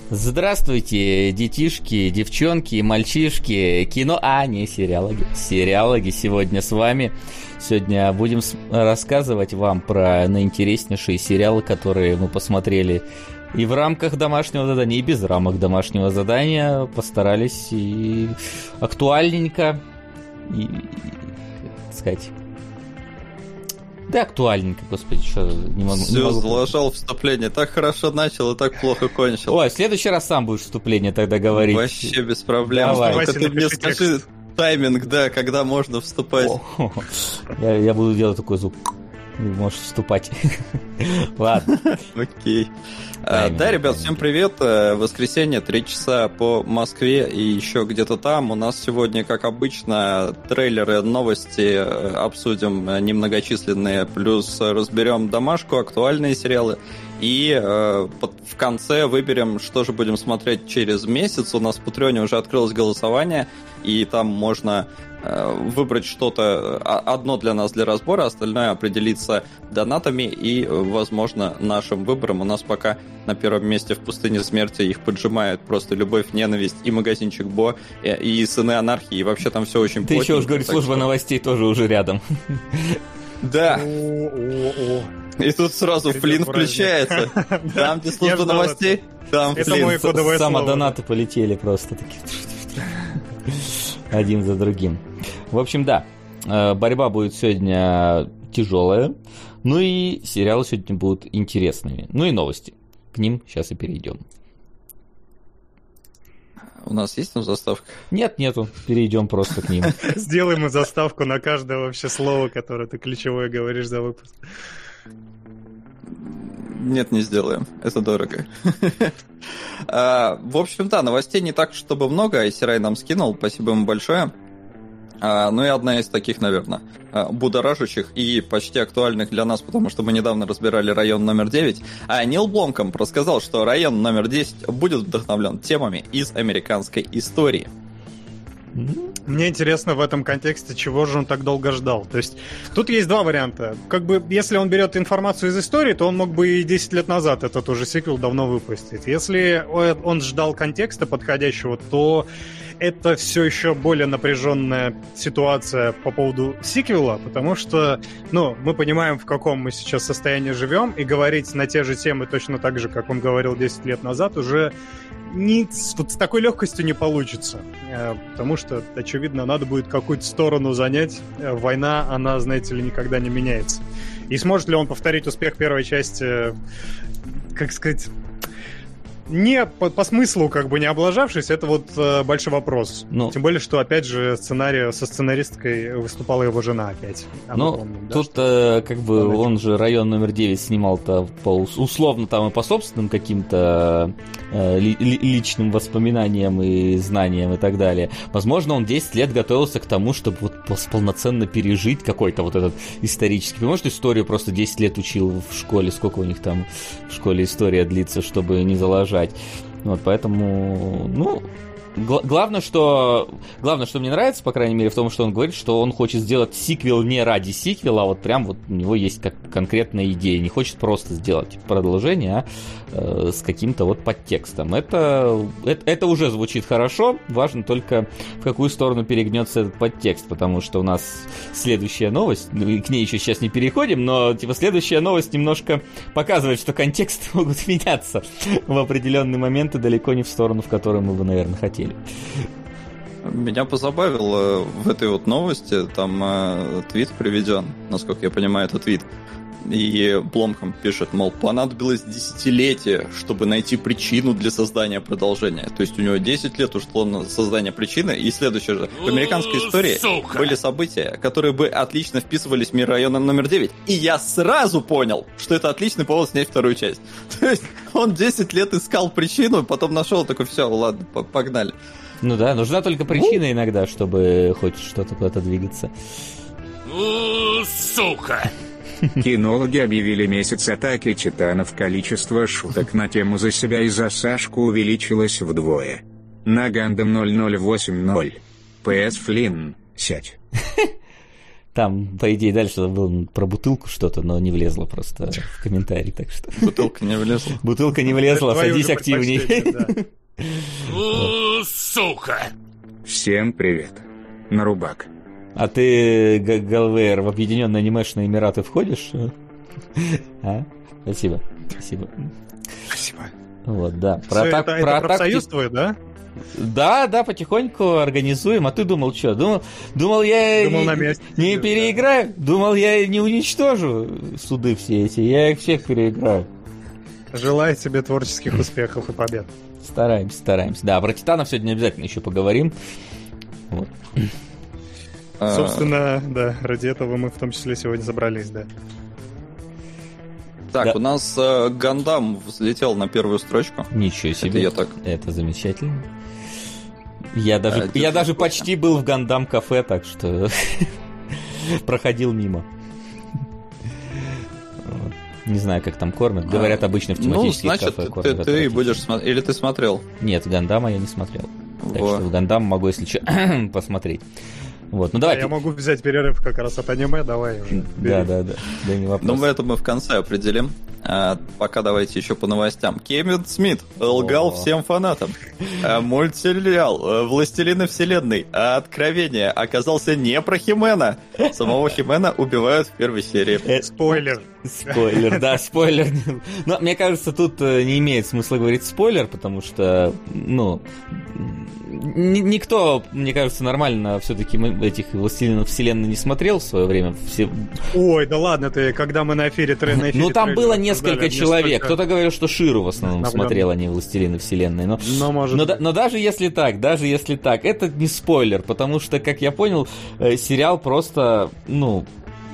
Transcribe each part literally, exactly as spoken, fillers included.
Здравствуйте, детишки, девчонки, мальчишки, кино... А, не, сериалоги. Сериалоги сегодня с вами. Сегодня будем рассказывать вам про наинтереснейшие сериалы, которые мы посмотрели и в рамках домашнего задания, и без рамок домашнего задания. Постарались и актуальненько, и, так сказать... Да, актуальненько, господи, что не могу... Все, не могу... заложил вступление. Так хорошо начал и так плохо кончил. Ой, в следующий раз сам будешь вступление тогда говорить. Вообще без проблем. Давай. Только ты мне скажи тайминг, да, когда можно вступать. Я, я буду делать такой звук. Можешь вступать. Ладно. Окей. Да, ребят, всем привет. Воскресенье, три часа по Москве и еще где-то там. У нас сегодня, как обычно, трейлеры, новости обсудим немногочисленные, плюс разберем домашку, актуальные сериалы. И э, в конце выберем, что же будем смотреть через месяц. У нас в Патреоне уже открылось голосование, и там можно э, выбрать что-то одно для нас для разбора, остальное определиться донатами и, возможно, нашим выбором. У нас пока на первом месте в пустыне смерти их поджимают просто любовь, ненависть и магазинчик Бо, и, и сыны анархии. И вообще там все очень плотненько. Ты еще уж говоришь, служба новостей тоже уже рядом. Да. И тут сразу Флинн включается. Там, где служба новостей, там Флинн. Самодонаты полетели просто такие. Один за другим. В общем, да, борьба будет сегодня тяжелая. Ну и сериалы сегодня будут интересными. Ну и новости. К ним сейчас и перейдем. У нас есть там заставка? Нет, нету. Перейдем просто к ним. Сделаем мы заставку на каждое вообще слово, которое ты ключевое говоришь за выпуск. Нет, не сделаем. Это дорого. В общем, да, новостей не так, чтобы много. Айсирай нам скинул. Спасибо ему большое. Ну и одна из таких, наверное, будоражащих и почти актуальных для нас, потому что мы недавно разбирали район номер девять. А Нил Бломкомп рассказал, что район номер десять будет вдохновлен темами из американской истории. Мне интересно в этом контексте, чего же он так долго ждал. То есть тут есть два варианта. Как бы, если он берет информацию из истории, то он мог бы и десять лет назад этот уже сиквел давно выпустить. Если он ждал контекста подходящего, то это все еще более напряженная ситуация по поводу сиквела, потому что, ну, мы понимаем, в каком мы сейчас состоянии живем, и говорить на те же темы точно так же, как он говорил десять лет назад, уже не, вот с такой легкостью не получится. Потому что, очевидно, надо будет какую-то сторону занять. Война, она, знаете ли, никогда не меняется. И сможет ли он повторить успех первой части, как сказать... Не по, по смыслу, как бы не облажавшись, это вот э, большой вопрос. Ну, тем более, что, опять же, сценарий, со сценаристкой выступала его жена опять. А ну, помним, тут, да, э, как бы, он, он же район номер девять снимал-то по, условно там и по собственным каким-то э, ли, личным воспоминаниям и знаниям и так далее. Возможно, он десять лет готовился к тому, чтобы вот полноценно пережить какой-то вот этот исторический. Потому что историю просто десять лет учил в школе. Сколько у них там в школе история длится, чтобы не заложить. Вот, поэтому, ну, гла- главное, что, главное, что мне нравится, по крайней мере, в том, что он говорит, что он хочет сделать сиквел не ради сиквела, а вот прям вот у него есть как конкретная идея, не хочет просто сделать продолжение, а э, с каким-то вот подтекстом. Это, это, это уже звучит хорошо, важно только в какую сторону перегнется этот подтекст, потому что у нас следующая новость, ну, к ней еще сейчас не переходим, но типа следующая новость немножко показывает, что контексты могут меняться в определенные моменты далеко не в сторону, в которую мы бы, наверное, хотели. Меня позабавило в этой вот новости, там э, твит приведен, насколько я понимаю, это твит. И Бломкомп пишет, мол, понадобилось десятилетие, чтобы найти причину для создания продолжения. То есть у него десять лет ушло на создание причины. И следующее же. В американской истории Сука. были события, которые бы отлично вписывались в мир района номер девять. И я сразу понял, что это отличный повод снять вторую часть. То есть он десять лет искал причину, потом нашел, такой, все, ладно, погнали. Ну да, нужна только причина иногда, чтобы хоть что-то куда-то двигаться. Сука! Кинологи объявили месяц атаки титанов. Количество шуток на тему «За себя» и «За Сашку» увеличилось вдвое. На Гандам ноль ноль восемь ноль. ПС Флинн, сядь. Там, по идее, дальше было про бутылку что-то, но не влезло просто в комментарий, так что... Бутылка не влезла. Бутылка не влезла, садись активнее. Сука! Всем привет. Нарубак. А ты, Галвейр, в Объединенные Анимешные Эмираты входишь? А? Спасибо. Спасибо. Спасибо. Вот, да. Про Все, так, это, про это профсоюз твой, да? Да, да, потихоньку организуем. А ты думал, что? Думал, думал я думал, не, на месте не сидишь, переиграю? Да. Думал, я не уничтожу суды все эти. Я их всех переиграю. Желаю тебе творческих успехов и побед. Стараемся, стараемся. Да, про Титанов сегодня обязательно еще поговорим. Вот. Собственно, да, ради этого мы в том числе сегодня забрались, да. Так, да. у нас э, Гандам взлетел на первую строчку. Ничего себе. Это я так. Это замечательно. Я даже, а, я даже почти был в Гандам кафе, так что проходил мимо. Не знаю, как там кормят. Говорят, обычно в тематических ну, значит, кафе кормят. Ты, ты будешь смотреть. Или ты смотрел? Нет, Гандама я не смотрел. Так Во. что в Гандам могу, если что, посмотреть. Вот, ну давай. А я могу взять перерыв как раз от аниме, давай уже. Да, да, да, да, не вопрос. Ну, это мы в конце определим. А, пока давайте еще по новостям. Кевин Смит лгал О. всем фанатам. А, мультсериал «Властелины вселенной. Откровение» оказался не про Химена. Самого Химена убивают в первой серии. Э, спойлер. Спойлер, да, спойлер. Но мне кажется, тут не имеет смысла говорить спойлер, потому что, ну, никто, мне кажется, нормально все-таки этих «Властелинов вселенной» не смотрел в свое время. Все... Ой, да ладно ты, когда мы на эфире, на эфире ну, там было несколько человек. Несколько... Кто-то говорил, что Ширу в основном Наблюдал. смотрел, а не «Властелины вселенной». Но, но, может но, но даже если так, даже если так, это не спойлер, потому что, как я понял, сериал просто, ну...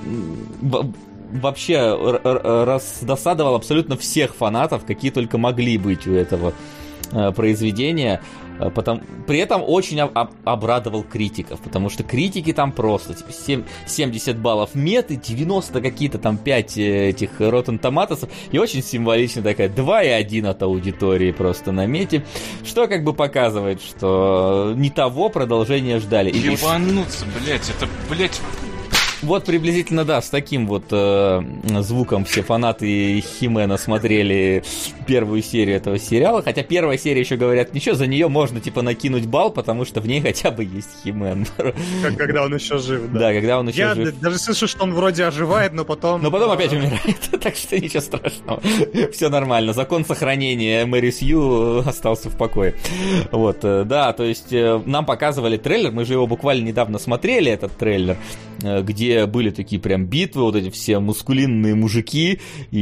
вообще раздосадовал абсолютно всех фанатов, какие только могли быть у этого э, произведения. Потом, при этом очень об, обрадовал критиков, потому что критики там просто типа, семь, семьдесят баллов меты, девяносто какие-то там пять этих Rotten Tomatoes, и очень символично такая два и один от аудитории просто на мете, что как бы показывает, что не того продолжения ждали. Ебануться, блять, это, блять... Вот приблизительно, да, с таким вот э, звуком все фанаты Химена смотрели первую серию этого сериала. Хотя первая серия еще говорят, ничего, за нее можно типа накинуть балл, потому что в ней хотя бы есть Химен. Как когда он еще жив, да. Да, когда он еще Я жив. Я даже слышу, что он вроде оживает, но потом... Но потом опять умирает, так что ничего страшного. Все нормально. Закон сохранения Мэри Сью остался в покое. Вот, да, то есть нам показывали трейлер, мы же его буквально недавно смотрели, этот трейлер, где были такие прям битвы, вот эти все мускулинные мужики,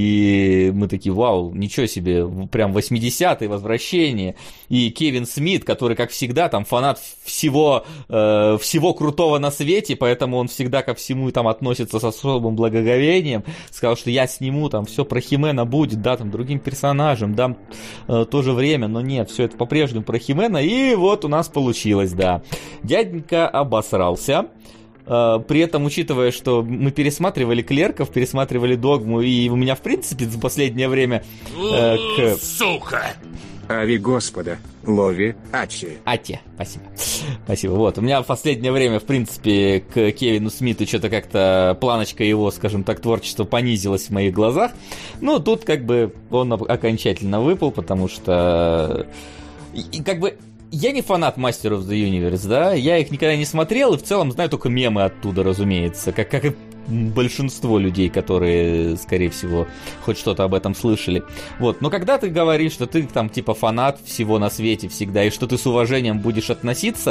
и мы такие, вау, ничего себе, прям восьмидесятые, возвращение. И Кевин Смит, который, как всегда, там фанат всего, э, всего крутого на свете, поэтому он всегда ко всему там относится с особым благоговением, сказал, что я сниму, там все про Химена будет, да, там другим персонажем, дам э, то же время, но нет, все это по-прежнему про Химена, и вот у нас получилось, да. Дяденька обосрался. При этом, учитывая, что мы пересматривали «Клерков», пересматривали «Догму», и у меня, в принципе, за последнее время... Э, к... Сука! Ави Господа, лови, ачи. Ати, спасибо. Спасибо. Вот, у меня в последнее время, в принципе, к Кевину Смиту что-то как-то планочка его, скажем так, творчества понизилась в моих глазах. Ну, тут как бы он окончательно выпал, потому что... И, как бы... Я не фанат Masters of the Universe, да, я их никогда не смотрел, и в целом знаю только мемы оттуда, разумеется, как, как и большинство людей, которые, скорее всего, хоть что-то об этом слышали. Вот, но когда ты говоришь, что ты там типа фанат всего на свете всегда, и что ты с уважением будешь относиться,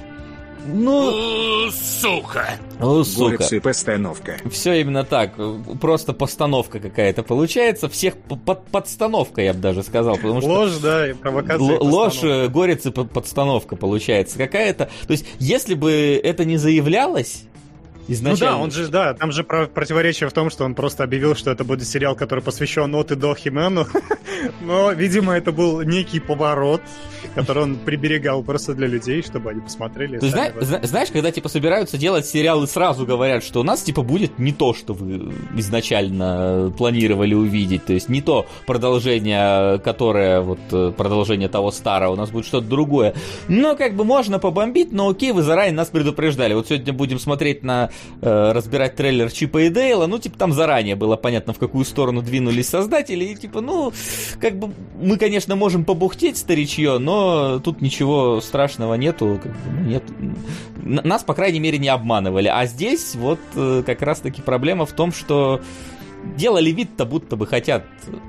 ну... Сука! О, сука. Горцы постановка. Все именно так. Просто постановка какая-то получается. Всех под подстановка, я бы даже сказал. Потому что ложь, да, и провокация. Л- ложь, горец и подстановка получается какая-то. То есть, если бы это не заявлялось изначально... Ну да, он же, да, там же противоречие в том, что он просто объявил, что это будет сериал, который посвящен от и до Химену. Но, видимо, это был некий поворот, который он приберегал просто для людей, чтобы они посмотрели. Ты зна- зна- знаешь, когда типа собираются делать сериал и сразу говорят, что у нас типа будет не то, что вы изначально планировали увидеть, то есть не то продолжение, которое вот продолжение того старого, у нас будет что-то другое. Но как бы можно побомбить, но окей, вы заранее нас предупреждали. Вот сегодня будем смотреть на э, разбирать трейлер Чипа и Дейла, ну, типа, там заранее было понятно, в какую сторону двинулись создатели, и, типа, ну, как бы, мы, конечно, можем побухтеть старичье, но тут ничего страшного нету, как бы, нет. Нас, по крайней мере, не обманывали. А здесь вот э, как раз-таки проблема в том, что делали вид-то, будто бы хотят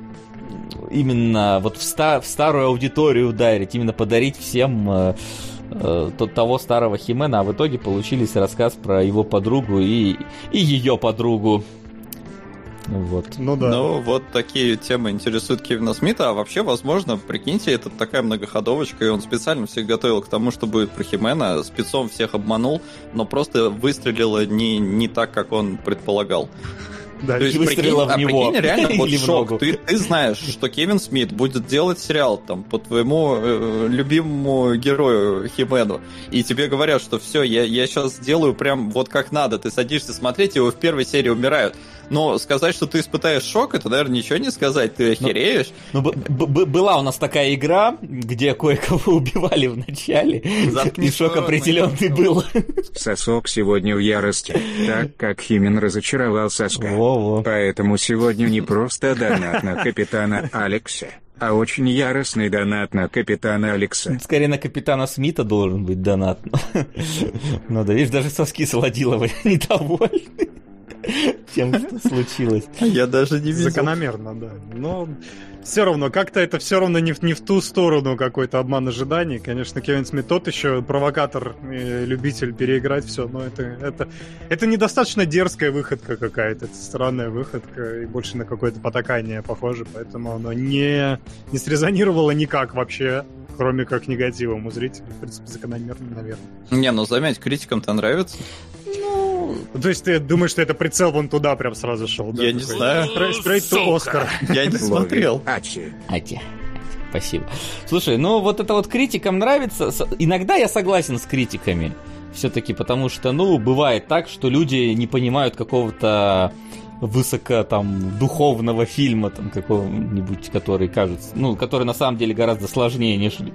именно вот в, ста- в старую аудиторию ударить, именно подарить всем э, э, того старого Хи-Мэна, а в итоге получились рассказ про его подругу и, и ее подругу. Вот. Ну да. Ну, вот такие темы интересуют Кевина Смита, а вообще, возможно, прикиньте, это такая многоходовочка, и он специально всех готовил к тому, что будет про Хи-Мэна, спецом всех обманул, но просто выстрелило не, не так, как он предполагал. Да, То есть, выстрелила прикинь, в него. А прикинь, реально вот Или в шок. ногу. Ты, ты знаешь, что Кевин Смит будет делать сериал там по твоему э, любимому герою Хи-Мэну, и тебе говорят, что все, я, я сейчас сделаю прям вот как надо. Ты садишься смотреть, его в первой серии умирают. Но сказать, что ты испытаешь шок, это, наверное, ничего не сказать. Ты охереешь. Ну, б- б- была у нас такая игра, где кое-кого убивали в начале, Заткни и шок свой рот, определенный был. Сосок сегодня в ярости, так как Химен разочаровал соска. Во-во. Поэтому сегодня не просто донат на капитана Алекса, а очень яростный донат на капитана Алекса. Скорее на капитана Смита должен быть донат. Ну да, видишь, даже соски Солодилова недовольны тем, что случилось. Я даже не видел. Закономерно, да. Но все равно, как-то это все равно не в, не в ту сторону какой-то обман ожиданий. Конечно, Кевин Смит тот еще провокатор, и любитель переиграть все, но это, это, это недостаточно дерзкая выходка какая-то, это странная выходка, и больше на какое-то потакание похоже, поэтому оно не, не срезонировало никак вообще, кроме как негативом у зрителей. В принципе, закономерно, наверное. Не, ну заметь, критикам-то нравится. То есть ты думаешь, что это прицел вон туда прям сразу шел? Да? Я не Такой, знаю. Straight to Oscar. Я не смотрел. Ачи. Ати. Спасибо. Слушай, ну вот это вот критикам нравится. Иногда я согласен с критиками. Все-таки потому что, ну, бывает так, что люди не понимают какого-то высоко там духовного фильма там какого-нибудь, который кажется, ну, который на самом деле гораздо сложнее, нежели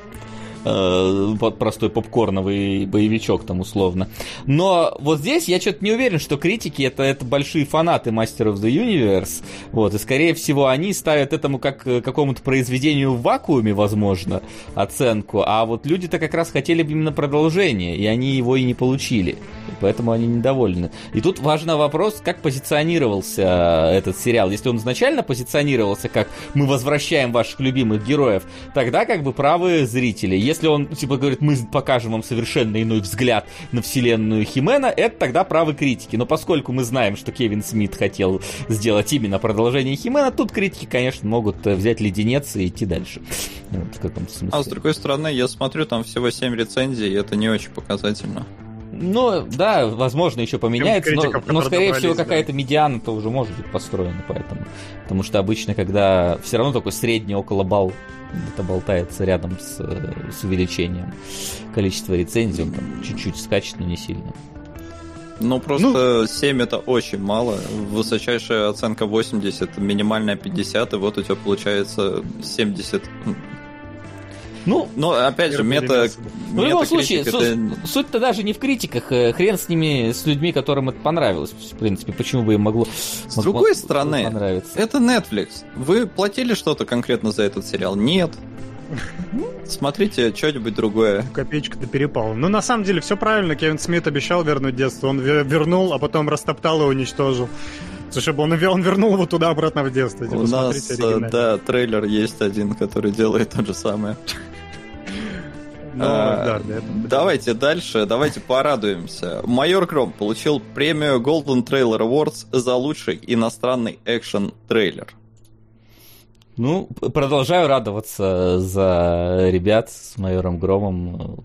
э, простой попкорновый боевичок там условно. Но вот здесь я что-то не уверен, что критики это, это большие фанаты Master of the Universe, вот, и скорее всего они ставят этому как какому-то произведению в вакууме, возможно, оценку, а вот люди-то как раз хотели бы именно продолжение, и они его и не получили, и поэтому они недовольны. И тут важный вопрос, как позиционировался этот сериал. Если он изначально позиционировался как «мы возвращаем ваших любимых героев», тогда как бы правы зрители. Если он, типа, говорит, мы покажем вам совершенно иной взгляд на вселенную Хи-Мэна, это тогда правы критики. Но поскольку мы знаем, что Кевин Смит хотел сделать именно продолжение Хи-Мэна, тут критики, конечно, могут взять леденец и идти дальше. Вот, в каком-то смысле. А с другой стороны, я смотрю, там всего семь рецензий, и это не очень показательно. Ну, да, возможно, еще поменяется, но, критиков, но скорее всего, да. какая-то медиана-то уже может быть построена, поэтому. Потому что обычно, когда все равно такой средний около балл где-то болтается рядом с, с увеличением количества рецензий, он там чуть-чуть скачет, но не сильно. Ну, просто ну, семь это очень мало. Высочайшая оценка восемьдесят, минимальная пятьдесят, и вот у тебя получается семьдесят. Ну, но опять же, мета... Ну, в любом случае, это... суть, суть-то даже не в критиках. Хрен с ними, с людьми, которым это понравилось. В принципе, почему бы им могло С могло, другой стороны, понравиться. Это Netflix. Вы платили что-то конкретно за этот сериал? Нет. Смотрите что-нибудь другое. Копеечка-то перепала. Ну, на самом деле, все правильно. Кевин Смит обещал вернуть детство. Он вернул, а потом растоптал и уничтожил. Слушай, он, он вернул его туда-обратно в детство. У нас, да, трейлер есть один, который делает то же самое. Ну, а, да, давайте дальше, давайте порадуемся. Майор Гром получил премию Golden Trailer Awards за лучший иностранный экшен-трейлер. Ну, продолжаю радоваться за ребят с Майором Громом.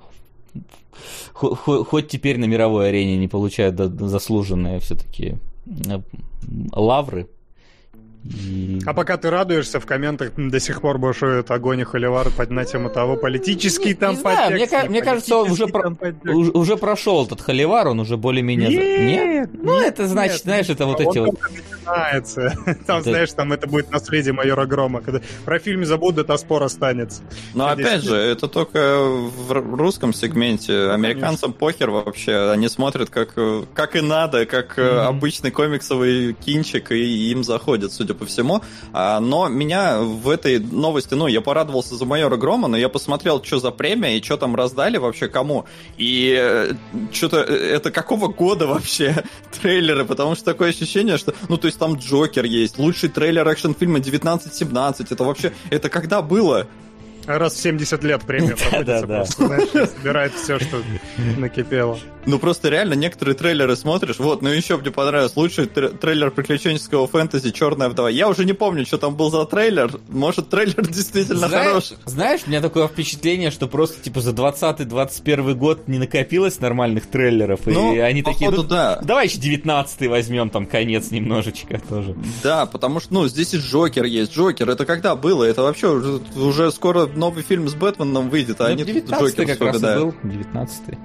Хоть теперь на мировой арене не получают заслуженные все-таки лавры. И... А пока ты радуешься, в комментах до сих пор бушует огонь и холивар на тему того, политический там не знаю, подтекст. Мне, мне кажется, он уже, про, уже, уже прошел этот холивар, он уже более-менее... Нет, нет? Ну, нет, это значит, нет, знаешь, это вот он эти вот... начинается. Там, это... знаешь, там это будет наследие майора Грома. Когда про фильм забудут, а спор останется. Но опять же, это только в русском сегменте. Американцам похер вообще. Они смотрят как, как и надо, как mm-hmm. обычный комиксовый кинчик, и им заходит, судя по всему. Но меня в этой новости, ну, я порадовался за майора Грома, но я посмотрел, что за премия и что там раздали вообще кому. И что-то это какого года вообще трейлеры? Потому что такое ощущение, что, ну, то есть там Джокер есть, лучший трейлер экшн-фильма девятнадцать семнадцать. Это вообще, это когда было? Раз в семьдесят лет премия проводится, просто, знаешь, собирает все, что накипело. Ну, просто реально некоторые трейлеры смотришь, вот, ну еще мне понравилось, лучший трейлер приключенческого фэнтези «Черная вдова». Я уже не помню, что там был за трейлер, может, трейлер действительно знаешь, хороший. Знаешь, у меня такое впечатление, что просто, типа, за двадцатый двадцать первый год не накопилось нормальных трейлеров, ну, и они такие, ну, да. давай еще девятнадцатый возьмем, там, конец немножечко тоже. Да, потому что, ну, здесь и Джокер есть. Джокер, это когда было? Это вообще уже, уже скоро новый фильм с Бэтменом выйдет, а ну, они тут Джокер как раз и был, девятнадцатый.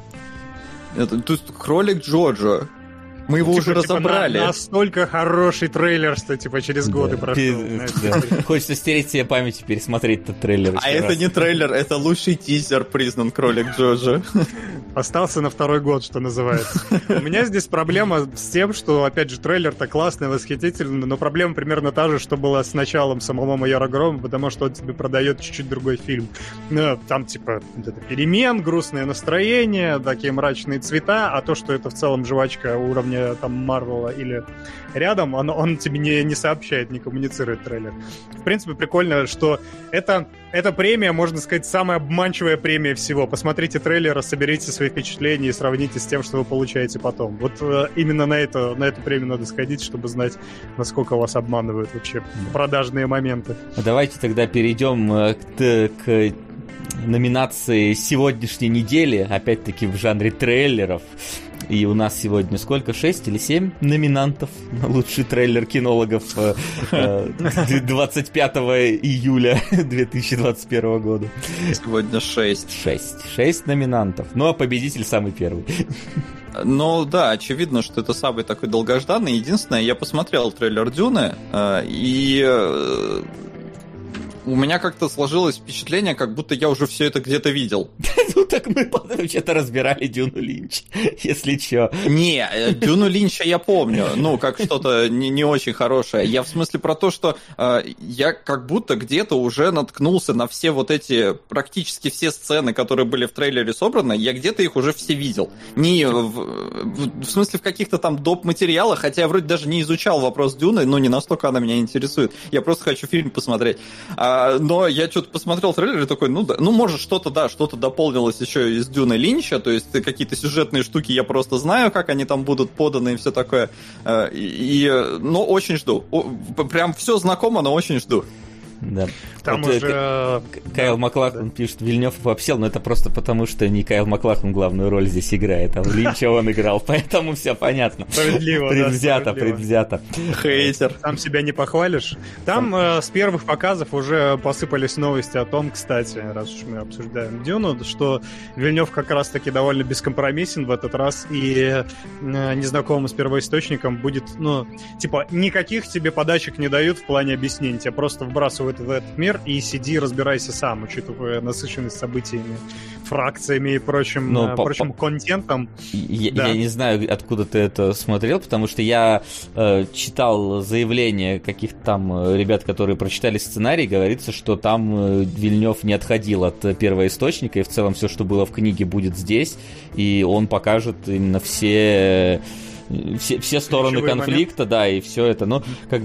Это, то есть кролик Джоджо. Мы его типа, уже типа, разобрали. На, настолько хороший трейлер, что типа через годы да. прошел. Да. Хочется стереть себе память и пересмотреть этот трейлер. А это раз. Не трейлер, это лучший тизер признан кролик Джоджо. Остался на второй год, что называется. У меня здесь проблема с тем, что, опять же, трейлер-то классный, восхитительный, но проблема примерно та же, что была с началом самого майора Грома, потому что он тебе продает чуть-чуть другой фильм. Там, типа, вот это перемен, грустное настроение, такие мрачные цвета, а то, что это в целом жвачка уровня там Марвела или рядом, он, он тебе не, не сообщает, не коммуницирует трейлер. В принципе, прикольно, что это, эта премия, можно сказать, самая обманчивая премия всего. Посмотрите трейлер, соберите свои впечатления и сравните с тем, что вы получаете потом. Вот э, именно на, это, на эту премию надо сходить, чтобы знать, насколько вас обманывают вообще продажные моменты. Давайте тогда перейдем к, к номинации сегодняшней недели, опять-таки в жанре трейлеров. И у нас сегодня сколько? шесть или семь номинантов на лучший трейлер кинологов двадцать пятого июля две тысячи двадцать первого года. Сегодня шесть. Шесть. Шесть номинантов. Ну, а победитель самый первый. Ну да, очевидно, что это самый такой долгожданный. Единственное, я посмотрел трейлер Дюны, и у меня как-то сложилось впечатление, как будто я уже все это где-то видел. Ну так мы вообще-то разбирали Дюну Линч, если чё. Не, Дюну Линча я помню, ну, как что-то не, не очень хорошее. Я в смысле про то, что э, я как будто где-то уже наткнулся на все вот эти, практически все сцены, которые были в трейлере собраны, я где-то их уже все видел. Не в, в, в смысле в каких-то там доп. Материалах, хотя я вроде даже не изучал вопрос Дюны, но не настолько она меня интересует. Я просто хочу фильм посмотреть. Но я что-то посмотрел трейлер и такой, ну да, ну может что-то, да, что-то дополнилось еще из Дюны Линча, то есть какие-то сюжетные штуки я просто знаю, как они там будут поданы и все такое. И, и, но очень жду. Прям все знакомо, но очень жду. Да. Там вот, уже... К- Кайл да, Маклахлан да. пишет, Вильнёв обсел, но это просто потому, что не Кайл Маклахлан главную роль здесь играет, а в Линча он играл, поэтому все понятно. Справедливо, предвзято, да, предвзято. Хейтер. Сам себя не похвалишь. Там э, с первых показов уже посыпались новости о том, кстати, раз уж мы обсуждаем Дюну, что Вильнёв как раз-таки довольно бескомпромиссен в этот раз, и э, незнакомым с первоисточником будет, ну, типа, никаких тебе подачек не дают в плане объяснений, тебя просто вбрасывают в этот мир и сиди, разбирайся сам, учитывая насыщенность событиями, фракциями и прочим, Но, э, прочим по- контентом. Я, да. я не знаю, откуда ты это смотрел, потому что я э, читал заявления каких-то там ребят, которые прочитали сценарий, говорится, что там э, Вильнёв не отходил от первоисточника, и в целом все, что было в книге, будет здесь, и он покажет именно все... Все, все стороны ключевой конфликта, момент. Да, и все это, ну, как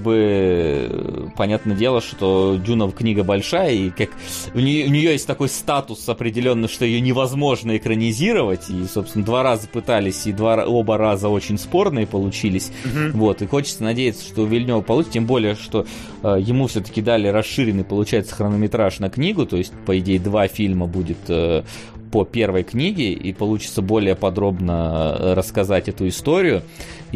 бы, понятное дело, что Дюна книга большая, и как у нее, у нее есть такой статус определенный, что ее невозможно экранизировать, и, собственно, два раза пытались, и два, оба раза очень спорные получились, угу. Вот, и хочется надеяться, что у Вильнёва получится, тем более, что э, ему все-таки дали расширенный, получается, хронометраж на книгу, то есть, по идее, два фильма будет... Э, по первой книге, и получится более подробно рассказать эту историю.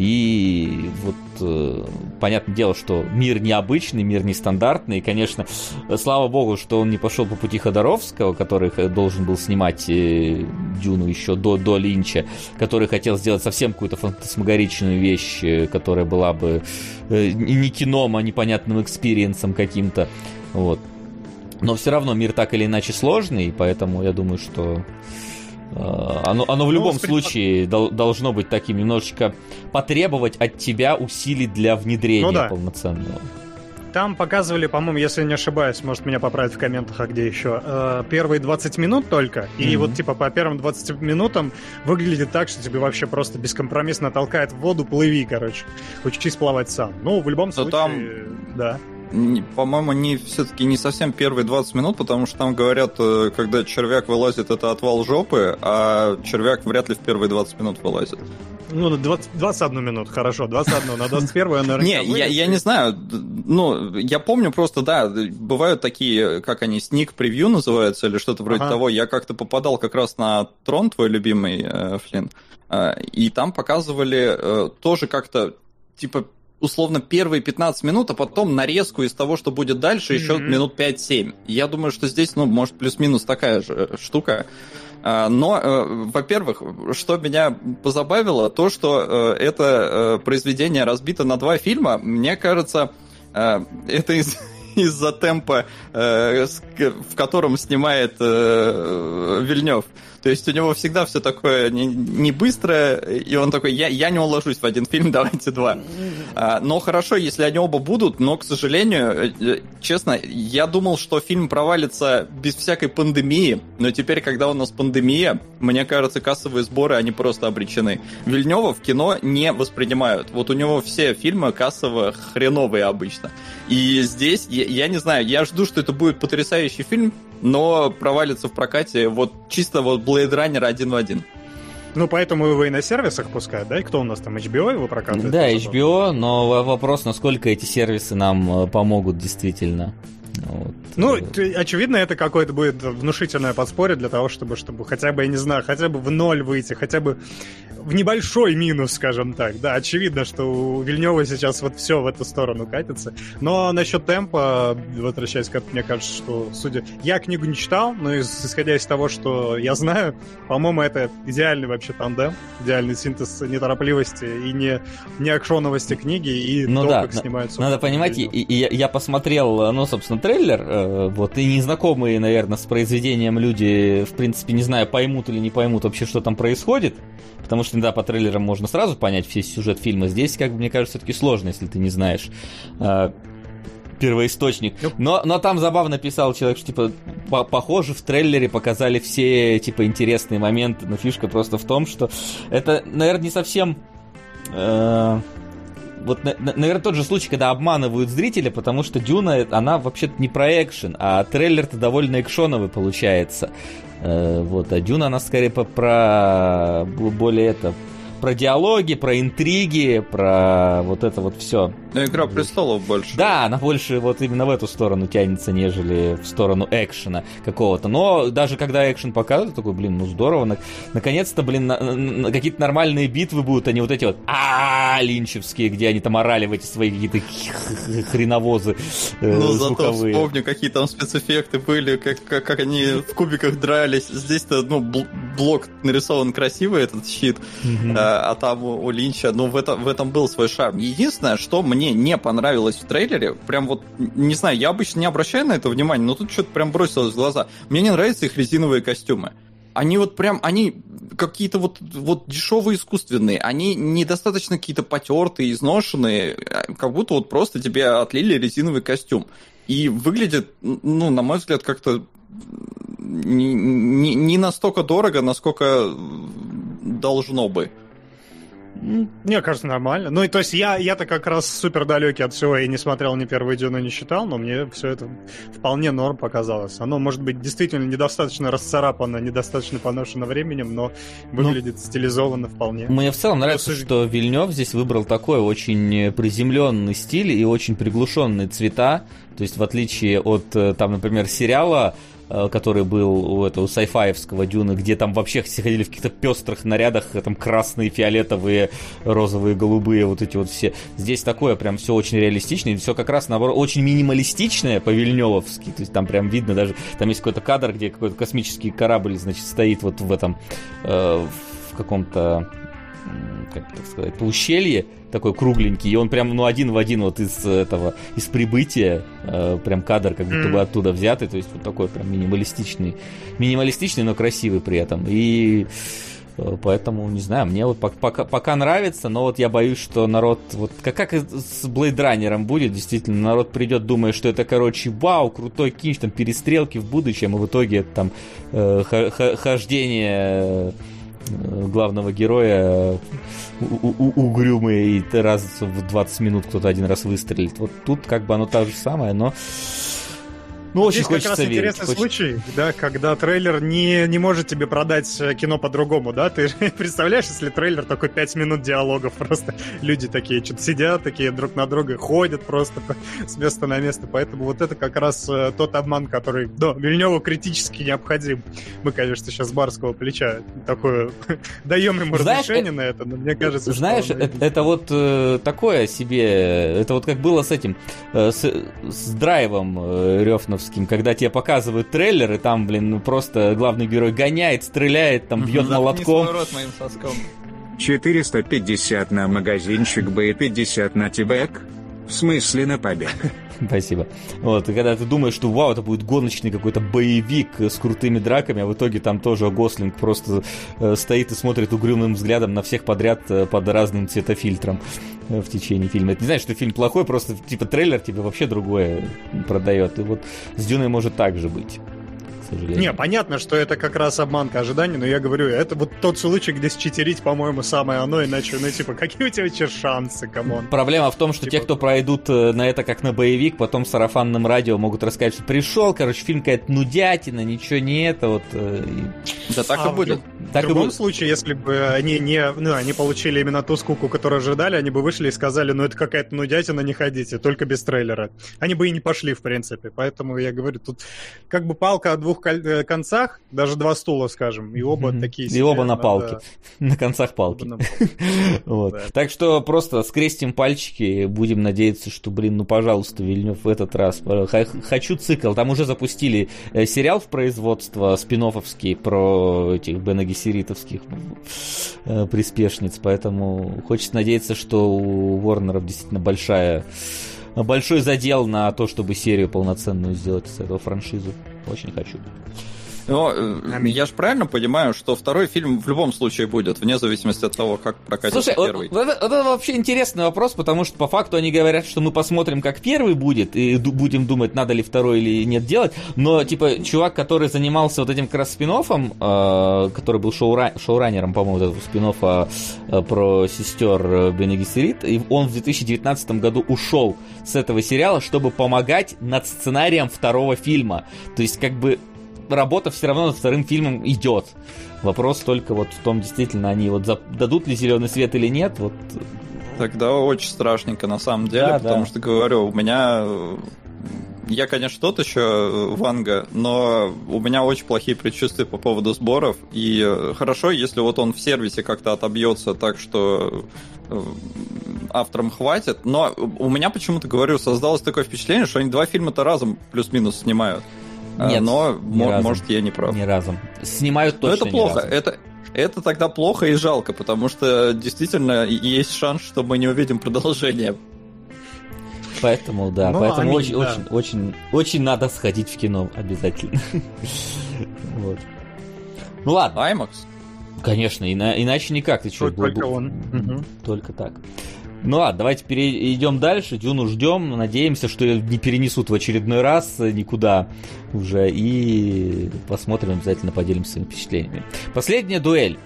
И вот э, понятное дело, что мир необычный, мир нестандартный. И, конечно, слава богу, что он не пошел по пути Ходоровского, который должен был снимать э, Дюну еще до, до Линча, который хотел сделать совсем какую-то фантасмагоричную вещь, которая была бы э, не кином, а непонятным экспириенсом каким-то. Вот. Но все равно мир так или иначе сложный, поэтому я думаю, что Оно, оно в любом ну, случае дол- должно быть таким, немножечко потребовать от тебя усилий для внедрения ну, да. полноценного. Там показывали, по-моему, если не ошибаюсь, может меня поправить в комментах, а где еще, э, первые двадцать минут только, mm-hmm. и вот типа по первым двадцати минутам выглядит так, что тебе вообще просто бескомпромиссно толкает в воду, плыви, короче, учись плавать сам. Ну, в любом случае, там... да. Не, по-моему, не, все-таки не совсем первые двадцать минут, потому что там говорят, когда червяк вылазит, это отвал жопы, а червяк вряд ли в первые двадцать минут вылазит. Ну, на двадцать, двадцать одну минуту, хорошо, двадцать одну, на двадцать первую, наверное... Не, я, я не знаю, ну, я помню просто, да, бывают такие, как они, сник-превью называются, или что-то вроде ага. того, я как-то попадал как раз на Трон, твой любимый, э, Флинн, э, и там показывали э, тоже как-то, типа, условно, первые пятнадцать минут, а потом нарезку из того, что будет дальше, еще mm-hmm. минут пять-семь. Я думаю, что здесь, ну, может, плюс-минус такая же штука. Но, во-первых, что меня позабавило, то, что это произведение разбито на два фильма, мне кажется, это из... из-за темпа, в котором снимает Вильнёв. То есть у него всегда все такое не, не быстрое, и он такой, я, я не уложусь в один фильм, давайте два. А, но хорошо, если они оба будут, но, к сожалению, честно, я думал, что фильм провалится без всякой пандемии, но теперь, когда у нас пандемия, мне кажется, кассовые сборы, они просто обречены. Вильнёва в кино не воспринимают. Вот у него все фильмы кассово хреновые обычно. И здесь, я, я не знаю, я жду, что это будет потрясающий фильм, но провалится в прокате вот чисто вот Blade Runner один в один. Ну, поэтому его и на сервисах пускают, да? И кто у нас там, эйч би о его прокатывает? Да, эйч би о, но вопрос, насколько эти сервисы нам помогут действительно. Вот. Ну, очевидно, это какое-то будет внушительное подспорье для того, чтобы, чтобы хотя бы, я не знаю, хотя бы в ноль выйти, хотя бы в небольшой минус, скажем так. Да, очевидно, что у Вильнёва сейчас вот все в эту сторону катится. Но насчет темпа, возвращаясь к этому, мне кажется, что, судя... Я книгу не читал, но исходя из того, что я знаю, по-моему, это идеальный вообще тандем, идеальный синтез неторопливости и не, не акшоновости книги, и ну то, да, как снимаются. Надо понимать, и, и я, я посмотрел, ну, собственно, трейлер, э, вот, и незнакомые, наверное, с произведением люди, в принципе, не знаю, поймут или не поймут вообще, что там происходит, потому что, да, по трейлерам можно сразу понять весь сюжет фильма. Здесь, как бы, мне кажется, все-таки сложно, если ты не знаешь э, первоисточник. Но, но там забавно писал человек, что, типа, по- похоже, в трейлере показали все, типа, интересные моменты, но фишка просто в том, что это, наверное, не совсем... Э, Вот, наверное, тот же случай, когда обманывают зрителя, потому что Дюна, она вообще-то не про экшен, а трейлер-то довольно экшоновый получается. Вот, а Дюна, она скорее про более это... про диалоги, про интриги, про вот это вот все. Ну, Игра престолов больше. Да, она больше вот именно в эту сторону тянется, нежели в сторону экшена какого-то. Но даже когда экшен показывают, такой, блин, ну здорово. Наконец-то, блин, на, на, какие-то нормальные битвы будут, а не вот эти вот а линчевские, где они там орали в эти свои какие-то хреновозы э, ну, звуковые. Зато вспомню, какие там спецэффекты были, как, как, как они в кубиках дрались. Здесь-то, ну, блок нарисован красиво, этот щит. Mm-hmm. А там у, у Линча, ну, в, это, в этом был свой шарм. Единственное, что мне не понравилось в трейлере, прям вот, не знаю, я обычно не обращаю на это внимания, но тут что-то прям бросилось в глаза. Мне не нравятся их резиновые костюмы. Они вот прям, они какие-то вот, вот дешевые, искусственные, они недостаточно какие-то потертые, изношенные, как будто вот просто тебе отлили резиновый костюм. И выглядит, ну, на мой взгляд, как-то не, не, не настолько дорого, насколько должно бы. Мне кажется, нормально. Ну, и то есть я, я-то как раз супер далекий от всего и не смотрел ни первую Дюну, не читал, но мне все это вполне норм показалось. Оно, может быть, действительно недостаточно расцарапано, недостаточно поношено временем, но выглядит ну, стилизованно вполне. Мне в целом нравится, ну, что Вильнёв здесь выбрал такой очень приземленный стиль и очень приглушенные цвета. То есть, в отличие от, там, например, сериала который был у этого сайфаевского Дюны, где там вообще все ходили в каких-то пестрых нарядах, там красные, фиолетовые, розовые, голубые, вот эти вот все. Здесь такое прям все очень реалистичное, и все как раз наоборот очень минималистичное по-вильнёвовски, то есть там прям видно даже, там есть какой-то кадр, где какой-то космический корабль, значит, стоит вот в этом, э, в каком-то, как так сказать, ущелье, такой кругленький, и он прям, ну, один в один вот из этого, из прибытия, э, прям кадр как будто бы оттуда взятый, то есть вот такой прям минималистичный, минималистичный, но красивый при этом, и э, поэтому, не знаю, мне вот пока, пока нравится, но вот я боюсь, что народ, вот как, как и с Blade Runner будет, действительно, народ придет, думая, что это, короче, вау, крутой кинч, там, перестрелки в будущем, и в итоге это там э, х- х- хождение главного героя у- у- угрюмый, и раз в двадцать минут кто-то один раз выстрелит. Вот тут как бы оно то же самое, но ну, очень Здесь хочется как раз верить. интересный Хочется... случай, да, когда трейлер не, не может тебе продать кино по-другому, да? Ты представляешь, если трейлер такой пять минут диалогов, просто люди такие что-то сидят, такие друг на друга ходят просто с места на место, поэтому вот это как раз тот обман, который, да, Вильнёву критически необходим. Мы, конечно, сейчас с барского плеча такое даем ему знаешь, разрешение это, на это, но мне кажется, знаешь, что... это, это вот э, такое себе, это вот как было с этим, э, с, с драйвом э, рёфновским, когда тебе показывают трейлер, и там, блин, ну просто главный герой гоняет, стреляет, там бьет молотком. четыреста пятьдесят на магазинчик, Б пятьдесят на Тибек. В смысле на побег. Спасибо. Вот, и когда ты думаешь, что вау, это будет гоночный какой-то боевик с крутыми драками, а в итоге там тоже Гослинг просто э, стоит и смотрит угрюмым взглядом на всех подряд э, под разным цветофильтром э, в течение фильма. Это не значит, что фильм плохой, просто типа трейлер тебе вообще другое продает. И вот с Дюной может так же быть. Не, понятно, что это как раз обманка ожиданий, но я говорю, это вот тот случай, где считерить, по-моему, самое оно, иначе, ну, типа, какие у тебя вообще шансы, камон? Проблема в том, что типа... те, кто пройдут на это как на боевик, потом в сарафанном радио могут рассказать, что пришел, короче, фильм какая-то нудятина, ничего не это, вот... И... Да так а, и будет. В так любом и будет. случае, если бы они не, ну, они получили именно ту скуку, которую ожидали, они бы вышли и сказали, ну, это какая-то нудятина, не ходите, только без трейлера. Они бы и не пошли, в принципе, поэтому я говорю, тут как бы палка о двух концах, даже два стула, скажем, и оба mm-hmm. такие себе. И оба на надо... палке, на концах палки. На... вот. Да. Так что просто скрестим пальчики, будем надеяться, что, блин, ну, пожалуйста, Вильнёв в этот раз. Хочу цикл. Там уже запустили сериал в производство спин-оффовский про этих бенегессеритовских приспешниц, поэтому хочется надеяться, что у Ворнеров действительно большая большой задел на то, чтобы серию полноценную сделать из этого франшизу. Очень хочу. Но я же правильно понимаю, что второй фильм в любом случае будет, вне зависимости от того, как прокатится Слушай, первый. Вот, вот, вот это вообще интересный вопрос, потому что по факту они говорят, что мы посмотрим, как первый будет, и ду- будем думать, надо ли второй или нет делать. Но, типа, чувак, который занимался вот этим как раз спин-оффом, э, который был шоура- шоураннером, по-моему, этого спин-оффа э, про сестер Бене Гессерит, и он в две тысячи девятнадцатом году ушел с этого сериала, чтобы помогать над сценарием второго фильма. То есть, как бы, работа все равно над вторым фильмом идет. Вопрос только вот в том, действительно, они вот дадут ли зеленый свет или нет. Вот. Тогда очень страшненько на самом деле, да, потому да. что, говорю, у меня... Я, конечно, тот еще Ванга, но у меня очень плохие предчувствия по поводу сборов. И хорошо, если вот он в сервисе как-то отобьется так, что авторам хватит. Но у меня почему-то, говорю, создалось такое впечатление, что они два фильма-то разом плюс-минус снимают. Нет, но, не м- разом. может, я не прав. Не разом. Снимают точно. Но это плохо. Не это, это тогда плохо и жалко, потому что действительно есть шанс, что мы не увидим продолжение. Поэтому, да, ну, поэтому аминь, очень, да. очень, очень, очень надо сходить в кино обязательно. вот. Ну ладно. IMAX? Конечно, ина- иначе никак. Ты что? Только он. Только так. Ну ладно, давайте перейдем дальше. Дюну ждем, надеемся, что ее не перенесут в очередной раз никуда уже. И посмотрим, обязательно поделимся своими впечатлениями. Последняя дуэль.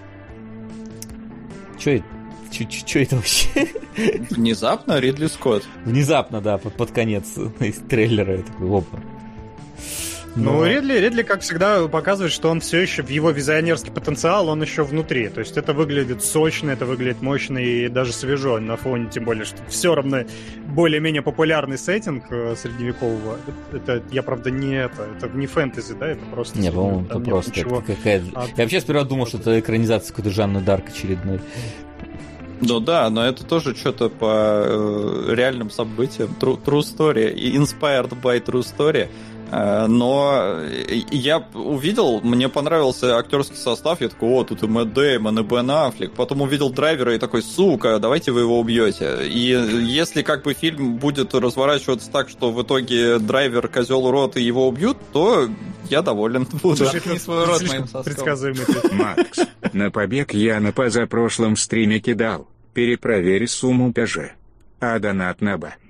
Че это? Че это вообще? Внезапно Ридли Скотт. Внезапно, да, под, под конец из трейлера. Я такой, опа. Но... Но... Ну, Ридли, Ридли, как всегда, показывает, что он все еще, в его визионерский потенциал, он еще внутри. То есть это выглядит сочно, это выглядит мощно и даже свежо на фоне, тем более, что все равно более-менее популярный сеттинг средневекового. Это, я, правда, не это, это не фэнтези, да, это просто... Не, по-моему, это просто это какая-то... А... Я вообще сперва думал, что это экранизация какой-то Жанны Дарк очередной. Ну да, но это тоже что-то по э, реальным событиям. True, true story, inspired by true story. Э, но я увидел, мне понравился актерский состав, я такой, о, тут и Мэтт Дэймон, и Бен Аффлек. Потом увидел Драйвера и такой, сука, давайте вы его убьете. И если как бы фильм будет разворачиваться так, что в итоге Драйвер козел урод и его убьют, то я доволен буду. Слушай, не свой рот моим соском. Предсказуемый. Макс, на побег я на позапрошлом стриме кидал. Перепроверь сумму ПЖ. А донат на Б.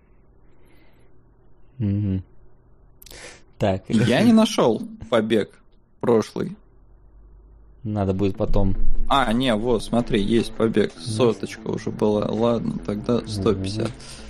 Угу. Так. Я не нашел побег прошлый. Надо будет потом. А, не, вот, смотри, есть побег. Соточка уже была. Ладно, тогда сто пятьдесят.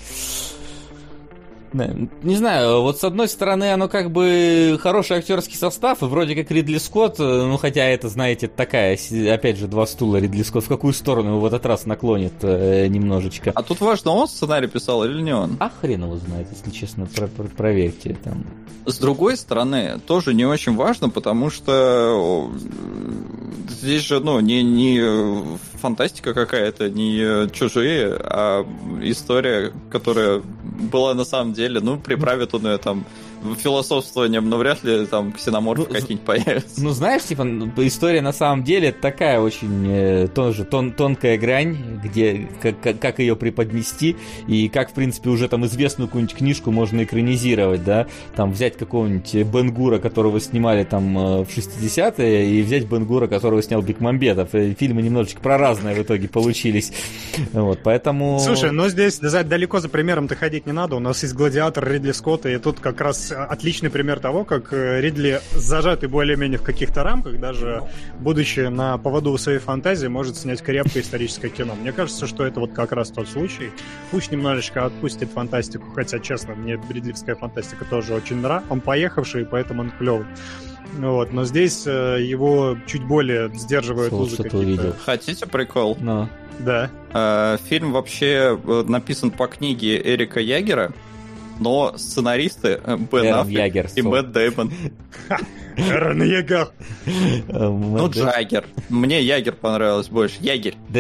Не знаю, вот с одной стороны, оно как бы хороший актерский состав, и вроде как Ридли Скотт, ну хотя это, знаете, такая, опять же, два стула Ридли Скотт, в какую сторону его в этот раз наклонит э, немножечко. А тут важно, он сценарий писал или не он? А хрен его знает, если честно, про- про- проверьте там. С другой стороны, тоже не очень важно, потому что здесь же, ну, не, не фантастика какая-то, не чужие, а история, которая была на самом деле, ну, приправит он ее там философствованием, но вряд ли там ксеноморфы ну, какие-нибудь появятся. Ну, знаешь, типа, история на самом деле такая очень э, тоже тон, тонкая грань, где как, как, как ее преподнести, и как, в принципе, уже там известную какую-нибудь книжку можно экранизировать, да, там взять какого-нибудь Бен Гура, которого снимали там э, в шестидесятые, и взять Бен Гура, которого снял Бекмамбетов. И фильмы немножечко проразные в итоге получились. Вот, поэтому... Слушай, ну здесь далеко за примером-то ходить не надо. У нас есть «Гладиатор» Ридли Скотта, и тут как раз отличный пример того, как Ридли, зажатый более-менее в каких-то рамках, даже будучи на поводу у своей фантазии, может снять крепкое историческое кино. Мне кажется, что это вот как раз тот случай. Пусть немножечко отпустит фантастику, хотя, честно, мне ридлевская фантастика тоже очень нравится. Он поехавший, поэтому он клевый. Вот, но здесь э, его чуть более сдерживают узы какие-то. Увидел. Хотите прикол? No. Да. Э, фильм вообще написан по книге Эрика Ягера, но сценаристы Бен Аффлек и Мэтт Дэймон. Эрон Ягер. Ну, Джаггер. Мне Ягер понравилось больше. Ягер. Да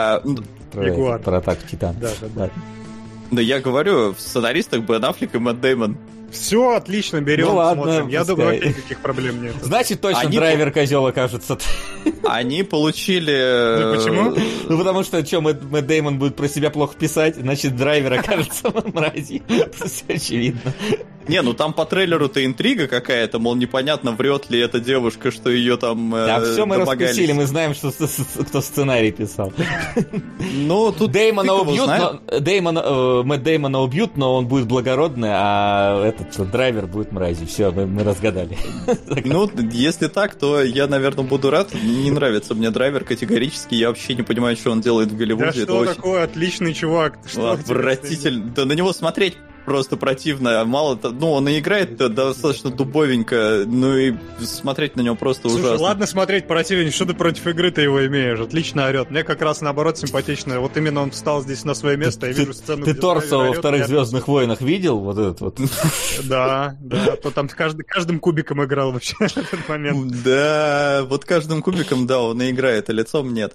мы про атаку Титана. Да, да, да. Да я говорю, в сценаристах Бен Аффлек и Мэтт Дэймон. Все отлично, берем, ну, ладно, смотрим. Я пускай. думаю, никаких проблем нет. Значит, точно Они драйвер по... козел окажется. Они получили... Ну, почему? Ну, потому что, что, Мэтт, Мэтт Дэймон будет про себя плохо писать, значит, драйвер окажется мрази. Все очевидно. Не, ну там по трейлеру-то интрига какая-то, мол, непонятно, врет ли эта девушка, что ее там э, Да, все мы домогались. раскусили, мы знаем, что, кто сценарий писал. Ну, тут Дэймона убьют, но, Дэймона, э, Мэтт Дэймона убьют, но он будет благородный, а этот драйвер будет мразью. Все, мы, мы разгадали. Ну, если так, то я, наверное, буду рад. Не нравится мне драйвер категорически. Я вообще не понимаю, что он делает в Голливуде. Да что Это такое, очень... отличный чувак. Что отвратительно. Да на него смотреть просто противно. Мало то, ну, он и играет достаточно дубовенько, ну и смотреть на него просто Слушай, ужасно. Ладно смотреть противнее, что ты против игры-то его имеешь? Отлично орет. Мне как раз наоборот симпатично. Вот именно он встал здесь на свое место, я вижу сцену. Ты торсо во вторых Звездных войнах видел? Вот этот вот. Да, да. То там каждым кубиком играл вообще в этот момент. Да, вот каждым кубиком, да, он и играет, а лицом нет.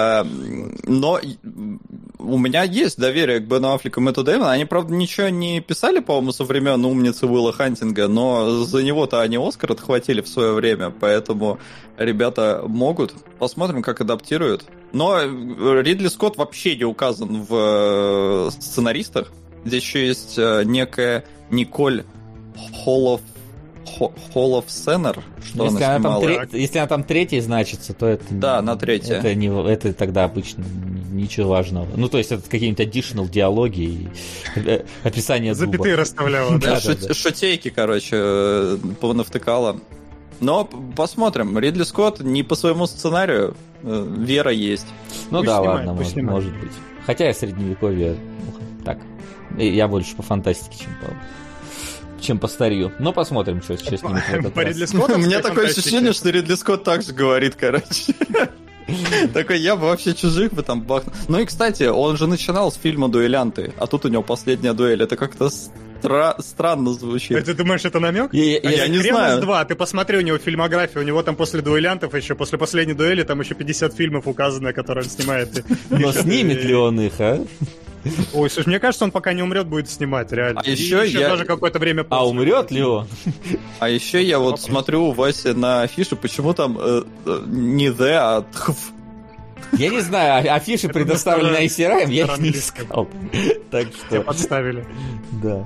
Но у меня есть доверие к Бену Аффлеку и Мэтту Дэймону. Они, правда, ничего не писали, по-моему, со времен умницы Уилла Хантинга, но за него-то они Оскар отхватили в свое время, поэтому ребята могут. Посмотрим, как адаптируют. Но Ридли Скотт вообще не указан в сценаристах. Здесь еще есть некая Николь Холлов Холлов Сеннер, что если она снимала. Она там тре... Если она там третья значится, то это... Да, на третья. Это, не... это тогда обычно ничего важного. Ну, то есть это какие-нибудь additional диалоги и описание зуба. Запятые расставляла, да? Шутейки, короче, понавтыкала. Но посмотрим. Ридли Скотт не по своему сценарию. Вера есть. Ну да, ладно, может быть. Хотя я средневековье... Так, я больше по фантастике, чем по... чем по старью. Но посмотрим, что, что с ним в этот По раз. Ридли Скотту, У меня в такое фантастике. ощущение, что Ридли Скотт так же говорит, короче. Такой, я бы вообще чужих бы там бахнул. Ну и, кстати, он же начинал с фильма «Дуэлянты», а тут у него последняя дуэль. Это как-то стра- странно звучит. А ты думаешь, это намек? Я- я- А я не «Кремус знаю. два», ты посмотри, у него фильмография, у него там после «Дуэлянтов» еще, после последней дуэли, там еще пятьдесят фильмов указано, которые он снимает. Но снимет ли он их, а? Ой, слушай, мне кажется, он пока не умрет, будет снимать, реально. А еще И я- даже какое-то время А после. умрет ли он? А еще я вот смотрю у Васи на афише, почему там э, э, не «the», а «тхф». Я не знаю, а- афиши, Это предоставленные на ай си ар, я их не староанглийском. искал. Так Тебя что, подставили. да,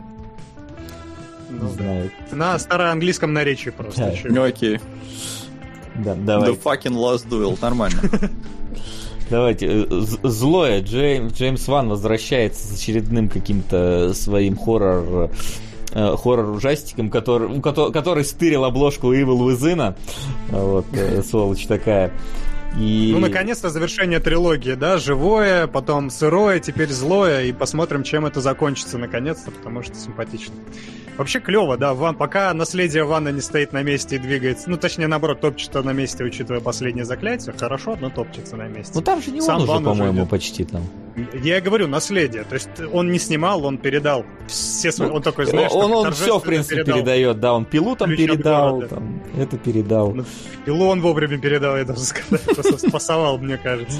Ну, не знаю. на староанглийском наречии просто. Да. чё. Ну окей. Да, давай. The fucking last duel, нормально. Давайте. э, з- Злое. Джейм- Джеймс Ван возвращается с очередным каким-то своим хоррор э, хоррор-ужастиком, который, у кото- который стырил обложку Evil Within. Вот, э, сволочь такая. И... Ну, наконец-то завершение трилогии, да, живое, потом сырое, теперь злое, и посмотрим, чем это закончится, наконец-то, потому что симпатично. Вообще клево, да, Ван, пока наследие Вана не стоит на месте и двигается, ну, точнее, наоборот, топчется на месте, учитывая последнее заклятие, хорошо, но топчется на месте. Ну там же не Сам он уже, Ван уже по-моему, идет. почти там. Я и говорю, наследие, то есть он не снимал, он передал все свои, Ну, он такой, знаешь, он, так он все, в торжественно принципе, передал. передает, да, он пилу там Ключ от передал, города. там, это передал. Ну, Пилу он вовремя передал, я должен сказать, просто спасовал, мне кажется.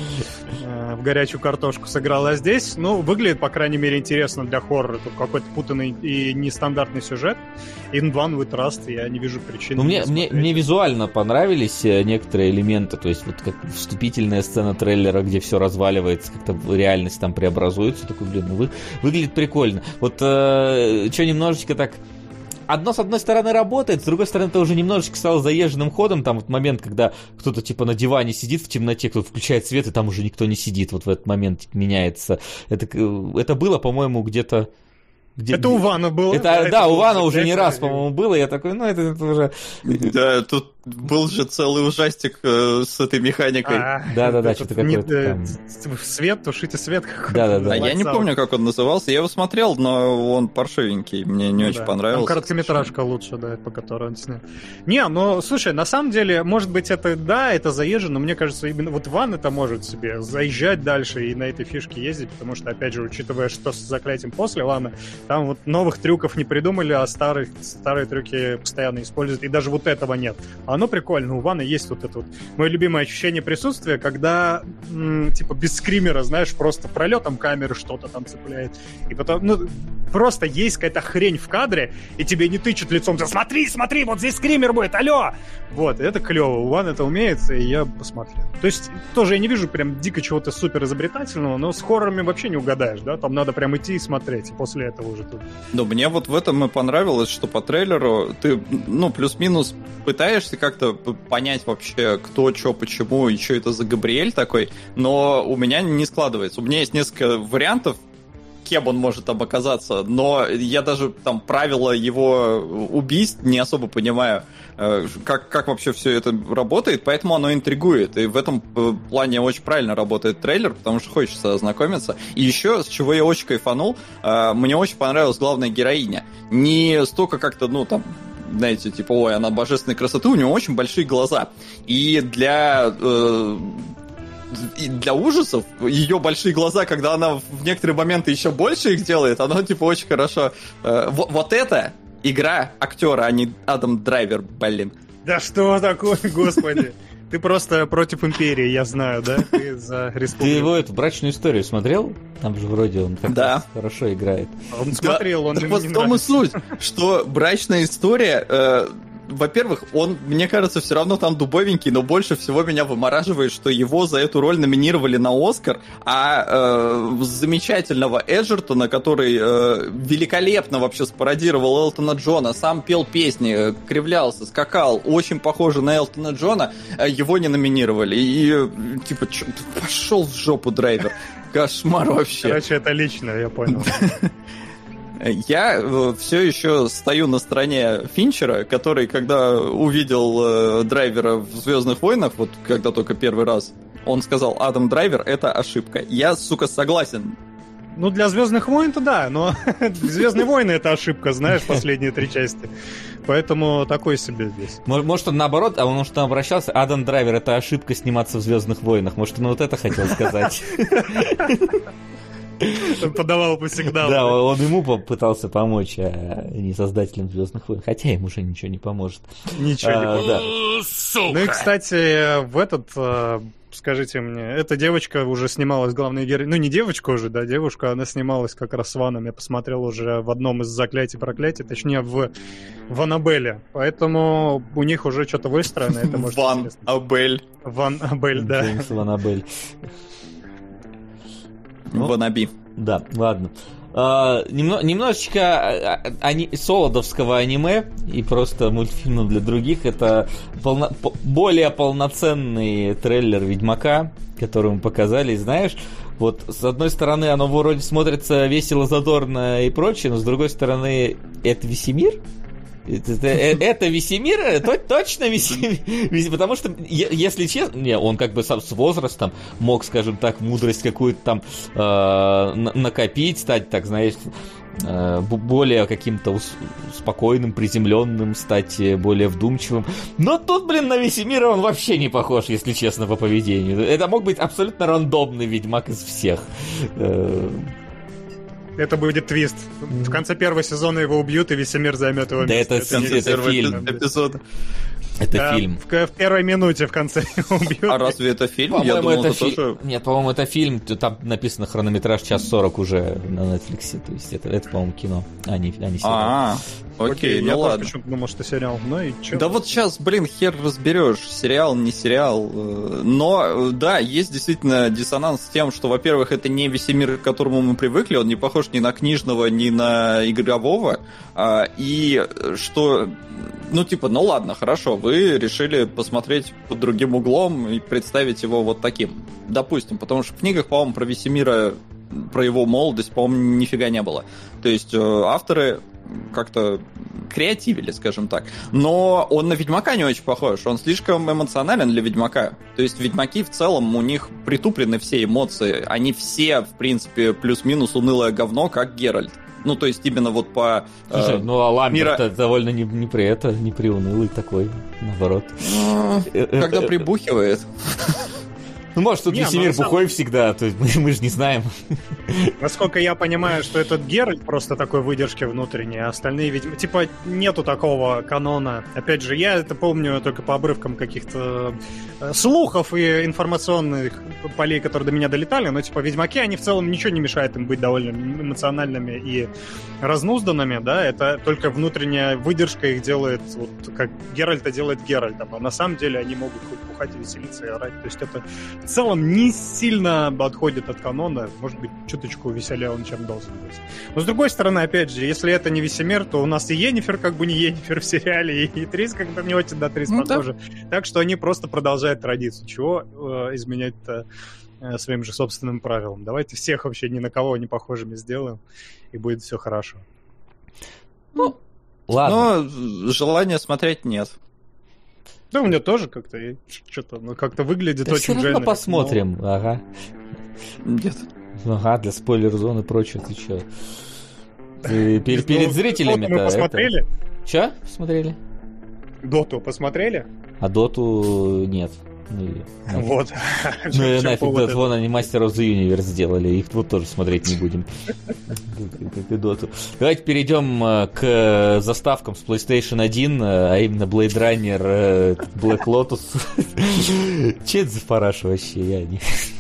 Э, В горячую картошку сыграл. А здесь, ну, выглядит, по крайней мере, интересно для хоррора. Тут какой-то путанный и нестандартный сюжет. In One with Rust, я не вижу причин. Ну, не мне, мне, смотреть. мне визуально понравились э, некоторые элементы, то есть вот как вступительная сцена трейлера, где все разваливается, как-то реальность там преобразуется, такой, блин, ну вы, выглядит прикольно. Вот э, что немножечко так... Одно, с одной стороны, работает, с другой стороны, это уже немножечко стало заезженным ходом, там вот момент, когда кто-то типа на диване сидит в темноте, кто-то включает свет, и там уже никто не сидит, вот в этот момент меняется. Это, э, это было, по-моему, где-то... Где, Это у Вана было. Это, да, у Вана уже не раз, заклятие. по-моему, было. Я такой, ну, это, это уже... Да, тут был же целый ужастик э, с этой механикой. А, Да-да-да, этот что-то не- какое-то э, там. Свет, тушите свет. какой-то Да-да-да. А я не называется. помню, как он назывался. Я его смотрел, но он паршивенький. Мне не Ну очень да. понравился. Там короткометражка лучше, да, по которой он снял. Не, ну, слушай, на самом деле, может быть, это, да, это заезжено, но мне кажется, именно вот Ван это может себе заезжать дальше и на этой фишке ездить, потому что, опять же, учитывая, что с заклятием после Вана, там вот новых трюков не придумали, а старых, старые трюки постоянно используют, и даже вот этого нет. А оно прикольно, у Вана есть вот это вот мое любимое ощущение присутствия, когда, м, типа, без скримера, знаешь, просто пролетом камеры что-то там цепляет, и потом, ну, просто есть какая-то хрень в кадре, и тебе не тычут лицом, смотри, смотри, вот здесь скример будет, алло! Вот, это клево, у Ван это умеется, и я посмотрел. То есть, тоже я не вижу прям дико чего-то супер изобретательного, но с хоррорами вообще не угадаешь, да, там надо прям идти и смотреть, и после этого уже тут. Но мне вот в этом и понравилось, что по трейлеру ты, ну, плюс-минус пытаешься как-то п- понять вообще, кто, что, почему, и что это за Габриэль такой, но у меня не складывается. У меня есть несколько вариантов, кем он может там оказаться, но я даже там правила его убийств не особо понимаю, э, как, как вообще все это работает, поэтому оно интригует. И в этом э, плане очень правильно работает трейлер, потому что хочется ознакомиться. И еще, с чего я очень кайфанул, э, мне очень понравилась главная героиня. Не столько как-то, ну, там, знаете, типа, ой, она божественной красоты, у нее очень большие глаза. И для... Э, и для ужасов ее большие глаза, когда она в некоторые моменты еще больше их делает, оно типа очень хорошо. Э, вот, вот это игра актера, а не Адам Драйвер, блин. Да что такое, господи? Ты просто против империи, я знаю, да? Ты за Ты республику. его эту брачную историю смотрел? Там же вроде он как Да. раз хорошо играет. Он смотрел, он Так мне вот не в том и нравится. суть, что брачная история, э, во-первых, он, мне кажется, все равно там дубовенький, но больше всего меня вымораживает, что его за эту роль номинировали на Оскар, а э, замечательного Эджертона, который э, великолепно вообще спародировал Элтона Джона, сам пел песни, э, кривлялся, скакал, очень похоже на Элтона Джона, э, его не номинировали. И э, типа, чё, пошел в жопу, Драйвер. Кошмар вообще. Короче, это лично, я понял. Я э, все еще стою на стороне Финчера, который, когда увидел э, Драйвера в «Звездных войнах», вот когда только первый раз, он сказал: Адам Драйвер — это ошибка. Я, сука, согласен. Ну, для «Звездных войн»-то да, но «Звездные войны» — это ошибка, знаешь, последние три части. Поэтому такой себе здесь. Может, он наоборот, а он может там обращался, Адам Драйвер — это ошибка сниматься в «Звездных войнах». Может, он вот это хотел сказать. Он подавал по сигналу. Да, он ему попытался помочь, а не создателям «Звездных войн». Хотя им уже ничего не поможет. Ничего не поможет. Ну и, кстати, в этот... Скажите мне, эта девочка уже снималась, главной героиней, ну не девочка уже, да, девушка, она снималась как раз в Ваном, я посмотрел уже в одном из «Заклятий проклятий», точнее в, в Аннабелле, поэтому у них уже что-то выстроено, это может быть интересно. Ван-Абель. Ван-Абель, да. Джеймс Ван-Абель. Ванаби. Да, ладно. Uh, немно, немножечко ани, солодовского аниме и просто мультфильмов для других. Это полно, по, более полноценный трейлер Ведьмака, который мы показали. Знаешь, вот с одной стороны оно вроде смотрится весело, задорно и прочее, но с другой стороны это Весемир. Это, это, это Весемир, то, точно Весемир, потому что, если честно, не, он как бы сам с возрастом мог, скажем так, мудрость какую-то там э, накопить, стать, так знаешь, э, более каким-то спокойным, приземленным, стать более вдумчивым. Но тут, блин, на Весемира он вообще не похож, если честно, по поведению. Это мог быть абсолютно рандомный ведьмак из всех. Это будет твист. В конце первого сезона его убьют, и Весемир займет его да место. Это, это, это фильм. Эпизод. Это а, фильм. В, в первой минуте в конце его убьют. А разве это фильм? По-моему, Я думал, это, это фи... тоже... Нет, по-моему, это фильм. Там написано хронометраж час сорок уже на Netflix. То есть это, это по-моему, кино, а не, а не сериал. А, окей, окей ну я ладно. Я думал, что сериал. Ну и чё? Да вот сейчас, блин, хер разберешь, сериал, не сериал. Но, да, есть действительно диссонанс с тем, что, во-первых, это не Весемир, к которому мы привыкли, он не похож ни на книжного, ни на игрового. И что... Ну, типа, ну ладно, хорошо, вы решили посмотреть под другим углом и представить его вот таким. Допустим, потому что в книгах, по-моему, про Весемира, про его молодость, по-моему, нифига не было. То есть авторы как-то креативили, скажем так. Но он на Ведьмака не очень похож, он слишком эмоционален для Ведьмака. То есть Ведьмаки в целом, у них притуплены все эмоции. Они все, в принципе, плюс-минус унылое говно, как Геральт. Ну, то есть именно вот по... Слушай, э, ну, а Ламберт мира... довольно не, не при это, не приунылый такой, наоборот. Когда прибухивает. Ну, может, тут не, Весемир сам... бухой всегда, то есть мы, мы же не знаем. Насколько я понимаю, что этот Геральт просто такой выдержки внутренней, а остальные, видимо, типа, нету такого канона. Опять же, я это помню только по обрывкам каких-то слухов и информационных полей, которые до меня долетали, но, типа, Ведьмаки, они в целом ничего не мешает им быть довольно эмоциональными и разнузданными, да, это только внутренняя выдержка их делает, вот, как Геральта делает Геральтом, а на самом деле они могут хоть бухать, веселиться и орать, то есть это в целом не сильно отходит от канона, может быть, чуточку веселее он, чем должен быть. Но с другой стороны, опять же, если это не Весемир, то у нас и Йеннифер как бы не Йеннифер в сериале, и Трис как бы не очень на Трис ну, похожа. Да. Так что они просто продолжают традицию. Чего э, изменять-то э, своим же собственным правилам? Давайте всех вообще ни на кого не похожими сделаем, и будет все хорошо. Ну, ладно. Но желания смотреть нет. Да, у меня тоже как-то что-то, ну, как-то выглядит да очень жалко. Посмотрим, но... ага. Нет. Ага, для спойлер-зоны и прочее, ты чё? Ты перед, перед зрителями-то... Мы посмотрели? Это... Чё? Посмотрели? Доту посмотрели? А Доту нет. Ну, вот. Ну и нафиг, вот вон они Master of the Universe сделали, их вот тоже смотреть не будем. Как и Доту. Давайте перейдем к заставкам с PlayStation один, а именно Blade Runner, Black Lotus. Че это за параш вообще? Я не...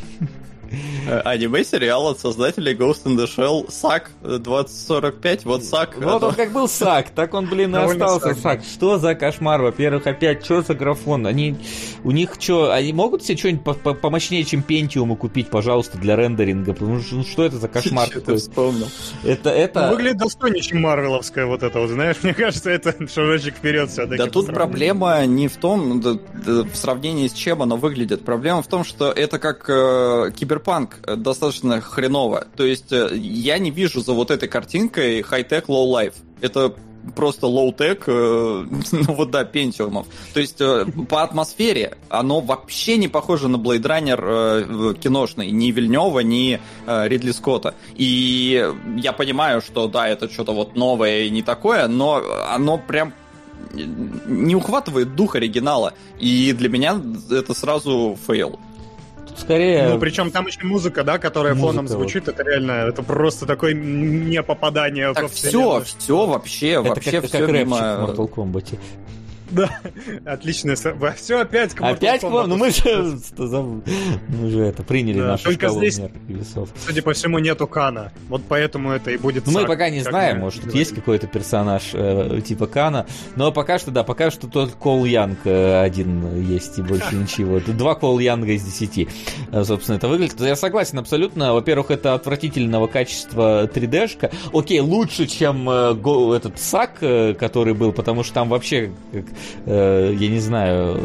Аниме-сериал от создателей Ghost in the Shell Сак двадцать сорок пять, вот Сак. Вот это... он как был Сак, так он, блин, и остался Сак. Что за кошмар? Во-первых, опять, что за графон? Они, у них что, они могут себе что-нибудь помощнее, чем Pentium купить, пожалуйста, для рендеринга? Ну, что это за кошмар такой? Вспомнил. Это, это... Ну, выглядит достойнее, чем марвеловская вот это вот, знаешь, мне кажется, это шажочек вперед все-таки. Да тут проблема не в том, да, да, в сравнении с чем оно выглядит. Проблема в том, что это как э, киберпанк достаточно хреново. То есть я не вижу за вот этой картинкой хай-тек, лоу-лайф. Это просто лоу-тек, э, ну вот да, пентиумов. То есть э, по атмосфере оно вообще не похоже на Blade Runner э, киношный, ни Вильнёва, ни э, Ридли Скотта. И я понимаю, что да, это что-то вот новое и не такое, но оно прям не ухватывает дух оригинала. И для меня это сразу фейл. Скорее... Ну, причем там еще музыка, да, которая музыка, фоном звучит, вот. Это реально, это просто такое не попадание так во все, все вообще, это вообще как, все как мимо... в Mortal Kombat. Да, отлично. Все опять к Mortal Опять к вам? Ну мы же, мы же это приняли да, нашу только шкалу здесь, весов. Судя по всему, нету Кана. Вот поэтому это и будет. Ну мы сак, пока не знаем, может тут есть какой-то персонаж э, типа Кана, но пока что, да, пока что только Кол Янг э, один есть и больше ничего. Тут два Кол Янга из десяти. Э, собственно, это выглядит. Я согласен абсолютно. Во-первых, это отвратительного качества три дэ-шка. Окей, лучше, чем э, го, этот Сак, э, который был, потому что там вообще как, э, я не знаю,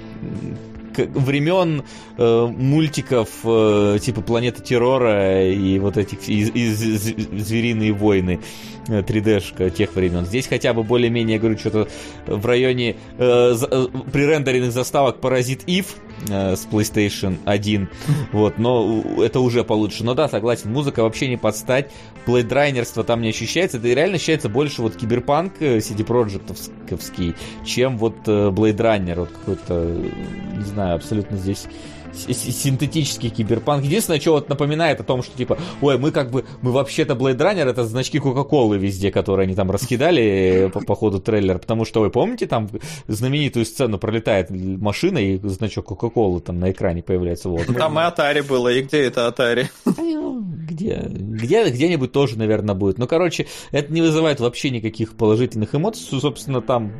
времен э, мультиков э, типа «Планета террора» и вот этих и, и «Звериные войны» три дэ-шка тех времен. Здесь хотя бы более-менее, я говорю, что-то в районе э, э, пререндеренных заставок «Паразит Ив» э, с PlayStation один. Вот, но это уже получше. Но да, согласен, музыка вообще не под стать. Блейдрайнерство там не ощущается. Это реально ощущается больше вот киберпанк си ди Projekt'овский, чем вот Blade Runner. Вот какой-то, не знаю, абсолютно здесь синтетический киберпанк. Единственное, что вот напоминает о том, что типа, ой, мы как бы, мы вообще-то Blade Runner, это значки Кока-Колы везде, которые они там раскидали по, по ходу трейлера, потому что, вы помните, там знаменитую сцену пролетает машина, и значок Кока-Колы там на экране появляется. Вот. Там и Atari было, и где это Atari? Где? Где? Где-нибудь тоже, наверное, будет. Ну, короче, это не вызывает вообще никаких положительных эмоций, собственно, там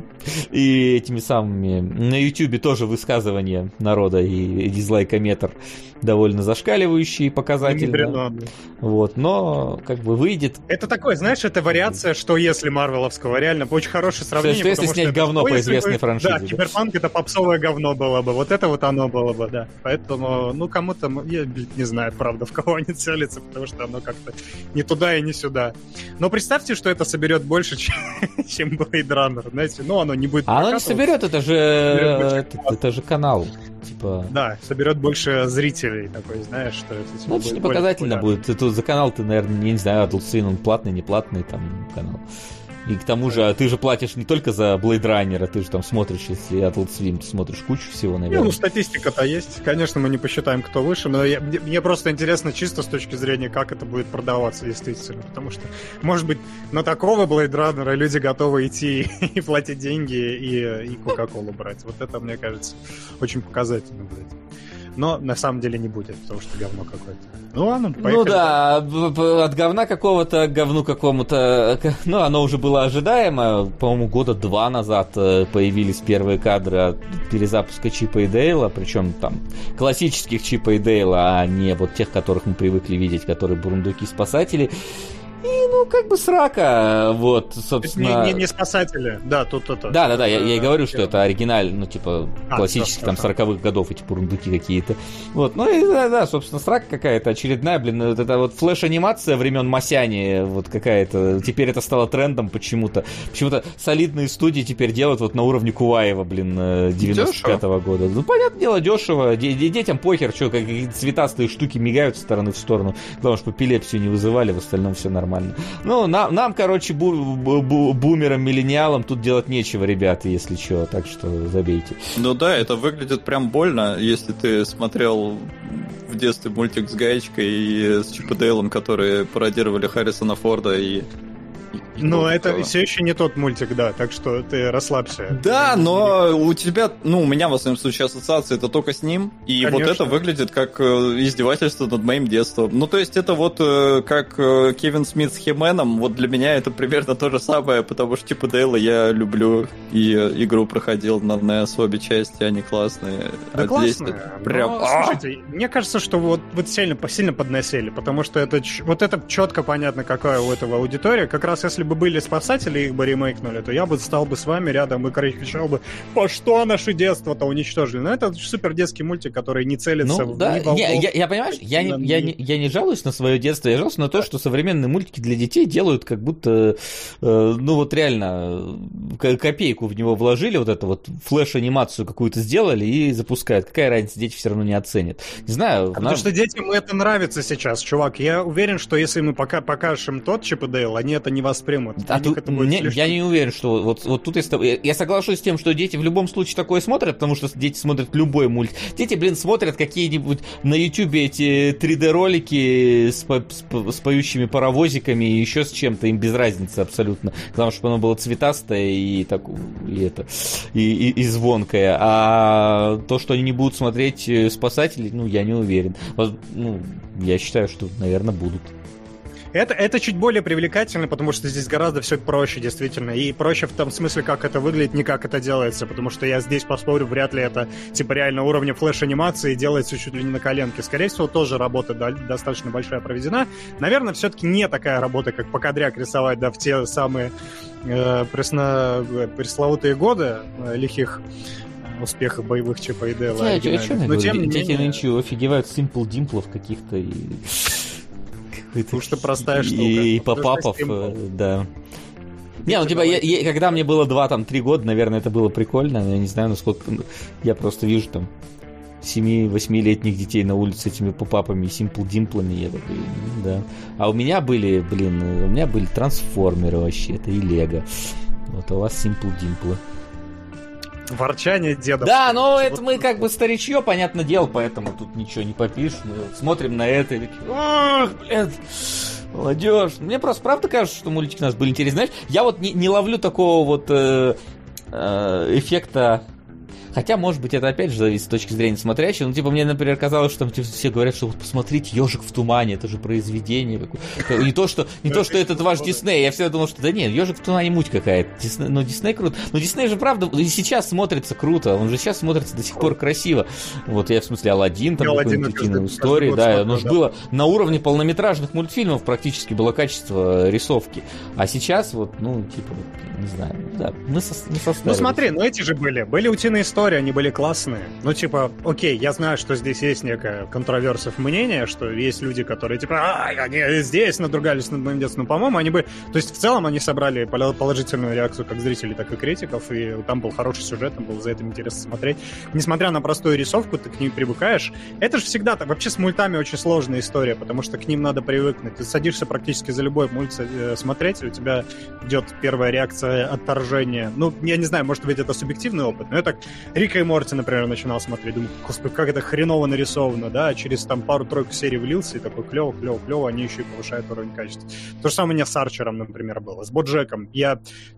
и этими самыми на Ютубе тоже высказывания народа и, и дизлайкометр довольно зашкаливающие показательно. Вот, но как бы выйдет. Это такое, знаешь, это вариация, что если марвеловского, реально очень хорошее сравнение. Что если снять что говно по известной бы, франшизе. Да, да, киберпанк это попсовое говно было бы. Вот это вот оно было бы, да. Поэтому, ну, кому-то, я не знаю, правда, в кого они целятся, потому что оно как-то не туда и не сюда. Но представьте, что это соберет больше, чем, чем Blade Runner, знаете. Ну, оно не будет. А оно не соберет, это же, это, это же канал. Типа... Да, соберет больше зрителей, такой, знаешь, что это... Ну, это не показательно будет. Тут за канал ты, наверное, не знаю, Adult Swim, он платный, не платный там канал. И к тому же, ты же платишь не только за Blade Runner, ты же там смотришь, если Adult Swim, ты смотришь кучу всего, наверное. Не, ну, статистика-то есть. Конечно, мы не посчитаем, кто выше, но я, мне просто интересно чисто с точки зрения, как это будет продаваться действительно. Потому что, может быть, на такого Blade Runner люди готовы идти и платить деньги, и, и Кока-Колу брать. Вот это, мне кажется, очень показательно, блядь. Но на самом деле не будет, потому что говно какое-то. Ну ладно, поехали. Ну да, от говна какого-то к говну какому-то. Ну, оно уже было ожидаемо. По-моему, года два назад появились первые кадры от перезапуска Чипа и Дейла. Причем там классических Чипа и Дейла, а не вот тех, которых мы привыкли видеть, которые бурундуки-спасатели. И, ну, как бы срака, вот, собственно... Не, не, не спасатели, да, тут это... Да-да-да, я, я и говорю, что это оригиналь, ну, типа, а, классических, там, да, сороковых годов, эти бурундуки какие-то. Вот, ну, и, да-да, собственно, срака какая-то очередная, блин, вот эта вот флеш-анимация времен Масяни, вот какая-то, теперь это стало трендом почему-то. Почему-то солидные студии теперь делают вот на уровне Куваева, блин, девяносто пятого года. Ну, понятное дело, дешево, детям похер, что, какие-то цветастые штуки мигают со стороны в сторону. Главное, чтобы эпилепсию не вызывали, в остальном все нормально. Ну, нам, нам короче, бу- бу- бумерам, миллениалам тут делать нечего, ребята, если что, так что забейте. Ну да, это выглядит прям больно, если ты смотрел в детстве мультик с Гаечкой и с Чип и Дейлом, которые пародировали Харрисона Форда и... Ну, это того. Все еще не тот мультик, да, так что ты расслабься. Да, но у тебя, ну, у меня, в основном случае, ассоциация это только с ним, и Конечно. Вот это выглядит как издевательство над моим детством. Ну, то есть это вот как Кевин Смит с Хи-Мэном, вот для меня это примерно то же самое, потому что Чип и Дейла я люблю, и игру проходил на эн и эс обе части, они классные. Да, а классные. Прям... Но, слушайте, мне кажется, что вот, вот сильно, сильно подносили, потому что это, вот это четко понятно, какая у этого аудитория, как раз если бы бы были спасатели, их бы ремейкнули, то я бы стал бы с вами рядом и кричал бы: по что наше детство-то уничтожили? Но это супер детский мультик, который не целится ну, в да. волков, я, я, я, понимаешь, я не, я, не, я не жалуюсь на свое детство, я жалуюсь на то, что современные мультики для детей делают как будто, э, ну вот реально, копейку в него вложили, вот эту вот флеш-анимацию какую-то сделали и запускают. Какая разница, дети все равно не оценят. Не знаю. А потому что детям это нравится сейчас, чувак. Я уверен, что если мы пока покажем тот Чип и Дейл, они это не воспримут. А тут, это будет не, я не уверен, что вот, вот тут я, я соглашусь с тем, что дети в любом случае такое смотрят, потому что дети смотрят любой мульт. Дети, блин, смотрят какие-нибудь на Ютубе эти три дэ-ролики с, по, с, с поющими паровозиками и еще с чем-то, им без разницы абсолютно. Главное, чтобы оно было цветастое и, так, и, это, и, и, и звонкое. А то, что они не будут смотреть «Спасателей», ну, я не уверен. Ну, я считаю, что, наверное, будут. Это, это чуть более привлекательно, потому что здесь гораздо все проще, действительно. И проще в том смысле, как это выглядит, не как это делается. Потому что я здесь поспорю, вряд ли это типа реально уровня флеш-анимации делается чуть ли не на коленке. Скорее всего, тоже работа достаточно большая проведена. Наверное, все-таки не такая работа, как покадряк рисовать, да, в те самые э, пресно, пресловутые годы э, лихих успехов боевых Чипа и Дейла. А дети нынче офигевают Simple Dimplов каких-то и... Потому что простая штука. И, и попапов, да. Не, ну типа, я, я, когда мне было два-три года, наверное, это было прикольно, но я не знаю, насколько... Я просто вижу там семи-восьмилетних детей на улице с этими попапами и Simple Dimplами, я такой, да. А у меня были, блин, у меня были трансформеры вообще-то и Лего. Вот, а у вас Simple Dimple. Ворчание деда. Да, но вот это мы как бы старичье, понятное дело, поэтому тут ничего не попишешь. Мы смотрим на это и такие: ах, блядь, молодежь. Мне просто правда кажется, что мультики у нас были интересны. Знаешь, я вот не, не ловлю такого вот э, э, эффекта. Хотя, может быть, это опять же зависит с точки зрения смотрящего. Ну, типа, мне, например, казалось, что там типа, все говорят, что вот посмотрите «Ежик в тумане», это же произведение какое-то. Не то, что, не то, что этот ваш Дисней. Я всегда думал, что да нет, «Ежик в тумане» муть какая-то. Дисней, но Дисней круто. Но Дисней же, правда, и сейчас смотрится круто. Он же сейчас смотрится до сих пор красиво. Вот я, в смысле, «Аладдин», там какой-нибудь утиной истории. Да, оно же было на уровне полнометражных мультфильмов практически было качество рисовки. А сейчас вот, ну, типа, не знаю, да, мы, со, мы состарились. Ну, смотри, ну эти же были. Были «Утиные истории», они были классные. Ну, типа, окей, я знаю, что здесь есть некая контроверсия мнения, что есть люди, которые, типа, а, они здесь надругались над моим детством. Ну, по-моему, они бы... То есть, в целом, они собрали положительную реакцию как зрителей, так и критиков, и там был хороший сюжет, там было за этим интересно смотреть. Несмотря на простую рисовку, ты к ней привыкаешь. Это же всегда так. Вообще, с мультами очень сложная история, потому что к ним надо привыкнуть. Ты садишься практически за любой мульт смотреть, и у тебя идет первая реакция отторжения. Ну, я не знаю, может быть, это субъективный опыт, но я так Рика и Морти, например, начинал смотреть. Думаю, господи, как это хреново нарисовано, да? Через там пару-тройку серий влился, и такой клево, клево, клево, они еще и повышают уровень качества. То же самое у меня с Арчером, например, было. С Боджеком. Я...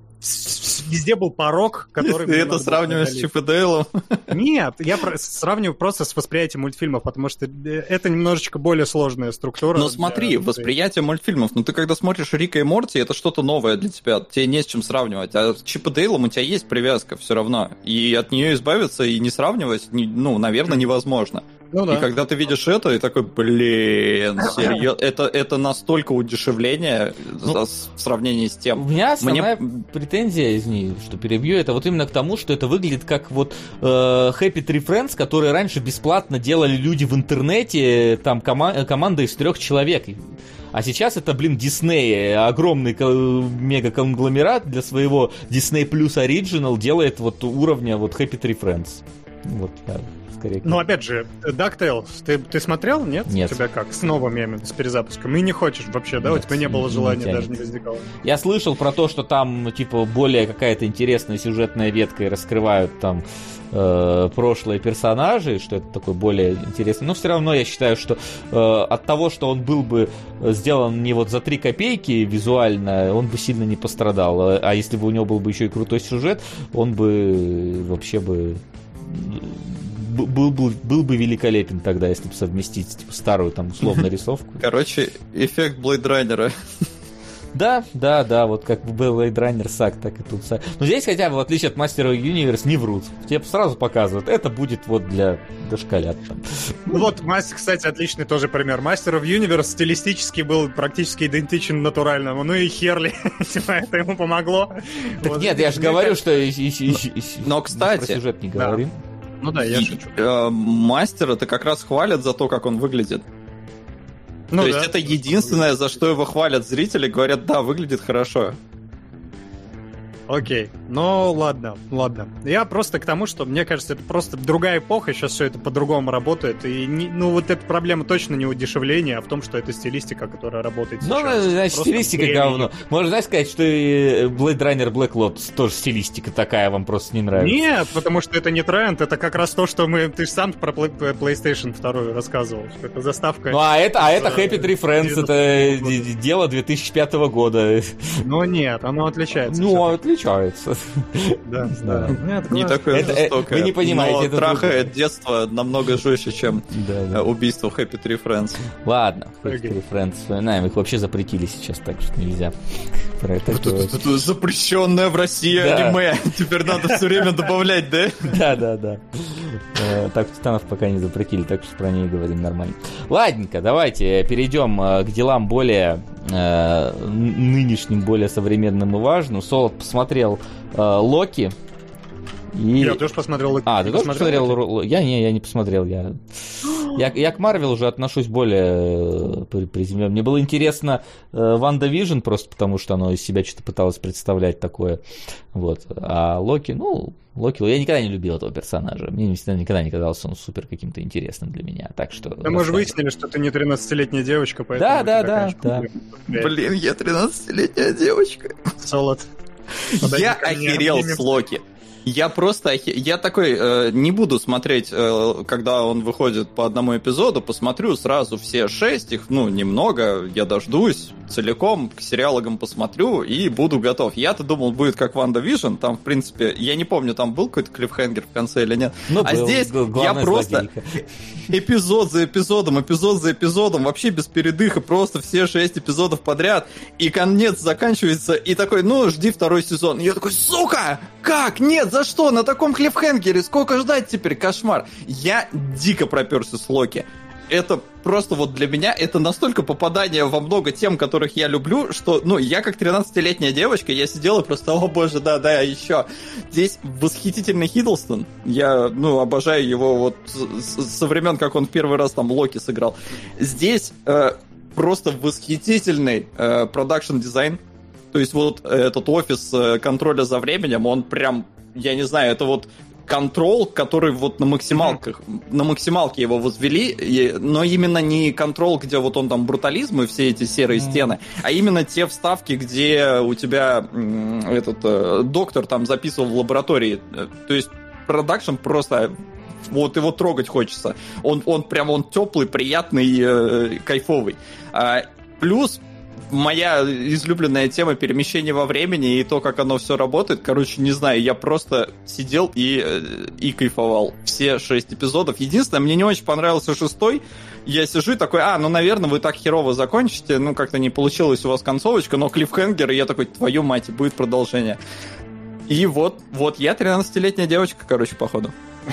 Везде был порог, который... Ты это сравниваешь с Чип и Дейлом? Нет, я про- сравниваю просто с восприятием мультфильмов, потому что это немножечко более сложная структура. Но смотри, для... восприятие мультфильмов, ну ты когда смотришь Рика и Морти, это что-то новое для тебя, тебе не с чем сравнивать, а с Чип и Дейлом у тебя есть привязка все равно, и от нее избавиться и не сравнивать, ну, наверное, невозможно. Ну, да. И когда ты видишь это, и такой, блин, серьезно, это, это настолько удешевление ну, в сравнении с тем. У меня основная Мне... претензия, извини, что перебью, это вот именно к тому, что это выглядит как вот э, Happy Tree Friends, которые раньше бесплатно делали люди в интернете, там кома- команда из трех человек. А сейчас это, блин, Disney, огромный мега-конгломерат для своего Disney Plus Original делает вот уровня вот Happy Tree Friends. Вот, да. Ну, опять же, DuckTales, ты, ты смотрел, нет? Нет. У тебя как? С новыми, с перезапуском? И не хочешь вообще, да? Нет, у тебя не было желания, не даже не возникало? Я слышал про то, что там, типа, более какая-то интересная сюжетная ветка и раскрывают там э, прошлые персонажи, что это такое более интересно. Но все равно я считаю, что э, от того, что он был бы сделан не вот за три копейки визуально, он бы сильно не пострадал. А если бы у него был бы еще и крутой сюжет, он бы вообще бы... Был, был, был бы великолепен тогда, если бы совместить типа, старую там условно рисовку. Короче, эффект Блейд Раннера. Да, да, да, вот как был Blade Runner Саг, так и тут Саг. Но здесь хотя бы, в отличие от Master Universe, не врут. Тебе сразу показывают, это будет вот для дошколят. Там. Вот, Мастер, кстати, отличный тоже пример. Master of Universe стилистически был практически идентичен натуральному. Ну и херли, это ему помогло. Так нет, я же говорю, что... Но, кстати... Про сюжет не говорим. Ну да, я шучу. Мастера-то как раз хвалят за то, как он выглядит. Ну, То да. есть это единственное, за что его хвалят зрители, говорят, да, выглядит хорошо. Окей, ну ладно, ладно. Я просто к тому, что мне кажется, это просто другая эпоха, сейчас все это по-другому работает. И не, ну вот эта проблема точно не удешевление, а в том, что это стилистика, которая работает ну, сейчас. Ну, значит, Просто стилистика время. говно. Можно, знаешь, сказать, что и Blade Runner Black Lotus тоже стилистика такая, вам просто не нравится. Нет, потому что это не тренд, это как раз то, что мы... Ты же сам про PlayStation два рассказывал, что это заставка... Ну, а это, а за... это Happy Tree Friends, это дело две тысячи пятого года. Ну нет, оно отличается. Ну, отличается. Да, да. Нет, не такое это, жестокое. Вы не понимаете. Но это трахает другое. детство намного жестче, чем да, да. убийство в Happy Tree Friends. Ладно, Happy Okay. Tree Friends вспоминаем. Их вообще запретили сейчас, так что нельзя про это говорить. Это запрещенное в России аниме. Теперь надо все время добавлять, да? Да, да, да. Так, Титанов пока не запретили, так что про ней говорим нормально. Ладненько, давайте перейдем к делам более нынешним, более современным и важным. Солод посмотрел Локи. И... Я тоже посмотрел Локи. А, ты тоже посмотрел Локи? Я не, я не посмотрел. Я, я, я к Марвел уже отношусь более приземленно. Мне было интересно Ванда Вижн, просто потому что оно из себя что-то пыталось представлять такое. Вот. А Локи, ну, Локи, я никогда не любил этого персонажа. Мне никогда не казался он супер каким-то интересным для меня. Так что. Да мы же выяснили, что ты не тринадцатилетняя девочка, поэтому. Да, да, да, да. Блин, я тринадцатилетняя девочка. Солод. Я охерел с Локи. Я просто... Охер... Я такой, э, не буду смотреть, э, когда он выходит по одному эпизоду, посмотрю сразу все шесть, их, ну, немного, я дождусь целиком, к сериалогам посмотрю и буду готов. Я-то думал, будет как Ванда Вижн, там, в принципе, я не помню, там был какой-то клиффхенгер в конце или нет, ну, а был, здесь был, я просто эпизод за эпизодом, эпизод за эпизодом, вообще без передыха, просто все шесть эпизодов подряд, и конец заканчивается, и такой, ну, жди второй сезон. И я такой, сука, как? Нет, за что? На таком клиффхенгере? Сколько ждать теперь? Кошмар. Я дико проперся с Локи. Это просто вот для меня, это настолько попадание во много тем, которых я люблю, что, ну, я как тринадцатилетняя девочка, я сидела и просто, о боже, да, да, еще. Здесь восхитительный Хиддлстон. Я, ну, обожаю его вот с, со времен, как он в первый раз там Локи сыграл. Здесь э, просто восхитительный продакшн-дизайн. То есть вот этот офис контроля за временем, он прям, я не знаю, это вот контрол, который вот на максималках, mm-hmm. на максималке его возвели, и, но именно не контрол, где вот он там брутализм и все эти серые mm-hmm. стены, а именно те вставки, где у тебя м, этот э, доктор там записывал в лаборатории. То есть продакшн просто... Вот его трогать хочется. Он, он прям он теплый, приятный, э, кайфовый. А, плюс моя излюбленная тема перемещения во времени и то, как оно все работает, короче, не знаю, я просто сидел и, и кайфовал. Все шесть эпизодов. Единственное, мне не очень понравился шестой. Я сижу и такой, а, ну, наверное, вы так херово закончите, ну, как-то не получилась у вас концовочка, но клиффхенгер, и я такой, твою мать, будет продолжение. И вот, вот я тринадцатилетняя девочка, короче, походу.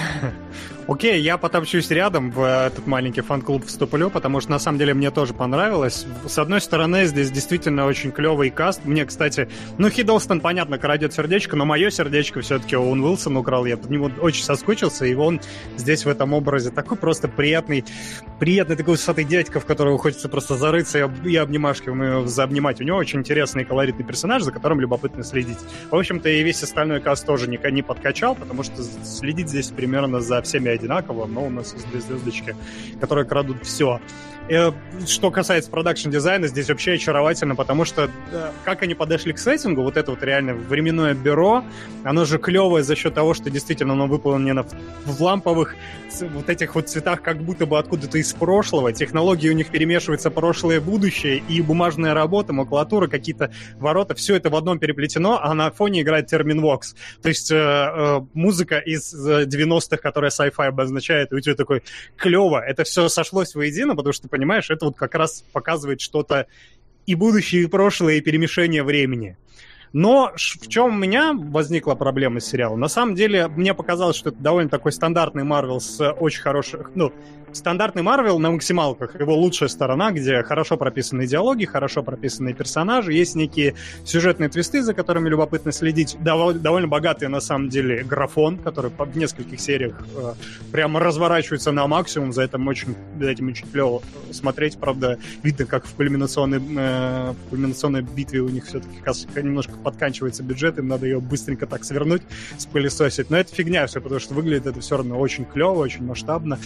Окей, я потопчусь рядом, в этот маленький фан-клуб вступлю, потому что на самом деле мне тоже понравилось. С одной стороны, здесь действительно очень клевый каст. Мне, кстати, ну, Хиддлстон, понятно, крадет сердечко, но мое сердечко все-таки Оуэн Уилсон украл. Я под него очень соскучился, и он здесь в этом образе такой просто приятный, приятный такой усатый дядька, в которого хочется просто зарыться и, об, и обнимашки ему заобнимать. У него очень интересный и колоритный персонаж, за которым любопытно следить. В общем-то, и весь остальной каст тоже не, не подкачал, потому что следить здесь примерно за всеми одинаково, но у нас есть две звездочки, которые крадут все. И, что касается продакшн-дизайна, здесь вообще очаровательно, потому что как они подошли к сеттингу, вот это вот реально временное бюро, оно же клевое за счет того, что действительно оно выполнено в, в ламповых вот этих вот цветах, как будто бы откуда-то из прошлого. Технологии у них перемешиваются прошлое и будущее, и бумажная работа, макулатура, какие-то ворота, все это в одном переплетено, а на фоне играет Терминвокс. То есть э, э, музыка из девяностых, которая sci-fi обозначает, и у тебя такой клево, это все сошлось воедино, потому что, понимаешь, это вот как раз показывает что-то и будущее, и прошлое, и перемешение времени. Но в чем у меня возникла проблема с сериалом? На самом деле, мне показалось, что это довольно такой стандартный Марвел с очень хороших... Ну, стандартный Марвел на максималках. Его лучшая сторона, где хорошо прописаны диалоги, хорошо прописанные персонажи, есть некие сюжетные твисты, за которыми любопытно следить. Довольно, довольно богатый, на самом деле, графон, который в нескольких сериях э, прямо разворачивается на максимум. За этим очень, за этим очень клево смотреть. Правда, видно, как в кульминационной, э, в кульминационной битве у них все-таки немножко подканчивается бюджет, им надо ее быстренько так свернуть, спылесосить. Но это фигня все, потому что выглядит это все равно очень клево, очень масштабно.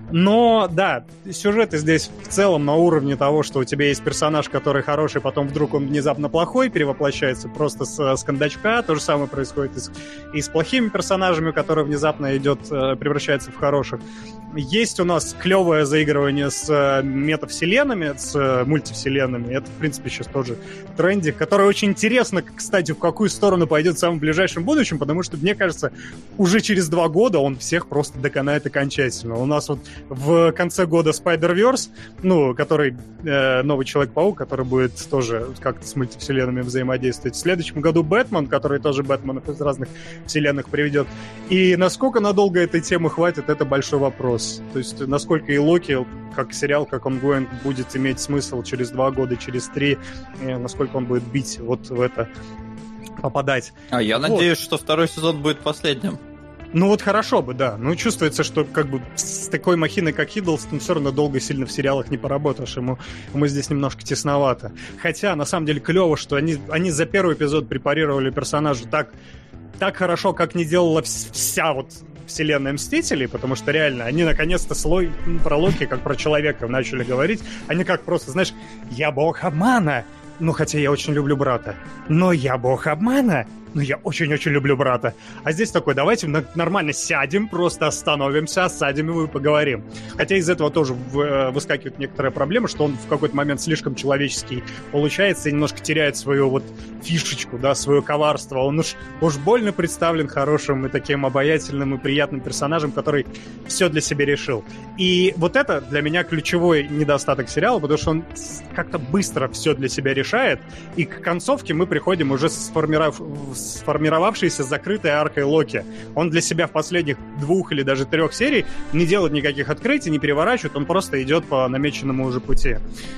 Но, да, сюжеты здесь в целом на уровне того, что у тебя есть персонаж, который хороший, потом вдруг он внезапно плохой, перевоплощается просто с, с кондачка. То же самое происходит и с, и с плохими персонажами, которые внезапно идет, превращаются в хороших. Есть у нас клевое заигрывание с метавселенными, с мультивселенными. Это, в принципе, сейчас тоже трендик, который очень интересно, кстати, в какую сторону пойдет в самом ближайшем будущем, потому что, мне кажется, уже через два года он всех просто доконает окончательно. У нас вот в конце года Spider-Verse, ну, который э, новый Человек-паук, который будет тоже как-то с мультивселенными взаимодействовать. В следующем году Бэтмен, который тоже Бэтменов из разных вселенных приведет. И насколько надолго этой темы хватит, это большой вопрос. То есть, насколько и Локи, как сериал, как ongoing, будет иметь смысл через два года, через три, насколько он будет бить вот в это, попадать. А я вот. надеюсь, что второй сезон будет последним. Ну вот хорошо бы, да. Ну чувствуется, что как бы с такой махиной, как Хиддлстон, все равно долго сильно в сериалах не поработаешь. Ему, ему здесь немножко тесновато. Хотя, на самом деле, клево, что они, они за первый эпизод препарировали персонажа так, так хорошо, как не делала вся вот вселенная Мстителей, потому что реально они наконец-то слой про Локи, как про человека начали говорить. Они как просто, знаешь, я бог обмана. Ну, хотя я очень люблю брата. Но я бог обмана. Ну, я очень-очень люблю брата. А здесь такой, давайте нормально сядем, просто остановимся, осадим его и поговорим. Хотя из этого тоже выскакивает некоторая проблема, что он в какой-то момент слишком человеческий получается и немножко теряет свою вот фишечку, да, свое коварство. Он уж, уж больно представлен хорошим и таким обаятельным и приятным персонажем, который все для себя решил. И вот это для меня ключевой недостаток сериала, потому что он как-то быстро все для себя решает, и к концовке мы приходим уже сформировав сформировавшейся закрытой аркой Локи. Он для себя в последних двух или даже трех серий не делает никаких открытий, не переворачивает, он просто идет по намеченному уже пути.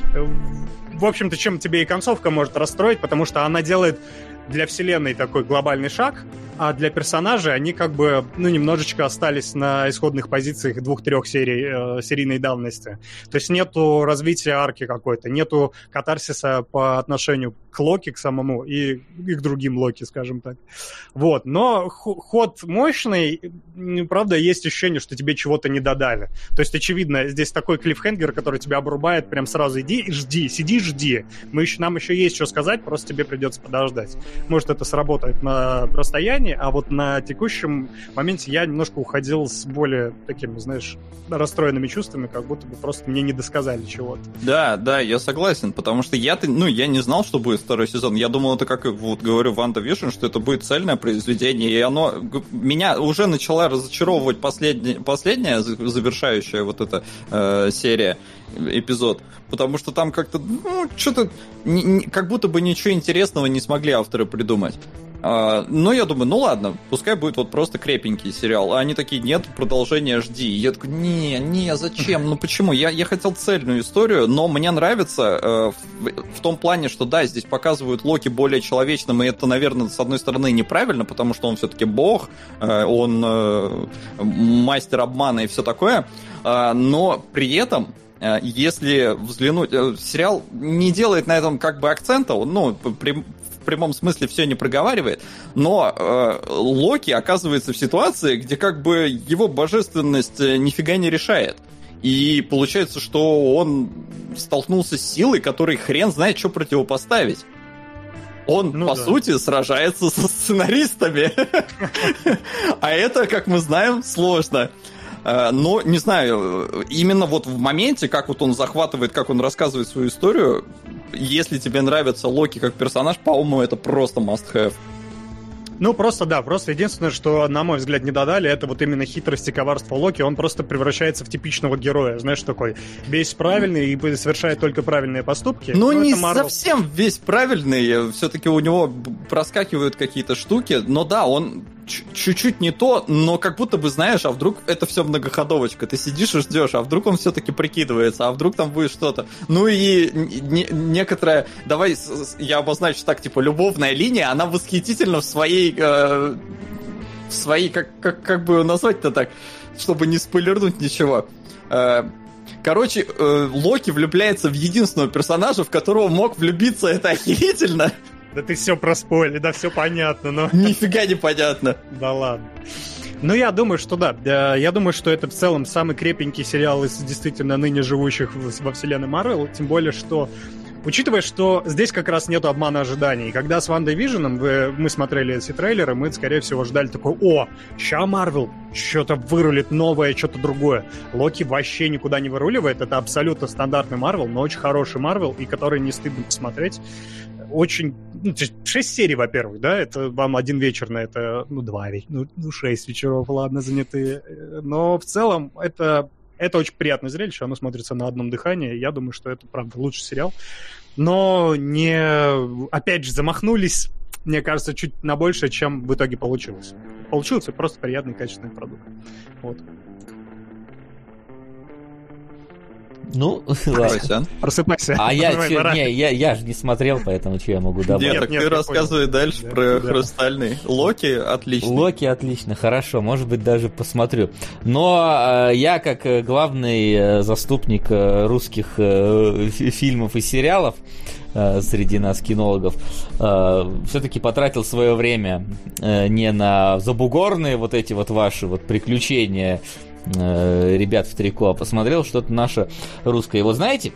В общем-то, чем тебе и концовка может расстроить, потому что она делает для вселенной такой глобальный шаг, а для персонажей они как бы, ну, немножечко остались на исходных позициях двух-трех серий э, серийной давности. То есть нету развития арки какой-то, нету катарсиса по отношению к Локи, к самому, и, и к другим Локи, скажем так. Вот. Но х- ход мощный, правда, есть ощущение, что тебе чего-то не додали. То есть, очевидно, здесь такой клиффхенгер, который тебя обрубает, прям сразу иди и жди, сиди, жди. Мы еще, нам еще есть что сказать, просто тебе придется подождать. Может, это сработает на расстоянии, а вот на текущем моменте я немножко уходил с более такими, знаешь, расстроенными чувствами, как будто бы просто мне не досказали чего-то. Да, да, я согласен, потому что я, ну, я не знал, что будет второй сезон. Я думал, это как, вот говорю, WandaVision, что это будет цельное произведение, и оно меня уже начала разочаровывать последняя, последняя завершающая вот эта э, серия, эпизод, потому что там как-то, ну, что-то, не, не, как будто бы ничего интересного не смогли авторы придумать. Uh, но я думаю, ну ладно, пускай будет вот просто крепенький сериал. А они такие, нет, продолжение жди. И я такой, не, не, зачем? Ну почему? Я, я хотел цельную историю, но мне нравится uh, в, в том плане, что да, здесь показывают Локи более человечным, и это, наверное, с одной стороны неправильно, потому что он все-таки бог, uh, он uh, мастер обмана и все такое, uh, но при этом если взглянуть, сериал не делает на этом как бы акцента, ну, при, в прямом смысле все не проговаривает, но э, Локи оказывается в ситуации, где как бы его божественность нифига не решает. И получается, что он столкнулся с силой, которой хрен знает, что противопоставить. Он, ну, по да. сути, сражается со сценаристами. А это, как мы знаем, сложно. Но, не знаю, именно вот в моменте, как вот он захватывает, как он рассказывает свою историю, если тебе нравится Локи как персонаж, по-моему, это просто must-have. Ну, просто, да, просто единственное, что, на мой взгляд, не додали, это вот именно хитрость и коварство Локи. Он просто превращается в типичного героя, знаешь, такой весь правильный и совершает только правильные поступки. Ну, но не Marvel... совсем весь правильный, все-таки у него проскакивают какие-то штуки, но да, он чуть-чуть не то, но как будто бы, знаешь, а вдруг это все многоходовочка, ты сидишь и ждешь, а вдруг он все-таки прикидывается, а вдруг там будет что-то. Ну и не, некоторая, давай я обозначу так, типа, любовная линия, она восхитительна в своей, э, в своей, как, как, как бы назвать-то так, чтобы не спойлернуть ничего. Э, короче, э, Локи влюбляется в единственного персонажа, в которого мог влюбиться, это охерительно. Да ты все проспойлили, да все понятно, но... Нифига не понятно. Да ладно. Ну, я думаю, что да. Я думаю, что это в целом самый крепенький сериал из действительно ныне живущих во вселенной Марвел. Тем более, что... Учитывая, что здесь как раз нету обмана ожиданий. Когда с Вандой Виженом мы смотрели эти трейлеры, мы, скорее всего, ждали такой: о, ща Марвел что-то вырулит новое, что-то другое. Локи вообще никуда не выруливает. Это абсолютно стандартный Марвел, но очень хороший Марвел, и который не стыдно посмотреть. Очень... Ну, шесть серий, во-первых, да? Это вам один вечер на это... Ну, два вечера. Ну, шесть вечеров, ладно, занятые. Но в целом это... Это очень приятное зрелище, оно смотрится на одном дыхании. Я думаю, что это, правда, лучший сериал. Но не... Опять же, замахнулись, мне кажется, чуть на большее, чем в итоге получилось. Получился просто приятный, качественный продукт. Вот. Ну, ладно. Просыпайся. А я, чё, не, я, я же не смотрел, поэтому что я могу добавить? Нет, так нет, ты рассказывай понял. Дальше да, про да. Хрустальный. Локи отлично. Локи отлично, хорошо, может быть, даже посмотрю. Но э, я, как главный э, заступник э, русских э, фильмов и сериалов э, среди нас, кинологов, э, все-таки потратил свое время э, не на забугорные вот эти вот ваши вот приключения ребят в трико, а посмотрел что-то наше русское. И вот знаете,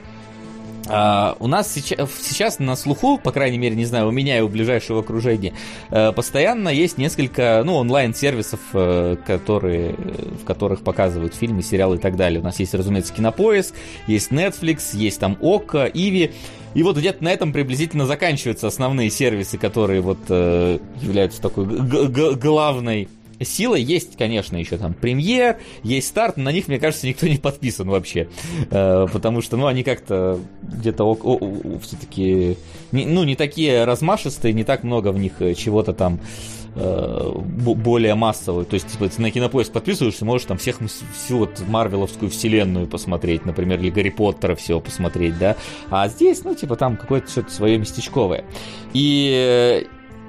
у нас сейчас, сейчас на слуху, по крайней мере, не знаю, у меня и у ближайшего окружения, постоянно есть несколько, ну, онлайн-сервисов, которые, в которых показывают фильмы, сериалы и так далее. У нас есть, разумеется, Кинопоиск, есть Netflix, есть там Окко, Иви. И вот где-то на этом приблизительно заканчиваются основные сервисы, которые вот являются такой г- г- главной силой. Есть, конечно, еще там Премьер, есть Старт, но на них, мне кажется, никто не подписан вообще, потому что, ну, они как-то где-то о- о- о- все-таки, не, ну, не такие размашистые, не так много в них чего-то там э, более массового. То есть, типа, ты на Кинопоиск подписываешься, можешь там всех, всю вот марвеловскую вселенную посмотреть, например, или Гарри Поттера всего посмотреть, да, а здесь, ну, типа, там какое-то что-то свое местечковое. И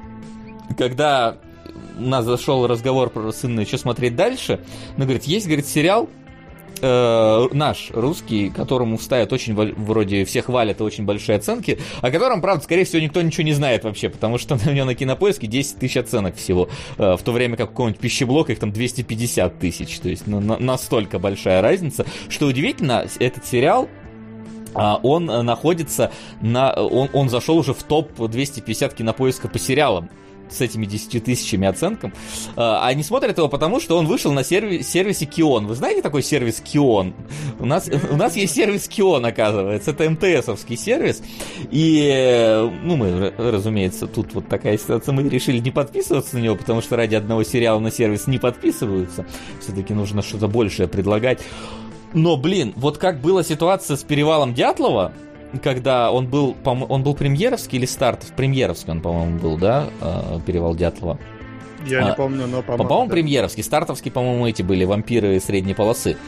когда у нас зашел разговор про сына, что смотреть дальше, она говорит, есть, говорит, сериал э, наш, русский, которому ставят очень, вроде всех хвалят и очень большие оценки, о котором, правда, скорее всего, никто ничего не знает вообще, потому что у него на Кинопоиске десять тысяч оценок всего, э, в то время как у какого-нибудь Пищеблока их там двести пятьдесят тысяч, то есть ну, на, настолько большая разница. Что удивительно, этот сериал, он находится на... Он, он зашел уже в топ двести пятьдесят Кинопоиска по сериалам с этими десятью тысячами оценкам. А не смотрят его потому, что он вышел на серви- сервисе Кион. Вы знаете такой сервис Кион? У нас, у нас есть сервис Кион, оказывается. Это эм тэ эсовский сервис. И, ну, мы, разумеется, тут вот такая ситуация. Мы решили не подписываться на него, потому что ради одного сериала на сервис не подписываются. Все-таки нужно что-то большее предлагать. Но, блин, вот как была ситуация с «Перевалом Дятлова», когда он был, он был премьеровский или старт? Премьеровский он, по-моему, был, да, «Перевал Дятлова»? Я а, не помню, но, по-моему... По-моему, да. премьеровский. Стартовский, по-моему, эти были «Вампиры средней полосы».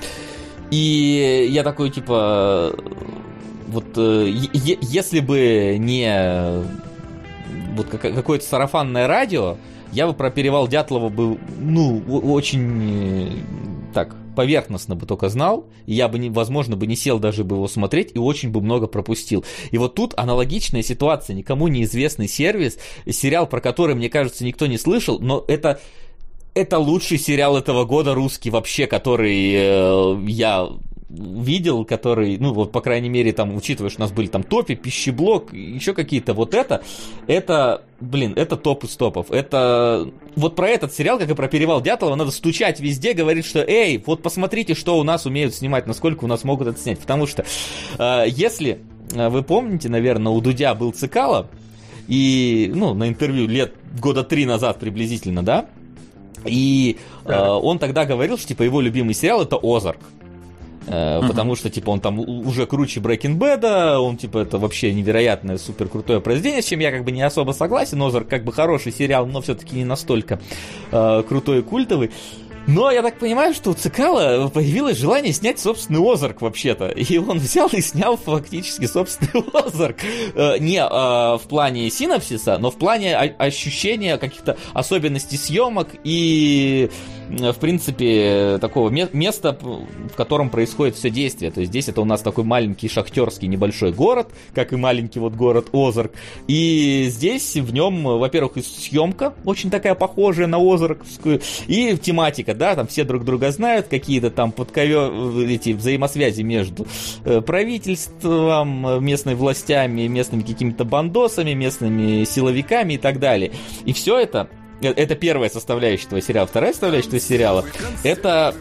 И я такой, типа... Вот е- если бы не вот какое-то сарафанное радио, я бы про «Перевал Дятлова» бы, ну, очень так... поверхностно бы только знал, и я бы, не, возможно, бы не сел даже бы его смотреть, и очень бы много пропустил. И вот тут аналогичная ситуация, никому неизвестный сервис, сериал, про который, мне кажется, никто не слышал, но это, это лучший сериал этого года русский вообще, который э, я видел, который, ну, вот, по крайней мере, там, учитывая, что у нас были там топи, Пищеблок, еще какие-то, вот это, это, блин, это топ из топов. Это, вот про этот сериал, как и про «Перевал Дятлова», надо стучать везде, говорить, что, эй, вот посмотрите, что у нас умеют снимать, насколько у нас могут это снять. Потому что, э, если вы помните, наверное, у Дудя был Цикало, и, ну, на интервью лет года три назад приблизительно, да? И э, он тогда говорил, что типа его любимый сериал это «Озарк». Uh-huh. Потому что, типа, он там уже круче Breaking Bad'а, он, типа, это вообще невероятное, супер крутое произведение, с чем я, как бы, не особо согласен. «Озарк», как бы, хороший сериал, но все-таки не настолько э, крутой и культовый. Но я так понимаю, что у Цикала появилось желание снять собственный «Озарк» вообще-то. И он взял и снял фактически собственный «Озарк». Не в плане синопсиса, но в плане ощущения каких-то особенностей съемок и, в принципе, такого места, в котором происходит все действие. То есть здесь это у нас такой маленький шахтерский небольшой город, как и маленький вот город Озарк. И здесь в нем, во-первых, и съемка очень такая похожая на Озаркскую, и тематика, да, там все друг друга знают, какие-то там подковер... эти взаимосвязи между правительством, местными властями, местными какими-то бандосами, местными силовиками и так далее. И все это, это первая составляющая этого сериала. Вторая составляющая этого сериала, это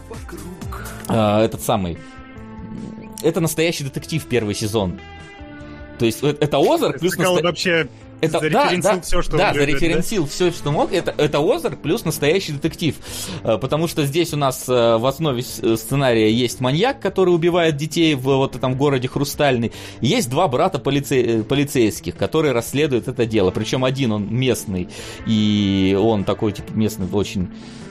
э, этот самый, это настоящий детектив первый сезон. То есть это «Озарк» плюс... Насто... вообще... Это, зареференсил да, да, все, что да, он любит, зареференсил да? все, что мог. Это, это «Озарк» плюс настоящий детектив. Потому что здесь у нас в основе сценария есть маньяк, который убивает детей в вот этом городе Хрустальный. Есть два брата полице... полицейских, которые расследуют это дело. Причем один он местный, и он такой, типа, местный очень...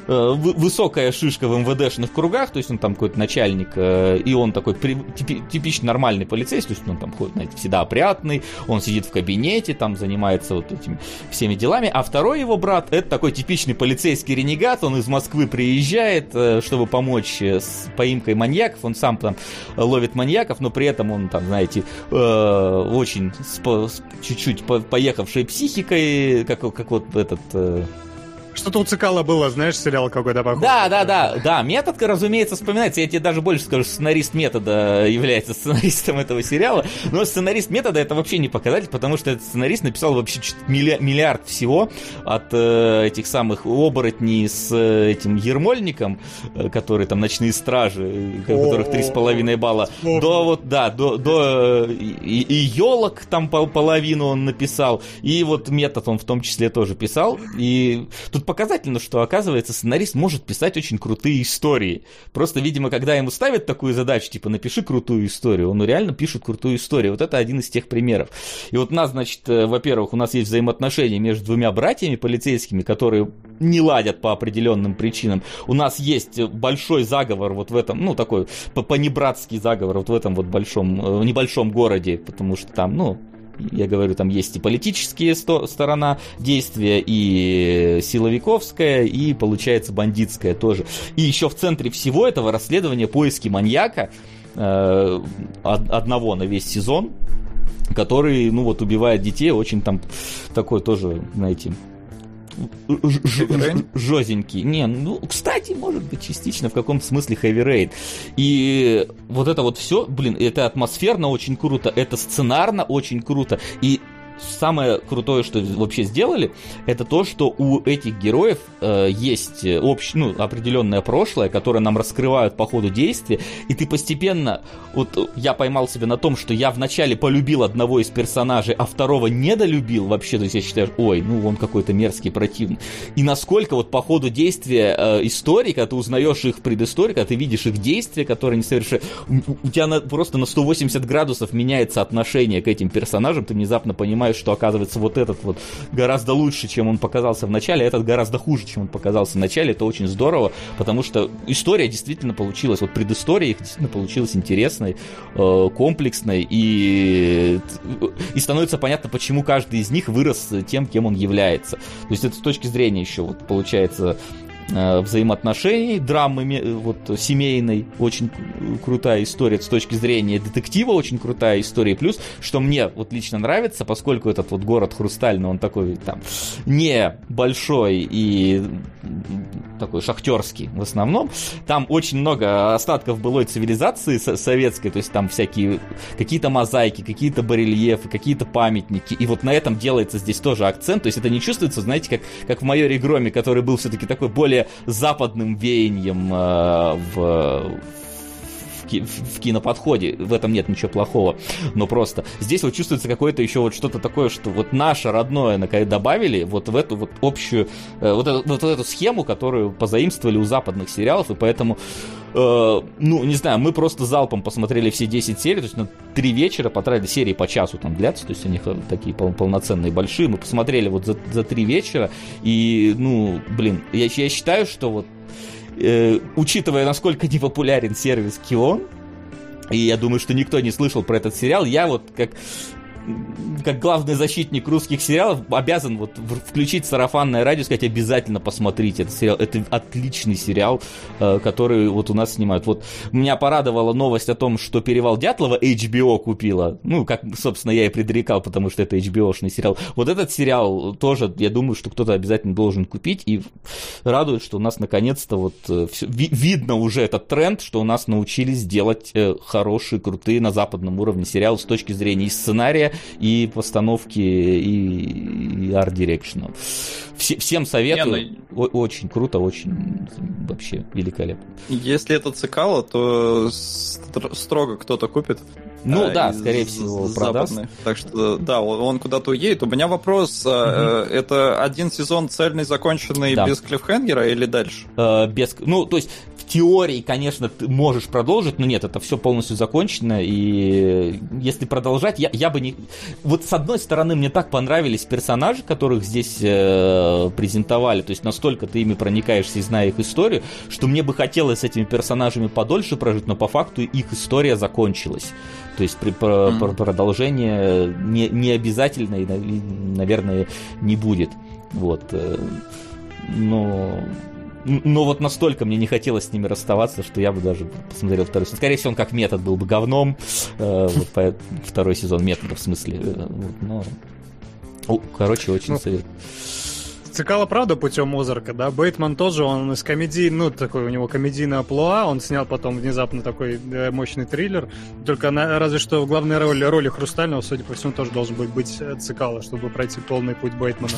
высокая шишка в эм вэ дэшных кругах, то есть он там какой-то начальник, и он такой типи, типично нормальный полицейский, то есть он там ходит, знаете, всегда опрятный, он сидит в кабинете, там занимается вот этими всеми делами, а второй его брат, это такой типичный полицейский ренегат, он из Москвы приезжает, чтобы помочь с поимкой маньяков, он сам там ловит маньяков, но при этом он там, знаете, очень чуть-чуть поехавшей психикой, как, как вот этот... Что-то у Цикала было, знаешь, сериал какой-то похожий. Да, да, да, да. Метод, разумеется, вспоминается. Я тебе даже больше скажу, сценарист Метода является сценаристом этого сериала. Но сценарист Метода это вообще не показатель, потому что этот сценарист написал вообще миллиард всего от э, этих самых оборотней с э, этим Ермольником, э, которые там ночные стражи, у которых три с половиной балла, до вот, да, до, до э, и, и елок там пол, половину он написал, и вот Метод он в том числе тоже писал. И тут показательно, что, оказывается, сценарист может писать очень крутые истории. Просто, видимо, когда ему ставят такую задачу, типа, напиши крутую историю, он реально пишет крутую историю. Вот это один из тех примеров. И вот у нас, значит, во-первых, у нас есть взаимоотношения между двумя братьями полицейскими, которые не ладят по определенным причинам. У нас есть большой заговор вот в этом, ну, такой понебратский заговор вот в этом вот большом, небольшом городе, потому что там, ну, я говорю, там есть и политическая сто- сторона действия, и силовиковская, и, получается, бандитская тоже. И еще в центре всего этого расследования поиски маньяка, э, одного на весь сезон, который, ну вот, убивает детей, очень там такой тоже, знаете... жёзенький. Не, ну, кстати, может быть, частично в каком-то смысле Heavy Rain. И вот это вот все, блин, это атмосферно очень круто, это сценарно очень круто. И самое крутое, что вообще сделали, это то, что у этих героев э, есть общ, ну, определенное прошлое, которое нам раскрывают по ходу действия, и ты постепенно, вот я поймал себя на том, что я вначале полюбил одного из персонажей, а второго недолюбил вообще, то есть я считаю, ой, ну он какой-то мерзкий, противный. И насколько вот по ходу действия э, истории, когда ты узнаешь их предысторию, когда ты видишь их действия, которые они совершают, у тебя на, просто на сто восемьдесят градусов меняется отношение к этим персонажам, ты внезапно понимаешь, что, оказывается, вот этот вот гораздо лучше, чем он показался в начале, а этот гораздо хуже, чем он показался в начале. Это очень здорово, потому что история действительно получилась, вот предыстория их действительно получилась интересной, комплексной, и, и становится понятно, почему каждый из них вырос тем, кем он является. То есть это с точки зрения еще, вот, получается, взаимоотношений, драмы вот, семейной, очень крутая история, с точки зрения детектива очень крутая история, плюс, что мне вот лично нравится, поскольку этот вот город Хрустальный, он такой там небольшой и такой шахтерский в основном, там очень много остатков былой цивилизации советской, то есть там всякие какие-то мозаики, какие-то барельефы, какие-то памятники, и вот на этом делается здесь тоже акцент, то есть это не чувствуется, знаете, как, как в майоре Громе, который был все-таки такой более западным веянием э, в, в ки- в киноподходе, в этом нет ничего плохого, но просто здесь вот чувствуется какое-то еще вот что-то такое, что вот наше родное наконец добавили вот в эту вот общую, вот эту, вот эту схему, которую позаимствовали у западных сериалов, и поэтому э, ну, не знаю, мы просто залпом посмотрели все десять серий, то есть на три вечера потратили, серии по часу там длятся, то есть у них такие пол- полноценные большие, мы посмотрели вот за, за три вечера, и, ну, блин, я, я считаю, что вот э, учитывая, насколько непопулярен сервис Кион, и я думаю, что никто не слышал про этот сериал, я вот как... как главный защитник русских сериалов обязан вот включить сарафанное радио и сказать, обязательно посмотрите этот сериал. Это отличный сериал, который вот у нас снимают. Вот меня порадовала новость о том, что «Перевал Дятлова» эйч би о купила. Ну, как, собственно, я и предрекал, потому что это эйч би о-шный сериал. Вот этот сериал тоже, я думаю, что кто-то обязательно должен купить. И радует, что у нас наконец-то вот все, ви- видно уже этот тренд, что у нас научились делать хорошие, крутые на западном уровне сериалы с точки зрения и сценария, и постановки, и, и арт-дирекшена. Все, всем советую. Не, ну... О- очень круто, очень вообще великолепно. Если это Цикало, то стр- строго кто-то купит. Ну а, да, из, скорее всего, продаст. Так что, да, он, он куда-то уедет. У меня вопрос, mm-hmm. э, это один сезон цельный, законченный, да, без клиффхенгера или дальше? Э, без, ну, то есть в теории, конечно, ты можешь продолжить, но нет, это все полностью закончено, и если продолжать, я, я бы не... Вот с одной стороны, мне так понравились персонажи, которых здесь э, презентовали, то есть настолько ты ими проникаешься и зная их историю, что мне бы хотелось с этими персонажами подольше прожить, но по факту их история закончилась. То есть при, про, mm-hmm. продолжение не, не обязательно и, наверное, не будет. Вот. Но... Но вот настолько мне не хотелось с ними расставаться, что я бы даже посмотрел второй сезон. Скорее всего, он как метод был бы говном. Э, вот по, второй сезон метода, в смысле. Э, вот, но... О, короче, очень ну, советую. Цикало, правда, путем Озарка, да? Бейтман тоже, он из комедии, ну, такой у него комедийный амплуа, он снял потом внезапно такой э, мощный триллер, только на, разве что в главной роли, роли Хрустального, судя по всему, тоже должен быть, быть Цикало, чтобы пройти полный путь Бейтмана.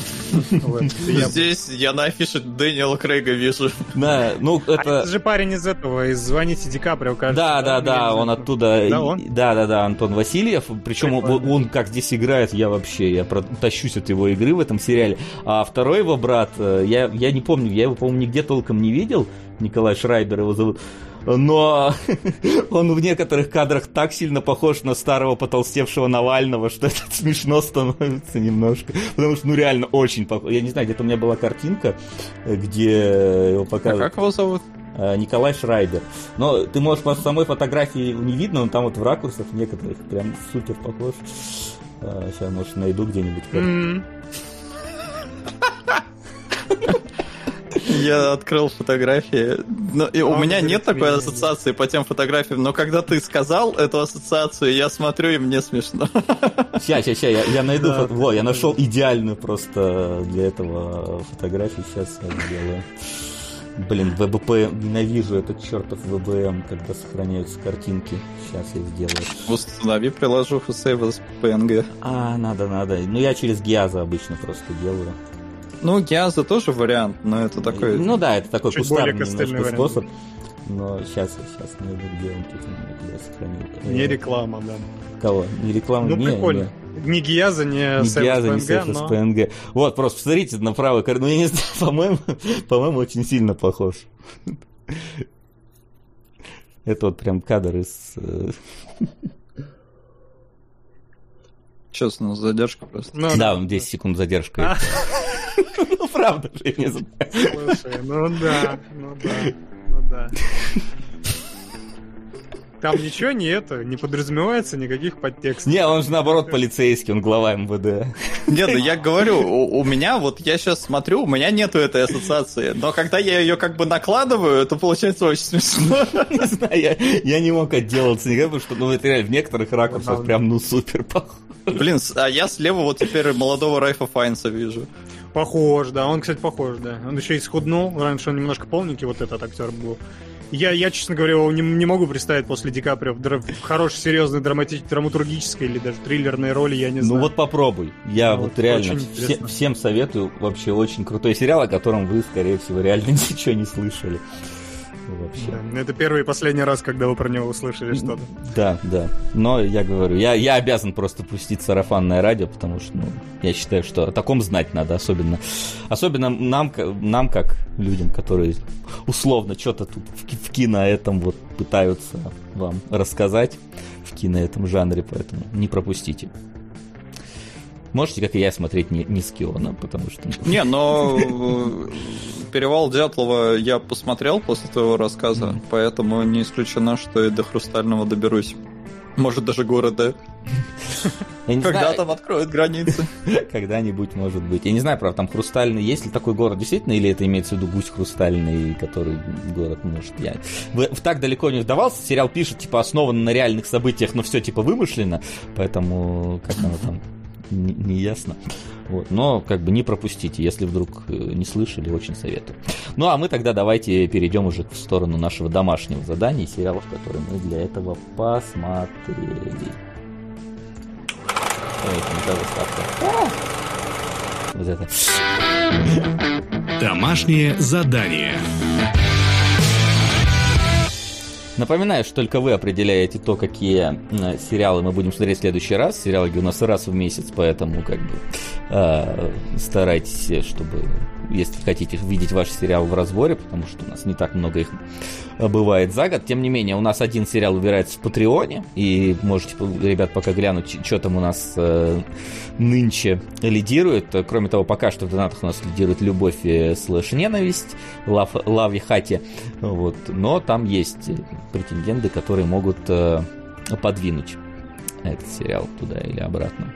Здесь я на афише Дэниела Крейга вижу. Да, ну это... это же парень из этого, из «Звоните Ди Каприо», кажется. Да, да, да, он оттуда... Да, он? Да, да, да, Антон Васильев, причем он как здесь играет, я вообще, я тащусь от его игры в этом сериале, а второй его брат, я, я не помню, я его, по-моему, нигде толком не видел, Николай Шрайбер его зовут, но он в некоторых кадрах так сильно похож на старого потолстевшего Навального, что это смешно становится немножко, потому что, ну, реально очень похож. Я не знаю, где-то у меня была картинка, где его показывают. А как его зовут? Николай Шрайбер. Но ты можешь по самой фотографии не видно, но там вот в ракурсах некоторых прям супер похож. Сейчас, может, найду где-нибудь. Mm-hmm. Я открыл фотографии. Но, и у меня нет такой ассоциации по тем фотографиям, но когда ты сказал эту ассоциацию, я смотрю, и мне смешно. Сейчас, сейчас, сейчас, я, я найду да, фото... Во, я нашел идеальную просто для этого фотографию. Сейчас я сделаю. Блин, вэ бэ пэ, ненавижу этот чертов вэ бэ эм, когда сохраняются картинки. Сейчас я сделаю. Установи приложуху Save as пи эн джи. А, надо, надо. Ну, я через Гиаза обычно просто делаю. Ну, Гиаза тоже вариант, но это такой... Ну да, это такой чуть кустарный немножко вариант. способ. Но сейчас, сейчас найду, где он тут у меня сохранил. Не реклама, да. Кого? Не реклама? Ну, не, прикольно. Не. Ни Гиаза, ни Гиаза, ни Сейф эс пи эн джи. Вот, просто посмотрите на правый коридор. Ну, я не знаю, по-моему, по-моему, очень сильно похож. Это вот прям кадр из... Сейчас у нас задержка просто. Ну, да, да, десять секунд задержка. Ну, правда же, я не знаю. Слушай, ну да, ну да, ну да. Там ничего не это, не подразумевается никаких подтекстов. Не, он же наоборот полицейский, он глава эм вэ дэ. Нет, да я говорю, у, у меня, вот я сейчас смотрю, у меня нету этой ассоциации, но когда я ее как бы накладываю, это получается очень смешно. Не знаю, я, я не мог отделаться никак, потому что, ну, это реально в некоторых ракурсах прям, ну, супер похож. Блин, а я слева вот теперь молодого Райфа Файнса вижу. Похож, да, он, кстати, похож, да. Он еще и схуднул, раньше он немножко полненький, вот этот актер был. Я, я честно говоря, его не, не могу представить после Ди Каприо в, дра- в хорошей, серьезной, драмати- драматургической или даже триллерной роли, я не знаю. Ну вот попробуй. Я ну, вот реально все, всем советую. Вообще очень крутой сериал, о котором вы, скорее всего, реально ничего не слышали. вообще. Да, это первый и последний раз, когда вы про него услышали что-то. Да, да. Но я говорю, я, я обязан просто пустить сарафанное радио, потому что ну, я считаю, что о таком знать надо, особенно, особенно нам, нам, как людям, которые условно что-то тут в, в кино этом вот пытаются вам рассказать, в кино этом жанре, поэтому не пропустите. Можете, как и я, смотреть не, не с Киона, потому что... Не, но «Перевал Дятлова» я посмотрел после твоего рассказа, mm. поэтому не исключено, что и до «Хрустального» доберусь. Может, даже города. Когда там откроют границы. Когда-нибудь, может быть. Я не знаю, правда, там «Хрустальный». Есть ли такой город действительно, или это имеется в виду «Гусь Хрустальный», который город, может, я... В, в так далеко не вдавался. Сериал пишет, типа, основан на реальных событиях, но все, типа, вымышленно. Поэтому, как оно там... Не, не ясно. Вот. Но как бы не пропустите, если вдруг не слышали, очень советую. Ну а мы тогда давайте перейдем уже в сторону нашего домашнего задания, сериалов, которые мы для этого посмотрели. Ой, вот это. Домашнее задание. Напоминаю, что только вы определяете то, какие э, сериалы мы будем смотреть в следующий раз. Сериалы у нас раз в месяц, поэтому как бы э, старайтесь, чтобы, если хотите, видеть ваш сериал в разборе, потому что у нас не так много их бывает за год. Тем не менее, у нас один сериал выбирается в Патреоне, и можете, ребят, пока глянуть, что там у нас э, нынче лидирует. Кроме того, пока что в донатах у нас лидирует «Любовь слэш ненависть», «Лав и Хати», вот. Но там есть претенденты, которые могут э, подвинуть этот сериал туда или обратно.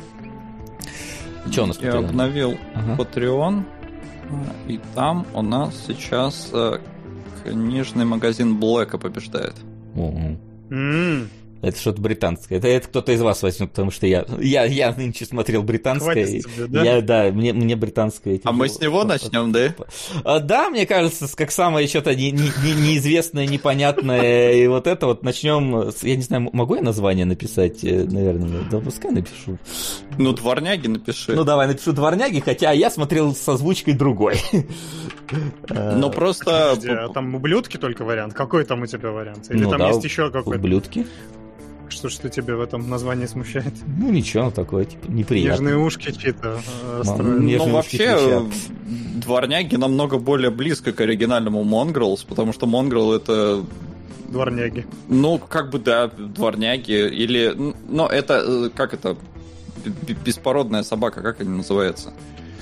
Что у нас? Я Patreon? Обновил ага. Patreon, и там у нас сейчас э, книжный магазин Блэка побеждает. Угу. Mm. Это что-то британское. Это, это кто-то из вас возьмет, потому что я, я, я нынче смотрел британское. И, тебе, да? Я, да, мне, мне британское. А мы с него начнем, да? А, да, мне кажется, как самое что-то не, не, не, неизвестное, непонятное. И вот это вот начнем. Я не знаю, могу я название написать, наверное? Да, пускай напишу. Ну, «Дворняги» напиши. Ну, давай напишу «Дворняги», хотя я смотрел с озвучкой другой. Ну, просто... Подожди, а там «Ублюдки» только вариант? Какой там у тебя вариант? Или ну, там да, есть еще какой-то? «Ублюдки». Что ж что тебя в этом названии смущает? Ну ничего, такое типа неприятно. Нежные ушки чьи-то э, Ну вообще, «Дворняги» намного более близко к оригинальному «Mongrels», потому что «Mongrel» это... Дворняги. Ну, как бы, да, дворняги. Или... Ну, это... Как это? Беспородная собака, как они называются?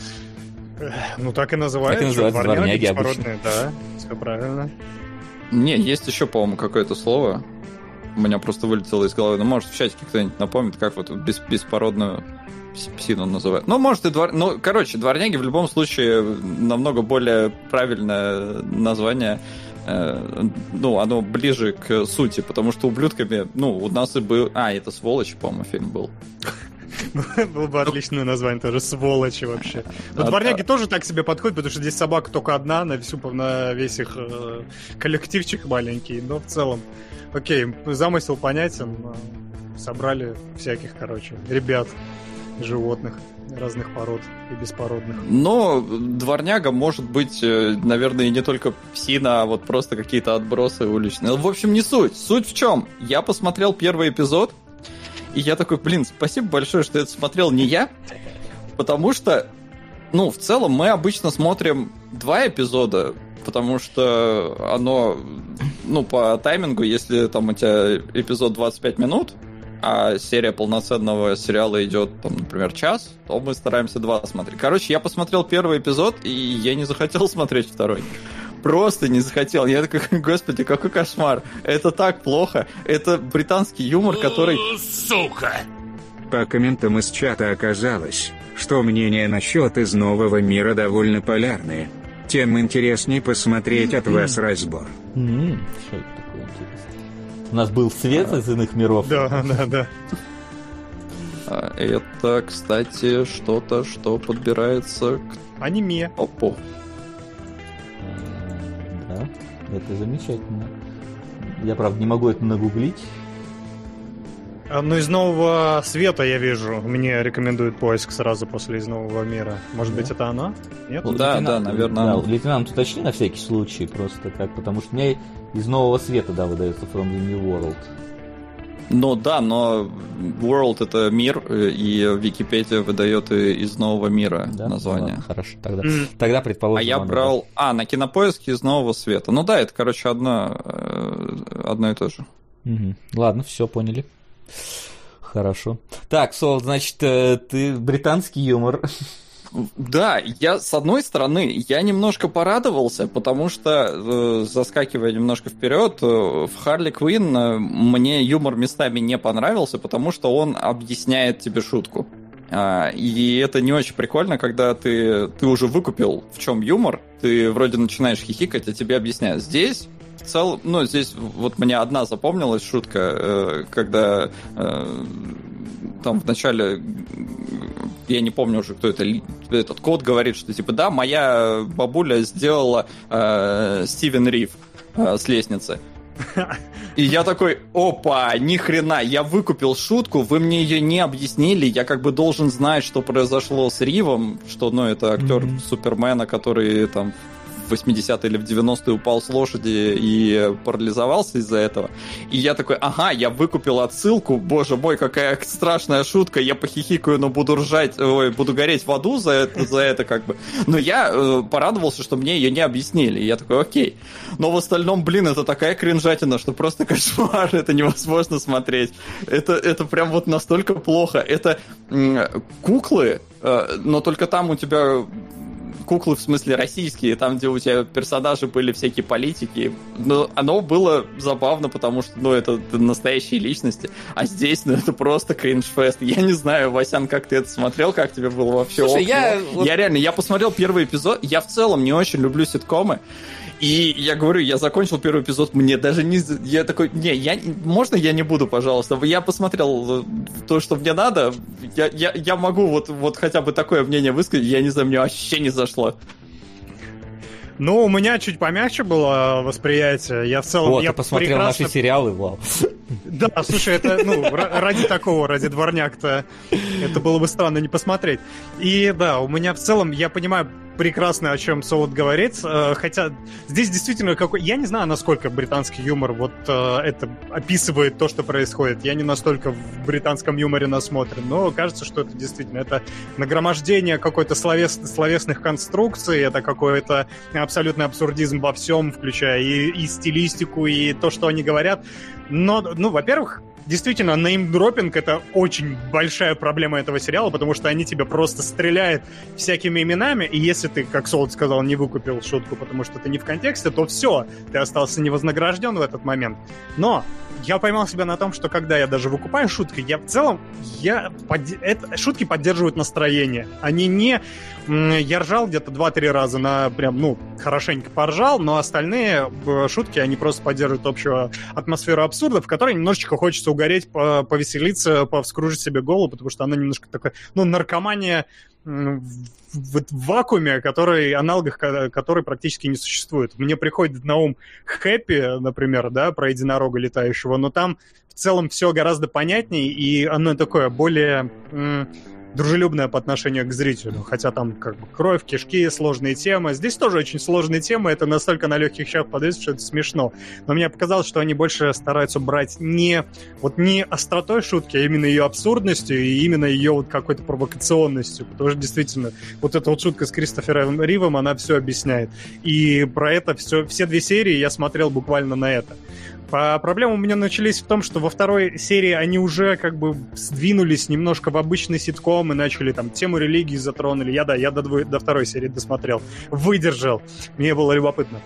Ну, так и называют. Так и называются дворняги, дворняги беспородные, да. Все правильно. Не, есть еще, по-моему, какое-то слово. У меня просто вылетело из головы. Ну, может, в чатике кто-нибудь напомнит, как вот бес- беспородную псину называют. Ну, может, и двор... Ну, короче, дворняги в любом случае намного более правильное название. Э, ну, оно ближе к сути, потому что ублюдками... Ну, у нас и был... А, это «Сволочь», по-моему, фильм был. Было бы отличное название тоже, «Сволочи» вообще. Но «Дворняги» тоже так себе подходит, потому что здесь собака только одна на, всю, на весь их э, коллективчик маленький, но в целом. Окей, замысел понятен. Собрали всяких, короче, ребят, животных разных пород и беспородных. Но дворняга может быть, наверное, не только псина, а вот просто какие-то отбросы уличные. В общем, не суть. Суть в чем? Я посмотрел первый эпизод, и я такой, блин, спасибо большое, что это смотрел не я, потому что, ну, в целом мы обычно смотрим два эпизода, потому что оно, ну, по таймингу, если там у тебя эпизод двадцать пять минут, а серия полноценного сериала идет, там, например, час, то мы стараемся два смотреть. Короче, я посмотрел первый эпизод, и я не захотел смотреть второй. Просто не захотел. Я такой, господи, какой кошмар. Это так плохо. Это британский юмор, который... Сука! По комментам из чата оказалось, что мнения насчет «Из нового мира» довольно полярные. Тем интереснее посмотреть от вас разбор. Mm-hmm. Что это такое интересное? У нас был свет из иных миров. Да, да, да. Это, кстати, что-то, что подбирается к... Аниме. Опо. Да, это замечательно. Я, правда, не могу это нагуглить. Ну, из нового света я вижу. Мне рекомендуют поиск сразу после из нового мира. Может да. быть, это оно? Нет? Ну, да, да, наверное. Да, лейтенант, уточни на всякий случай, просто как, потому что мне из нового света, да, выдается From the New World. Ну да, но World — это мир, и Википедия выдает из нового мира да? название. Ладно, хорошо, тогда, mm. тогда предположим. А я брал... Это. А, на Кинопоиске из нового света. Ну да, это, короче, одно, одно и то же. Угу. Ладно, все, поняли. Хорошо. Так, Сол, значит, ты британский юмор. Да, я, с одной стороны, я немножко порадовался, потому что, э, заскакивая немножко вперед, э, в Харли Квинн э, мне юмор местами не понравился, потому что он объясняет тебе шутку. А, и это не очень прикольно, когда ты, ты уже выкупил, в чем юмор, ты вроде начинаешь хихикать, а тебе объясняют. Здесь... В целом, ну, здесь вот мне одна запомнилась шутка, э, когда э, там в начале, я не помню уже, кто это, этот кот говорит, что типа, да, моя бабуля сделала э, Стивен Рив э, с лестницы. И я такой, опа, ни хрена, я выкупил шутку, вы мне ее не объяснили, я как бы должен знать, что произошло с Ривом, что, ну, это актер mm-hmm. Супермена, который там... в восьмидесятые или в девяностые упал с лошади и парализовался из-за этого. И я такой, ага, я выкупил отсылку, боже мой, какая страшная шутка, я похихикаю, но буду ржать, ой, буду гореть в аду за это, за это как бы. Но я э, порадовался, что мне ее не объяснили. И я такой, окей. Но в остальном, блин, это такая кринжатина, что просто кошмар, это невозможно смотреть. Это, это прям вот настолько плохо. Это э, куклы, э, но только там у тебя... куклы, в смысле, российские, там, где у тебя персонажи были всякие политики. Но оно было забавно, потому что, ну, это, это настоящие личности. А здесь, ну, это просто кринж-фест. Я не знаю, Васян, как ты это смотрел, как тебе было вообще? Слушай, я... Я реально, я посмотрел первый эпизод, я в целом не очень люблю ситкомы. И я говорю, я закончил первый эпизод, мне даже не... Я такой, не, я... можно я не буду, пожалуйста? Я посмотрел то, что мне надо. Я, я, я могу вот, вот хотя бы такое мнение высказать. Я не знаю, мне вообще не зашло. Ну, у меня чуть помягче было восприятие. Я в целом... Вот, я ты посмотрел прекрасно... наши сериалы, вау. Да, слушай, это, ну, ради такого, ради дворняк-то, это было бы странно не посмотреть. И да, у меня в целом, я понимаю прекрасно, о чем Солод говорит, хотя здесь действительно какой... Я не знаю, насколько британский юмор вот это описывает то, что происходит. Я не настолько в британском юморе насмотрен, но кажется, что это действительно это нагромождение какой-то словес... словесных конструкций, это какой-то абсолютный абсурдизм во всем, включая и, и стилистику, и то, что они говорят. Но, ну, во-первых, действительно, неймдропинг — это очень большая проблема этого сериала, потому что они тебя просто стреляют всякими именами, и если ты, как Солод сказал, не выкупил шутку, потому что ты не в контексте, то все, ты остался невознагражден в этот момент. Но я поймал себя на том, что когда я даже выкупаю шутки, я в целом, я под... это... шутки поддерживают настроение. Они не... Я ржал где-то два-три раза на прям, ну, хорошенько поржал, но остальные шутки, они просто поддерживают общую атмосферу абсурда, в которой немножечко хочется угореть, повеселиться, повскружить себе голову, потому что она немножко такая, ну, наркомания в, в вакууме, который, аналогах который практически не существует. Мне приходит на ум Хэппи, например, да, про единорога летающего, но там в целом все гораздо понятнее, и оно такое более... дружелюбная по отношению к зрителю, хотя там как бы кровь, кишки, сложные темы. Здесь тоже очень сложные темы, это настолько на легких щах подвесит, что это смешно. Но мне показалось, что они больше стараются брать не вот не остротой шутки, а именно ее абсурдностью и именно ее вот какой-то провокационностью, потому что действительно вот эта вот шутка с Кристофером Ривом, она все объясняет. И про это все, все две серии я смотрел буквально на это. А проблемы у меня начались в том, что во второй серии они уже как бы сдвинулись немножко в обычный ситком и начали там тему религии затронули. Я, да, я до, дво... до второй серии досмотрел. Выдержал. Мне было любопытно.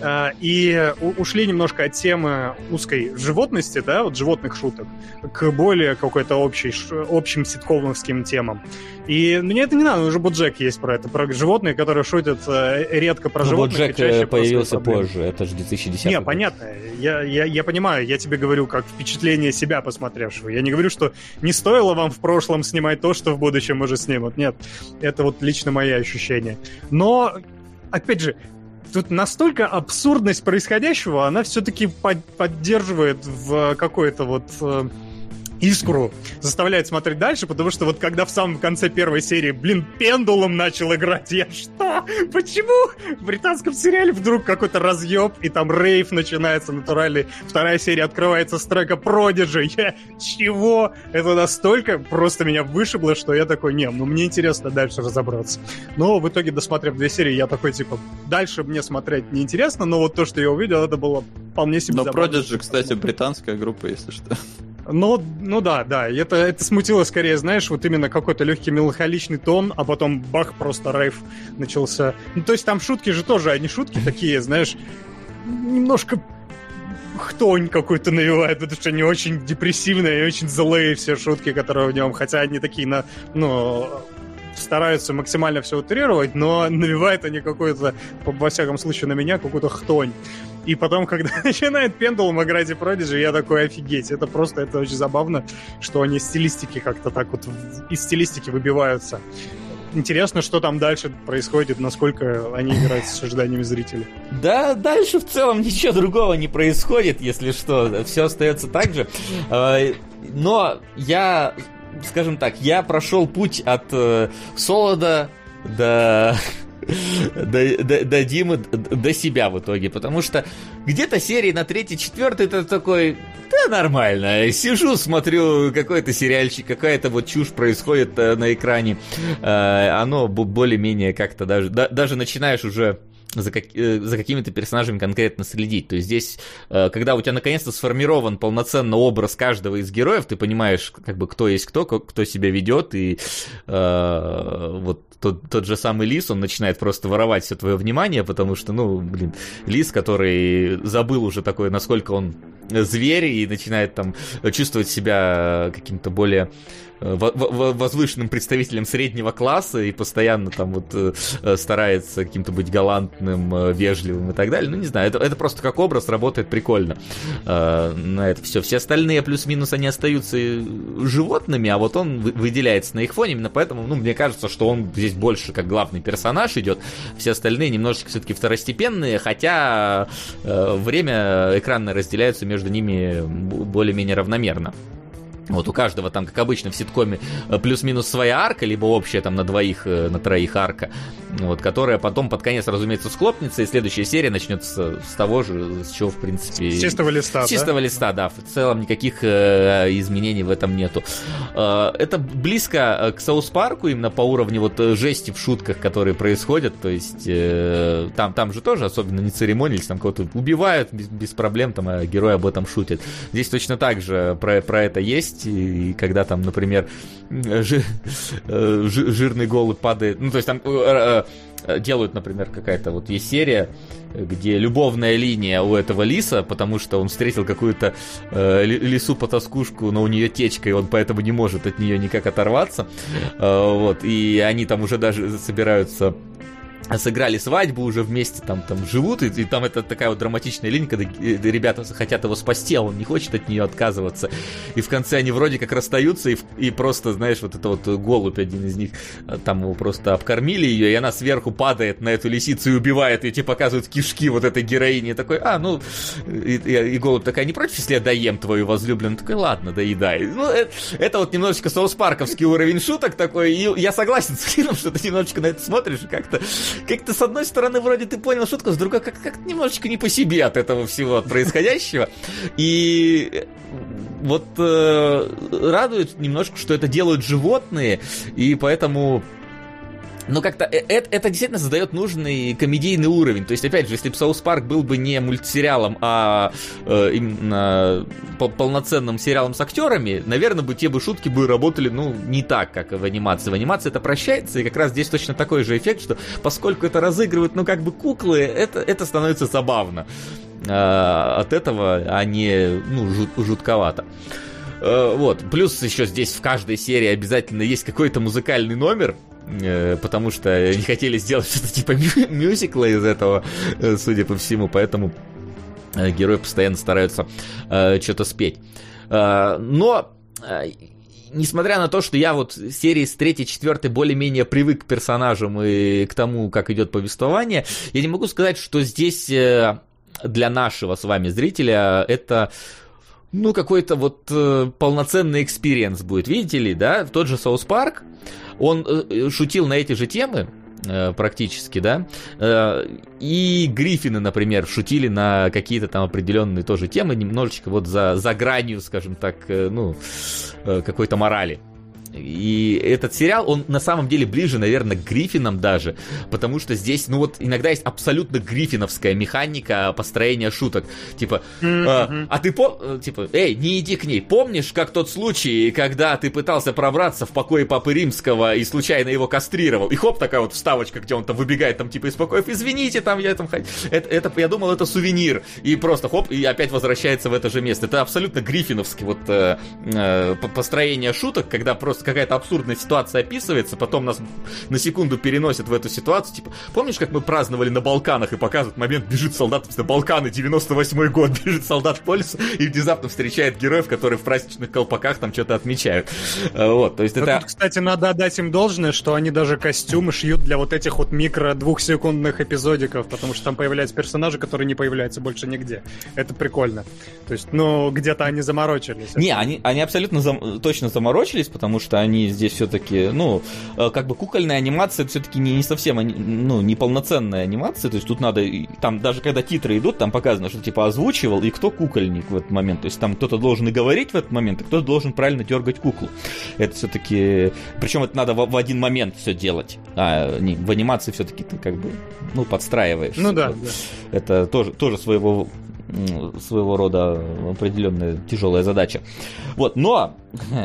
И ушли немножко от темы узкой животности, да, вот животных шуток, к более какой-то общей, общим ситкомовским темам. И мне это не надо, уже Боджек есть про это, про животные, которые шутят редко про Но животных. Боджек и чаще появился позже, это же две тысячи десятый. Не, понятно, я, я, я понимаю, я тебе говорю как впечатление себя посмотревшего. Я не говорю, что не стоило вам в прошлом снимать то, что в будущем уже снимут. Нет, это вот лично мои ощущения. Но, опять же, тут настолько абсурдность происходящего, она все-таки под, поддерживает в какой-то вот э, искру, заставляет смотреть дальше, потому что вот когда в самом конце первой серии, блин, пендулом начал играть, я что? Почему в британском сериале вдруг какой-то разъеб, и там рейв начинается натуральный, вторая серия открывается с трека Prodigy, я чего? Это настолько просто меня вышибло, что я такой, не, ну мне интересно дальше разобраться. Но в итоге, досмотрев две серии, я такой, типа, дальше мне смотреть неинтересно, но вот то, что я увидел, это было вполне себе Но забавно. Prodigy, кстати, британская группа, если что. Ну, ну да, да, это, это смутило скорее, знаешь, вот именно какой-то легкий меланхоличный тон, а потом бах, просто рейв начался. Ну, то есть там шутки же тоже, они шутки такие, знаешь, немножко хтонь какую-то навевают, потому что они очень депрессивные и очень злые все шутки, которые в нем, хотя они такие, на, ну, стараются максимально все утрировать, но навевают они какую-то, во всяком случае на меня, какую-то хтонь. И потом, когда начинает Пендулум играть и Prodigy, я такой, офигеть, это просто, это очень забавно, что они стилистики как-то так вот, из стилистики выбиваются. Интересно, что там дальше происходит, насколько они играют с ожиданиями зрителей. Да, дальше в целом ничего другого не происходит, если что, все остается так же. Но я, скажем так, я прошел путь от Солода до... До, до, до Димы, до себя в итоге, потому что где-то серии на третьей, четвертой ты такой, да нормально, сижу, смотрю какой-то сериальчик, какая-то вот чушь происходит на экране, оно более-менее как-то даже, да, даже начинаешь уже за, как, за какими-то персонажами конкретно следить. То есть здесь, когда у тебя наконец-то сформирован полноценный образ каждого из героев, ты понимаешь, как бы, кто есть кто, кто себя ведет, и э, вот тот, тот же самый Лис, он начинает просто воровать все твое внимание, потому что, ну, блин, Лис, который забыл уже такое, насколько он зверь, и начинает там чувствовать себя каким-то более возвышенным представителем среднего класса и постоянно там вот старается каким-то быть галантным, вежливым и так далее. Ну, не знаю, это, это просто как образ работает прикольно на это все. Все остальные плюс-минус они остаются животными, а вот он выделяется на их фоне, именно поэтому, ну, мне кажется, что он здесь больше как главный персонаж идет. Все остальные немножечко все-таки второстепенные, хотя время экранное разделяется между ними более-менее равномерно. Вот у каждого там, как обычно в ситкоме, плюс-минус своя арка, либо общая там на двоих, на троих арка, вот, которая потом под конец, разумеется, схлопнется, и следующая серия начнется с того же, с чего, в принципе... С чистого листа, С чистого да? листа, да. В целом никаких э, изменений в этом нету. Э, это близко к Саус Парку, именно по уровню вот жести в шутках, которые происходят, то есть э, там, там же тоже особенно не церемонились, там кого-то убивают без, без проблем, там, а герой об этом шутит. Здесь точно так же про, про это есть. И когда там, например, жир, жирный голубь падает, ну, то есть там делают, например, какая-то вот есть серия, где любовная линия у этого лиса, потому что он встретил какую-то э, лису-потаскушку, но у нее течка, и он поэтому не может от нее никак оторваться, э, вот, и они там уже даже собираются... сыграли свадьбу, уже вместе там, там живут, и, и там это такая вот драматичная линия, когда ребята хотят его спасти, а он не хочет от нее отказываться. И в конце они вроде как расстаются, и, и просто, знаешь, вот это вот голубь, один из них, там его просто обкормили ее, и она сверху падает на эту лисицу и убивает ее, тебе показывают кишки вот этой героини. И такой, а, ну, и, и, и голубь такая, не против, если я доем твою возлюбленную? Такой, ладно, доедай. Ну, это, это вот немножечко соус-парковский уровень шуток такой, и я согласен с Клином, что ты немножечко на это смотришь, и как-то Как-то с одной стороны вроде ты понял шутку, с другой как- как-то немножечко не по себе от этого всего, от происходящего. И вот э, радует немножко, что это делают животные, и поэтому... Но как-то это, это действительно создает нужный комедийный уровень. То есть, опять же, если бы Саус Парк был бы не мультсериалом, а э, именно полноценным сериалом с актерами, наверное, бы те бы шутки бы работали, ну, не так, как в анимации. В анимации это прощается, и как раз здесь точно такой же эффект, что поскольку это разыгрывают, ну, как бы куклы, это, это становится забавно. Э, от этого, а не, ну, жут, жутковато. Э, вот. Плюс еще здесь в каждой серии обязательно есть какой-то музыкальный номер, потому что не хотели сделать что-то типа мю- мюзикла из этого, судя по всему, поэтому герои постоянно стараются э, что-то спеть. Э, но, э, несмотря на то, что я вот в серии с третьей, четвертой более-менее привык к персонажам и к тому, как идет повествование, я не могу сказать, что здесь э, для нашего с вами зрителя это... ну, какой-то вот э, полноценный экспириенс будет. Видите ли, да, тот же Саус Парк, он э, шутил на эти же темы, э, практически, да, э, и Гриффины, например, шутили на какие-то там определенные тоже темы, немножечко вот за, за гранью, скажем так, э, ну, э, какой-то морали. И этот сериал, он на самом деле ближе, наверное, к Гриффинам даже, потому что здесь, ну вот, иногда есть абсолютно гриффиновская механика построения шуток. Типа, mm-hmm. а, а ты по... Типа, эй, не иди к ней. Помнишь, как тот случай, когда ты пытался пробраться в покой Папы Римского и случайно его кастрировал? И хоп, такая вот вставочка, где он там выбегает, там, типа, из покоев. Извините, там, я там... Это, это, я думал, это сувенир. И просто хоп, и опять возвращается в это же место. Это абсолютно гриффиновский вот э, э, построение шуток, когда просто какая-то абсурдная ситуация описывается, потом нас на секунду переносят в эту ситуацию. Типа, помнишь, как мы праздновали на Балканах и показывают момент, бежит солдат на Балканы, девяносто восьмой год, бежит солдат по лесу и внезапно встречает героев, которые в праздничных колпаках там что-то отмечают. Вот, то есть это... Тут, кстати, надо отдать им должное, что они даже костюмы шьют для вот этих вот микро двухсекундных эпизодиков, потому что там появляются персонажи, которые не появляются больше нигде. Это прикольно. То есть, ну, где-то они заморочились. Не, они, они абсолютно зам... точно заморочились, потому что они здесь все-таки, ну, как бы кукольная анимация, это все-таки не, не совсем, ну, не полноценная анимация, то есть тут надо, там даже когда титры идут, там показано, что типа озвучивал и кто кукольник в этот момент, то есть там кто-то должен и говорить в этот момент, и кто-то должен правильно дергать куклу. Это все-таки, причем это надо в, в один момент все делать, а не, в анимации все-таки ты как бы, ну, подстраиваешь. Ну да, это, да. Это тоже, тоже своего своего рода определенная тяжелая задача. Вот, но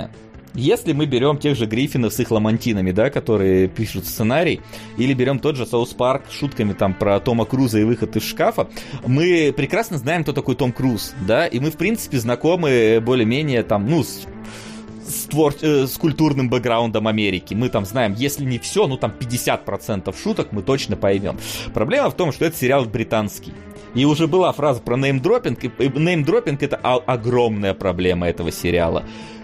если мы берем тех же Гриффинов с их ламантинами, да, которые пишут сценарий, или берем тот же Саус Парк с шутками там про Тома Круза и выход из шкафа, мы прекрасно знаем, кто такой Том Круз, да, и мы, в принципе, знакомы более-менее там, ну, с С, твор... э, с культурным бэкграундом Америки. Мы там знаем, если не все, ну там пятьдесят процентов шуток мы точно поймем. Проблема в том, что это сериал британский. И уже была фраза про неймдропинг, и неймдропинг — это о- огромная проблема этого сериала.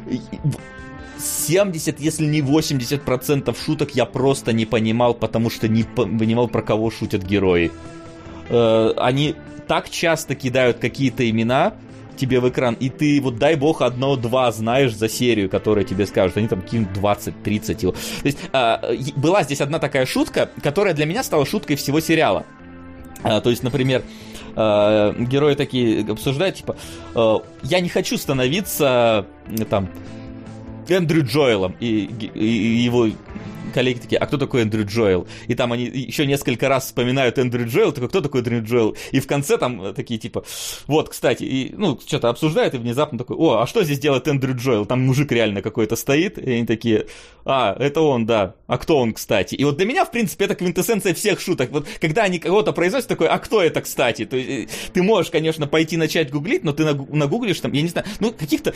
семьдесят, если не восемьдесят процентов шуток я просто не понимал, потому что не понимал, про кого шутят герои. Э, они так часто кидают какие-то имена тебе в экран, и ты, вот дай бог, одно-два знаешь за серию, которая тебе скажут. Они там кинут двадцать-тридцать его. То есть э, была здесь одна такая шутка, которая для меня стала шуткой всего сериала. Э, то есть, например, э, герои такие обсуждают, типа, э, я не хочу становиться э, там Эндрю Джоэлом, и, и, и его коллеги такие, а кто такой Эндрю Джоэл? И там они еще несколько раз вспоминают Эндрю Джоэл, такой, кто такой Эндрю Джоэл? И в конце там такие, типа, вот, кстати, и, ну, что-то обсуждают, и внезапно такой, о, а что здесь делает Эндрю Джоэл? Там мужик реально какой-то стоит, и они такие, а, это он, да, а кто он, кстати? И вот для меня, в принципе, это квинтэссенция всех шуток. Вот когда они кого-то произносят, такой, а кто это, кстати? То есть, ты можешь, конечно, пойти начать гуглить, но ты нагуглишь там, я не знаю, ну, каких-то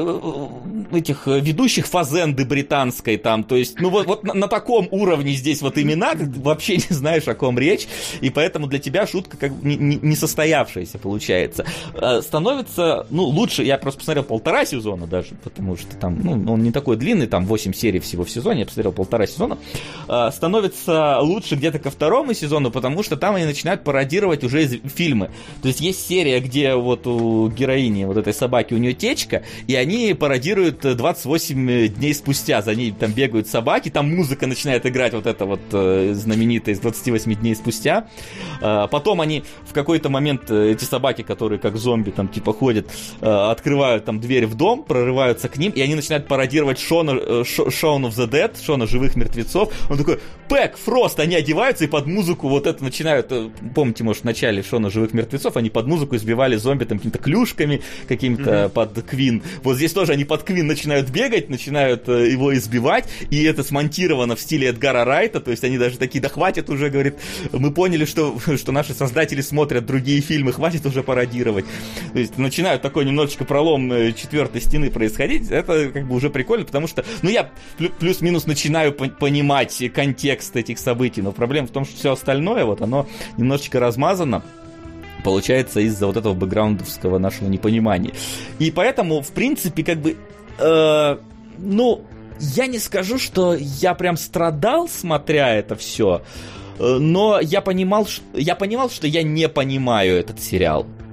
э, этих ведущих фазенды британской там, то есть, ну, вот, вот на, на таком уровне здесь вот имена, ты вообще не знаешь, о ком речь, и поэтому для тебя шутка как бы не, не, не состоявшаяся получается. Становится, ну, лучше, я просто посмотрел полтора сезона даже, потому что там, ну, он не такой длинный, там восемь серий всего в сезоне, я посмотрел полтора сезона, становится лучше где-то ко второму сезону, потому что там они начинают пародировать уже фильмы. То есть есть серия, где вот у героини, вот этой собаки, у нее течка, и они пародируют двадцать восемь дней спустя, за ней там бегают собаки, там музыка начинает играть вот эта вот э, знаменитая из двадцати восьми дней спустя. Э, потом они в какой-то момент, э, эти собаки, которые как зомби там типа ходят, э, открывают там дверь в дом, прорываются к ним, и они начинают пародировать Шона, э, Shaun of the Dead, Шона живых мертвецов. Он такой, Пэк, Фрост, они одеваются и под музыку вот это начинают, э, помните, может, в начале Шона живых мертвецов, они под музыку избивали зомби там какими-то клюшками, какими-то mm-hmm. под Квин. Вот здесь тоже они под Квин начинают бегать, начинают э, его избивать, и это смонтировано в стиле Эдгара Райта, то есть они даже такие, да хватит уже, говорит, мы поняли, что, что наши создатели смотрят другие фильмы, хватит уже пародировать. То есть начинают такой немножечко пролом четвертой стены происходить, это как бы уже прикольно, потому что, ну я плюс-минус начинаю понимать контекст этих событий, но проблема в том, что все остальное, вот оно немножечко размазано, получается из-за вот этого бэкграундовского нашего непонимания. И поэтому, в принципе, как бы, э, ну, я не скажу, что я прям страдал, смотря это все, но я понимал, что, я понимал, что я не понимаю этот сериал.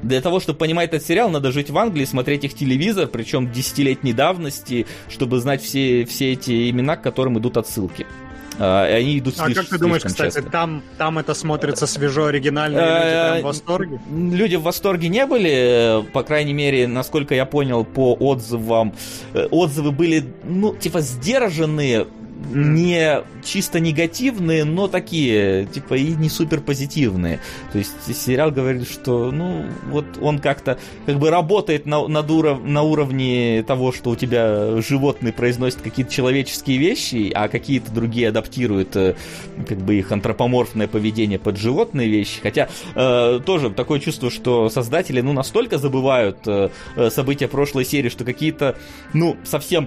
Для того, чтобы понимать этот сериал, надо жить в Англии, смотреть их телевизор, причем десятилетней давности, чтобы знать все, все эти имена, к которым идут отсылки. Они идут а слишком, как ты думаешь, кстати, часто. Там, там это смотрится свежо, оригинально, и люди прям в восторге? Люди в восторге не были, по крайней мере, насколько я понял по отзывам. Отзывы были, ну, типа, сдержанные, не чисто негативные, но такие, типа, и не супер позитивные. То есть сериал говорит, что, ну, вот он как-то, как бы работает на, над уров, на уровне того, что у тебя животные произносят какие-то человеческие вещи, а какие-то другие адаптируют, как бы, их антропоморфное поведение под животные вещи. Хотя э, тоже такое чувство, что создатели, ну, настолько забывают э, события прошлой серии, что какие-то, ну, совсем...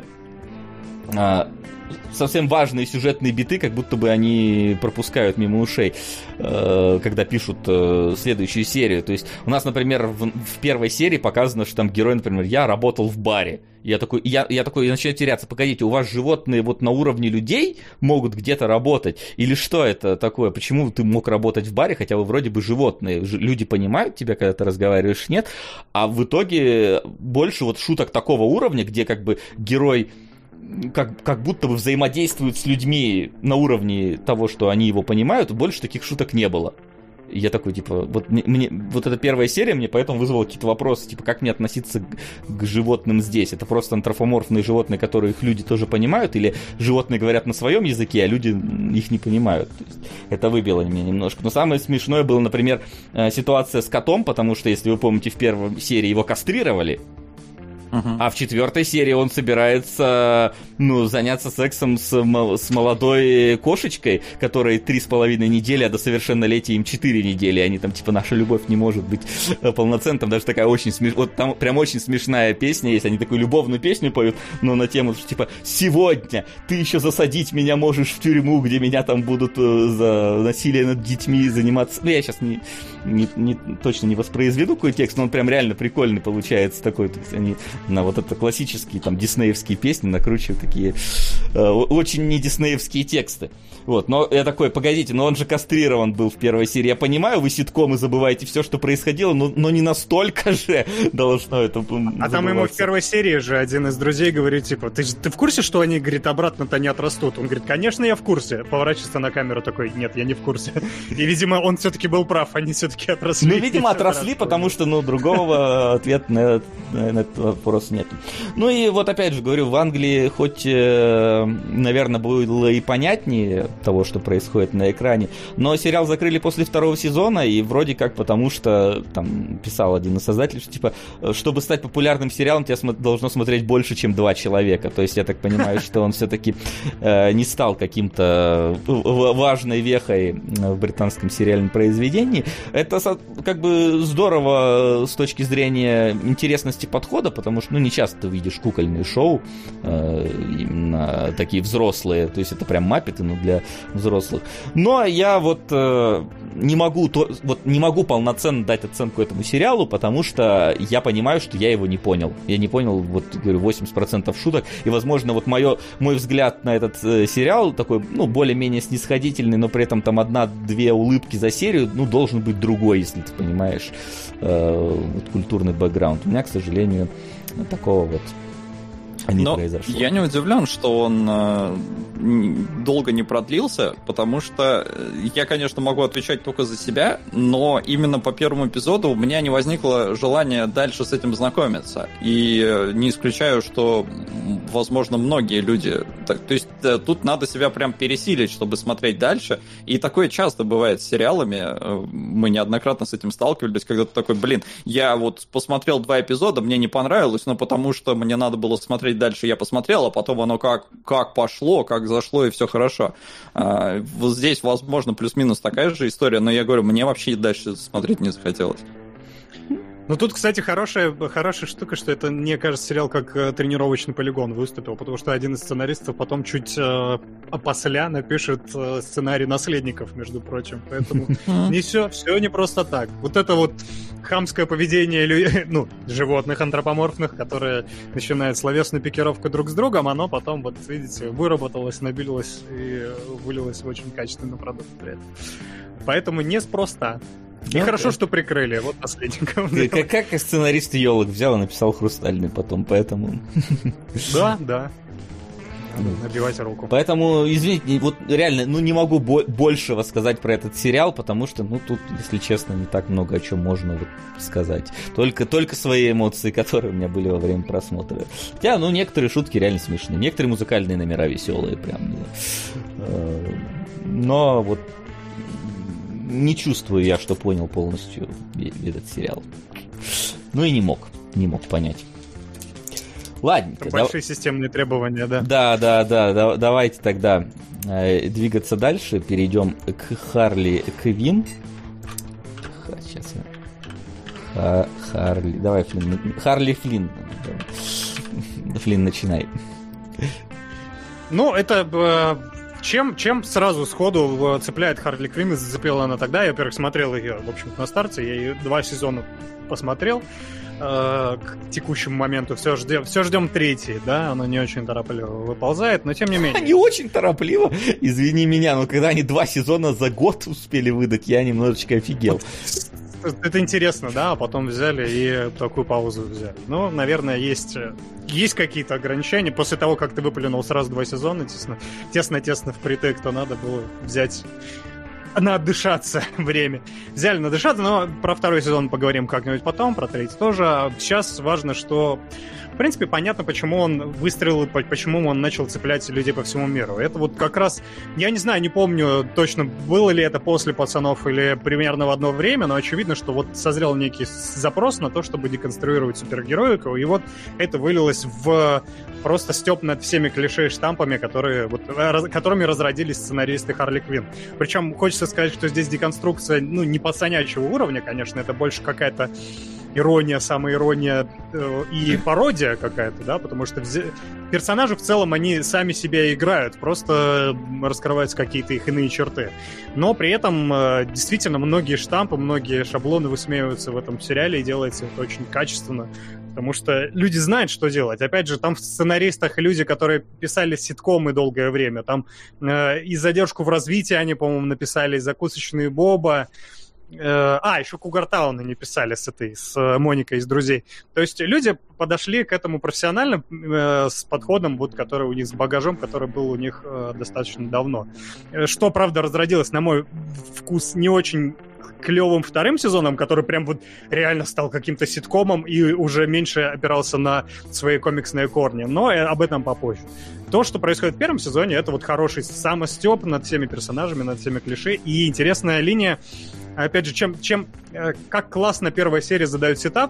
Э, совсем важные сюжетные биты, как будто бы они пропускают мимо ушей, э, когда пишут э, следующую серию. То есть у нас, например, в, в первой серии показано, что там герой, например, я работал в баре. Я такой, я, я такой, я начинаю теряться. Погодите, у вас животные вот на уровне людей могут где-то работать? Или что это такое? Почему ты мог работать в баре, хотя вы вроде бы животные? Люди понимают тебя, когда ты разговариваешь? Нет. А в итоге больше вот шуток такого уровня, где как бы герой... Как, как будто бы взаимодействуют с людьми на уровне того, что они его понимают, больше таких шуток не было. И я такой, типа, вот мне, вот эта первая серия мне поэтому вызвала какие-то вопросы, типа, как мне относиться к, к животным здесь? Это просто антропоморфные животные, которые их люди тоже понимают, или животные говорят на своем языке, а люди их не понимают? То есть, это выбило меня немножко. Но самое смешное было, например, ситуация с котом, потому что, если вы помните, в первой серии его кастрировали, Uh-huh. А в четвертой серии он собирается, ну, заняться сексом с, с молодой кошечкой, которой три с половиной недели, а до совершеннолетия им четыре недели. Они там, типа, наша любовь не может быть полноценной. Там даже такая очень смешная, вот там прям очень смешная песня есть. Они такую любовную песню поют, но на тему, что, типа, сегодня ты еще засадить меня можешь в тюрьму, где меня там будут за насилие над детьми заниматься. Ну, я сейчас не, не, не, точно не воспроизведу какой текст, но он прям реально прикольный получается такой. То есть они на вот это классические там диснеевские песни накручивают такие э, очень не диснеевские тексты. Вот, но я такой, погодите, но он же кастрирован был в первой серии. Я понимаю, вы ситкомы забываете все, что происходило, но, но не настолько же должно это забываться. А там ему в первой серии же один из друзей говорит, типа, ты, ты в курсе, что они, говорит, обратно-то не отрастут? Он говорит, конечно, я в курсе. Поворачивается на камеру такой, нет, я не в курсе. И, видимо, он все-таки был прав, они все-таки отросли. Ну, видимо, отросли, потому что, ну, другого ответа на этот вопрос нет. Ну и вот опять же говорю, в Англии хоть, наверное, было и понятнее того, что происходит на экране, но сериал закрыли после второго сезона, и вроде как потому, что там писал один из создателей, что типа, чтобы стать популярным сериалом, тебя см- должно смотреть больше, чем два человека. То есть я так понимаю, что он все-таки э, не стал каким-то важной вехой в британском сериальном произведении. Это как бы здорово с точки зрения интересности подхода, потому что, ну, не часто ты видишь кукольные шоу, э, именно такие взрослые, то есть это прям маппеты, но для взрослых. Но я вот э, не могу, то, вот не могу полноценно дать оценку этому сериалу, потому что я понимаю, что я его не понял. Я не понял, вот, говорю, восемьдесят процентов шуток, и, возможно, вот моё, мой взгляд на этот э, сериал такой, ну, более-менее снисходительный, но при этом там одна-две улыбки за серию, ну, должен быть другой, если ты понимаешь э, вот, культурный бэкграунд. У меня, к сожалению, такого вот не Но произошло. Я не удивлен, что он э, долго не продлился, потому что я, конечно, могу отвечать только за себя, но именно по первому эпизоду у меня не возникло желания дальше с этим знакомиться. И не исключаю, что, возможно, многие люди... Так, то есть тут надо себя прям пересилить, чтобы смотреть дальше. И такое часто бывает с сериалами. Мы неоднократно с этим сталкивались, когда ты такой, блин, я вот посмотрел два эпизода, мне не понравилось, но потому что мне надо было смотреть дальше, я посмотрел, а потом оно как, как пошло, как зашло, и все хорошо. А, вот здесь, возможно, плюс-минус такая же история, но я говорю, мне вообще дальше смотреть не захотелось. Ну, тут, кстати, хорошая, хорошая штука, что это, мне кажется, сериал как э, тренировочный полигон выступил, потому что один из сценаристов потом чуть э, опосля напишет э, сценарий «Наследников», между прочим. Поэтому не все, все не просто так. Вот это вот хамское поведение лю- ну, животных антропоморфных, которые начинают словесную пикировку друг с другом, оно потом, вот видите, выработалось, набилось и вылилось в очень качественный продукт при этом. Поэтому неспроста. И ну, хорошо, что прикрыли, вот наследников. Как, как сценарист Ёлок взял и написал «Хрустальный» потом, поэтому... Да, да. Набивайте руку. Поэтому, извините, вот реально, ну не могу бо- большего сказать про этот сериал, потому что, ну тут, если честно, не так много о чем можно вот сказать. Только, только свои эмоции, которые у меня были во время просмотра. Хотя, ну, некоторые шутки реально смешные, некоторые музыкальные номера веселые, прям. Но вот не чувствую я, что понял полностью этот сериал. Ну и не мог, не мог понять. Ладненько. Большие да... системные требования, да. Да, да, да, да. Давайте тогда э, двигаться дальше. Перейдем к Харли Квинн. Сейчас я... Харли... Давай, Флинн. Харли Флинн. Флинн, начинай. Ну, это... Э, чем, чем сразу сходу цепляет Харли Квинн, и зацепила она тогда. Я, во-первых, смотрел ее, в общем-то, на старте. Я ее два сезона посмотрел. К текущему моменту все ждем, все ждем третий, да, оно не очень торопливо выползает, но тем не менее. Не очень торопливо, извини меня, но когда они два сезона за год успели выдать, я немножечко офигел. Это интересно, да, а потом взяли и такую паузу взяли. Ну, наверное, есть, есть какие-то ограничения. После того, как ты выплюнул сразу два сезона, тесно, тесно-тесно впритык, то надо было взять... на отдышаться время. Взяли надышаться, но про второй сезон поговорим как-нибудь потом, про третий тоже. Сейчас важно, что, в принципе, понятно, почему он выстрелил, почему он начал цеплять людей по всему миру. Это вот как раз, я не знаю, не помню точно, было ли это после «Пацанов» или примерно в одно время, но очевидно, что вот созрел некий запрос на то, чтобы деконструировать супергероику, и вот это вылилось в просто стёб над всеми клише и штампами, которые, вот, которыми разродились сценаристы Харли Квинн. Причем хочется сказать, что здесь деконструкция, ну, не пацанячьего уровня, конечно, это больше какая-то ирония, самоирония э, и пародия какая-то, да, потому что вз... персонажи в целом, они сами себя играют, просто раскрываются какие-то их иные черты. Но при этом э, действительно многие штампы, многие шаблоны высмеиваются в этом сериале, и делается это очень качественно, потому что люди знают, что делать. Опять же, там в сценаристах люди, которые писали ситкомы долгое время, там э, и задержку в развитии они, по-моему, написали, и закусочные Боба. Э, а, еще Кугартауна не писали с этой, с Моникой из «Друзей». То есть люди подошли к этому профессионально, э, с подходом, вот, который у них, с багажом, который был у них э, достаточно давно. Что, правда, разродилось, на мой вкус, не очень клевым вторым сезоном, который прям вот реально стал каким-то ситкомом и уже меньше опирался на свои комиксные корни. Но об этом попозже. То, что происходит в первом сезоне, это вот хороший самостёб над всеми персонажами, над всеми клише. И интересная линия, опять же, чем, чем как классно первая серия задает сетап,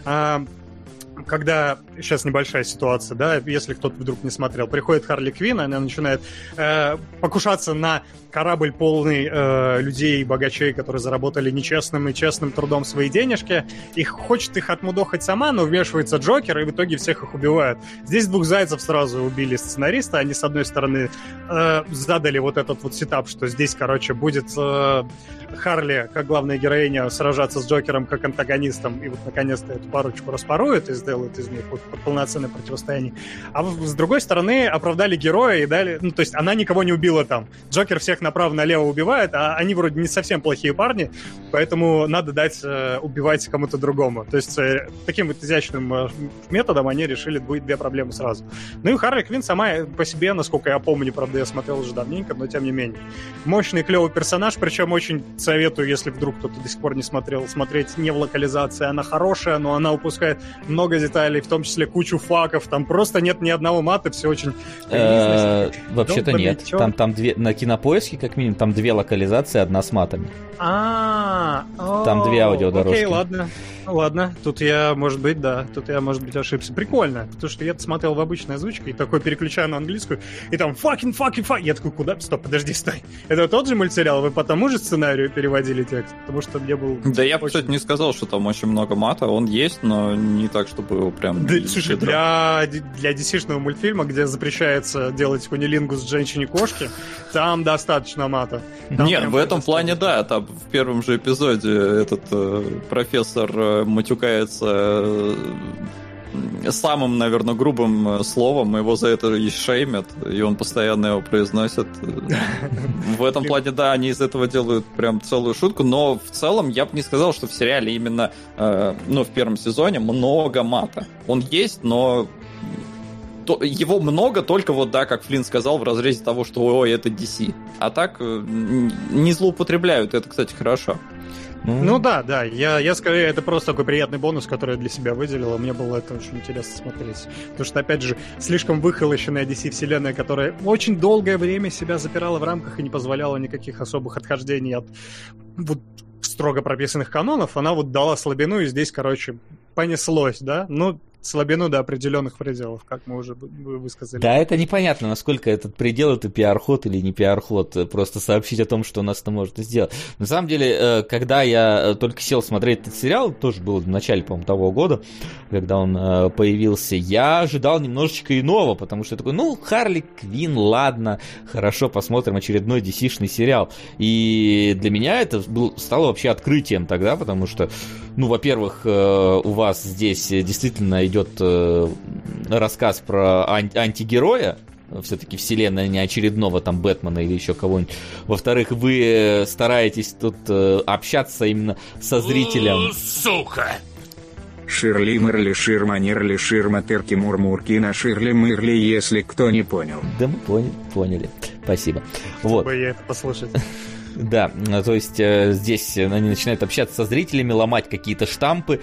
когда, сейчас небольшая ситуация, да, если кто-то вдруг не смотрел, приходит Харли Квинн, она начинает э, покушаться на корабль, полный э, людей и богачей, которые заработали нечестным и честным трудом свои денежки, и хочет их отмудохать сама, но вмешивается Джокер, и в итоге всех их убивают. Здесь двух зайцев сразу убили сценариста, они, с одной стороны, э, задали вот этот вот сетап, что здесь, короче, будет э, Харли, как главная героиня, сражаться с Джокером как антагонистом, и вот, наконец-то, эту парочку распарует и сделает из них вот полноценное противостояние. А с другой стороны, оправдали героя и дали... Ну, то есть она никого не убила там. Джокер всех направо-налево убивает, а они вроде не совсем плохие парни, поэтому надо дать э, убивать кому-то другому. То есть э, таким вот изящным э, методом они решили будет две проблемы сразу. Ну и Харли Квинн сама по себе, насколько я помню, правда, я смотрел уже давненько, но тем не менее. Мощный, клевый персонаж, причем очень советую, если вдруг кто-то до сих пор не смотрел, смотреть не в локализации. Она хорошая, но она упускает много деталей, в том числе кучу факов. Там просто нет ни одного мата, все очень... Вообще-то нет. Там там две на Кинопоиске, как минимум, там две локализации, одна с матами. А, там две аудиодорожки. Окей, ладно. Ладно, тут я, может быть, да, тут я, может быть, ошибся. Прикольно, потому что я смотрел в обычной озвучке и такой переключаю на английскую, и там fucking, fucking, fucking. Я такой, куда? Стоп, подожди, стой. Это тот же мультсериал? Вы по тому же сценарию переводили текст? Потому что мне был... Да я, очень... кстати, не сказал, что там очень много мата. Он есть, но не так, чтобы его прям... Да, слушай, для, для ди си-шного мультфильма, где запрещается делать кунилингус женщине-кошке, там достаточно мата. Там Нет, в этом плане, да. Там в первом же эпизоде этот э, профессор матюкается самым, наверное, грубым словом, его за это и шеймят, и он постоянно его произносит. В этом плане, да, они из этого делают прям целую шутку, но в целом я бы не сказал, что в сериале именно, ну, в первом сезоне много мата. Он есть, но его много только вот, да, как Флинн сказал, в разрезе того, что ой, это ди си. А так не злоупотребляют, это, кстати, хорошо. Ну да, да, я, я скорее, это просто такой приятный бонус, который я для себя выделил, мне было это очень интересно смотреть. Потому что, опять же, слишком выхолощенная ди си-вселенная, которая очень долгое время себя запирала в рамках и не позволяла никаких особых отхождений от вот строго прописанных канонов, она вот дала слабину, и здесь, короче, понеслось, да? Ну, слабину до определенных пределов, как мы уже высказали. Да, это непонятно, насколько этот предел это пиар-ход или не пиар-ход, просто сообщить о том, что у нас это может сделать. На самом деле, когда я только сел смотреть этот сериал, тоже было в начале, по-моему, того года, когда он появился, я ожидал немножечко иного, потому что я такой, ну, Харли Квинн, ладно, хорошо, посмотрим очередной ди си-шный сериал. И для меня это был, стало вообще открытием тогда, потому что, ну, во-первых, у вас здесь действительно идет э, рассказ про ан- антигероя, все-таки вселенная, не очередного там Бэтмена или еще кого-нибудь. Во-вторых, вы стараетесь тут э, общаться именно со зрителем. Сука! Ширли Мырли Ширманерли Ширматерки Мурмуркина Ширли Мырли, если кто не понял. Да мы поняли, поняли. Спасибо. Вот. Чтобы я это послушать. Да, то есть э, здесь они начинают общаться со зрителями, ломать какие-то штампы,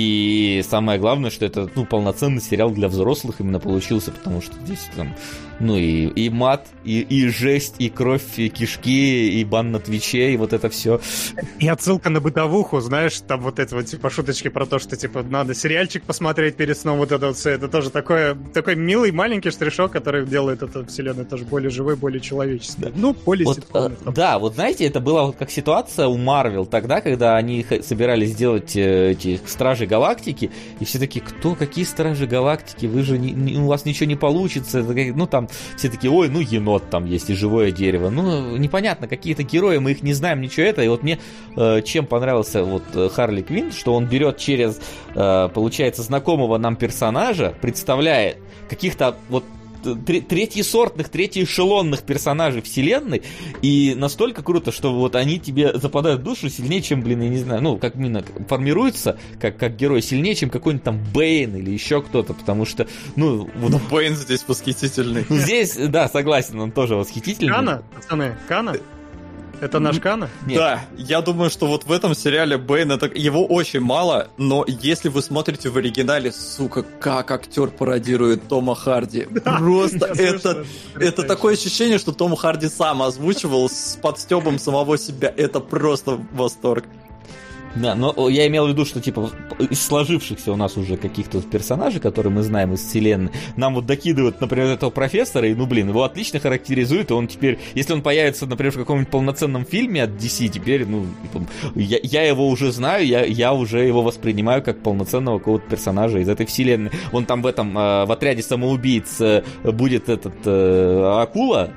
и самое главное, что это, ну, полноценный сериал для взрослых именно получился, потому что здесь там, ну, и, и мат, и, и жесть, и кровь, и кишки, и бан на Твиче, и вот это все. И отсылка на бытовуху, знаешь, там вот это вот, типа, шуточки про то, что, типа, надо сериальчик посмотреть перед сном, вот это вот все, это тоже такое, такой милый маленький штришок, который делает эту вселенную тоже более живой, более человеческой. Да. Ну, более вот, ситкомной. э, да, вот знаете, это была вот как ситуация у Марвел тогда, когда они собирались сделать э, эти Стражи Галактики, и все такие, кто, какие Стражи Галактики, вы же, не, не, у вас ничего не получится, ну, там, все такие, ой, ну, енот там есть, и живое дерево, ну, непонятно, какие-то герои, мы их не знаем, ничего это, и вот мне э, чем понравился вот Харли Квинн, что он берет через, э, получается, знакомого нам персонажа, представляет каких-то вот третьесортных, третьеэшелонных персонажей вселенной, и настолько круто, что вот они тебе западают в душу сильнее, чем, блин, я не знаю, ну, как именно формируются, как, как герой, сильнее, чем какой-нибудь там Бэйн или еще кто-то, потому что, ну... Вот... Ну, Бэйн здесь восхитительный. Здесь, да, согласен, он тоже восхитительный. Кана, пацаны, Кана? Это наш Кана? Нет. Да, я думаю, что вот в этом сериале Бэйн, это, его очень мало, но если вы смотрите в оригинале, сука, как актер пародирует Тома Харди. Да, просто это, это такое ощущение, что Том Харди сам озвучивал с подстебом самого себя. Это просто восторг. Да, но я имел в виду, что типа из сложившихся у нас уже каких-то персонажей, которые мы знаем из вселенной, нам вот докидывают, например, этого профессора, и, ну, блин, его отлично характеризует, и он теперь, если он появится, например, в каком-нибудь полноценном фильме от ди си, теперь, ну, я, я его уже знаю, я, я уже его воспринимаю как полноценного какого-то персонажа из этой вселенной. Он там в этом, в отряде самоубийц будет этот акула.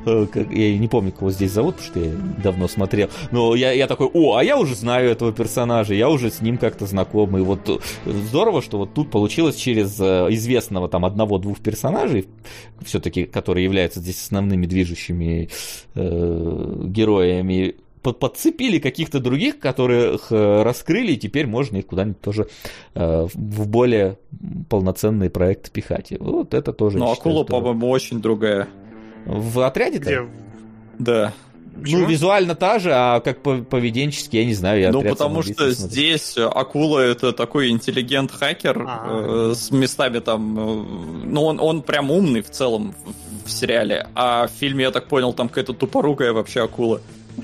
Я не помню, кого здесь зовут, потому что я давно смотрел. Но я, я такой, о, а я уже знаю этого персонажа, я уже с ним как-то знаком. И вот здорово, что вот тут получилось через известного там одного-двух персонажей, все-таки, которые являются здесь основными движущими э, героями, подцепили каких-то других, которых раскрыли, и теперь можно их куда-нибудь тоже э, в более полноценные проекты пихать. И вот это тоже... Ну, акула, по-моему, очень другая. В отряде-то? Где? Да. Почему? Ну, визуально та же, а как поведенчески, я не знаю. Я ну, потому что смотрю. Здесь акула — это такой интеллигент-хакер э, с местами там... Э, ну, он, он прям умный в целом в, в сериале, а в фильме, я так понял, там какая-то тупорукая вообще акула.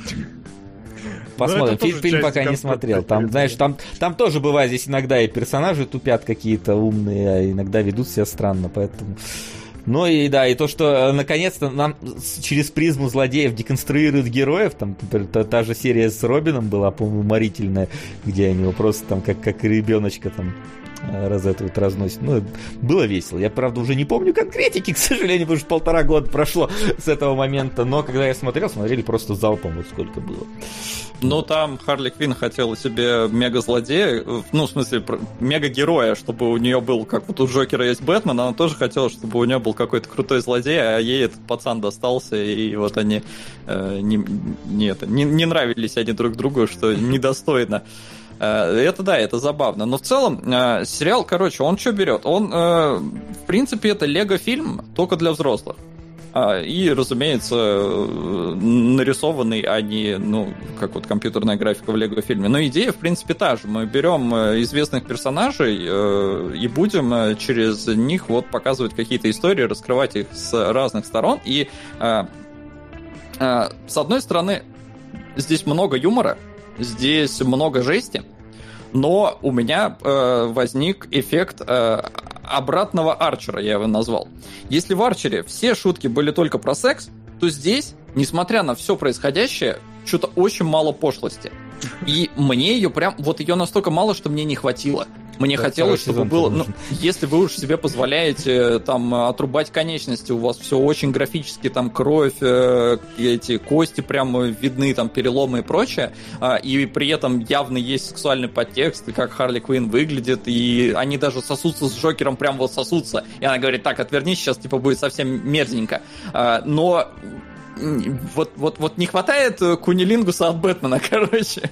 Посмотрим, фильм, фильм пока не смотрел. Там, знаешь, там, там тоже бывает здесь иногда и персонажи тупят какие-то умные, а иногда ведут себя странно, поэтому... Ну и да, и то, что наконец-то нам через призму злодеев деконструируют героев, там, например, та, та же серия с Робином была, по-моему, уморительная, где они его просто там как, как ребеночка там разэтывают, разносят. Ну, было весело. Я, правда, уже не помню конкретики, к сожалению, потому что полтора года прошло с этого момента, но когда я смотрел, смотрели просто залпом, вот сколько было. Ну, там Харли Квинн хотела себе мега-злодея, ну, в смысле, мега-героя, чтобы у нее был, как вот у Джокера есть Бэтмен, она тоже хотела, чтобы у нее был какой-то крутой злодей, а ей этот пацан достался, и вот они э, не, не, это, не, не нравились они друг другу, что недостойно. Это да, это забавно. Но в целом сериал, короче, он что берет? Он, в принципе, это лего-фильм, только для взрослых. И, разумеется, нарисованный, а не, ну, как вот компьютерная графика в лего-фильме. Но идея, в принципе, та же. Мы берем известных персонажей и будем через них вот показывать какие-то истории, раскрывать их с разных сторон. И, с одной стороны, здесь много юмора, здесь много жести, но у меня э, возник эффект э, обратного Арчера, я его назвал. Если в Арчере все шутки были только про секс, то здесь, несмотря на все происходящее, что-то очень мало пошлости. И мне ее прям, вот ее настолько мало, что мне не хватило. Мне да, хотелось, чтобы было, ну, если вы уж себе позволяете там отрубать конечности, у вас все очень графически, там кровь, э, эти кости прям видны, там переломы и прочее, э, и при этом явно есть сексуальный подтекст, и как Харли Квинн выглядит, и они даже сосутся с Джокером, прям вот сосутся, и она говорит, так, отвернись, сейчас типа будет совсем мерзенько, э, но вот, вот, вот не хватает кунилингуса от Бэтмена, короче.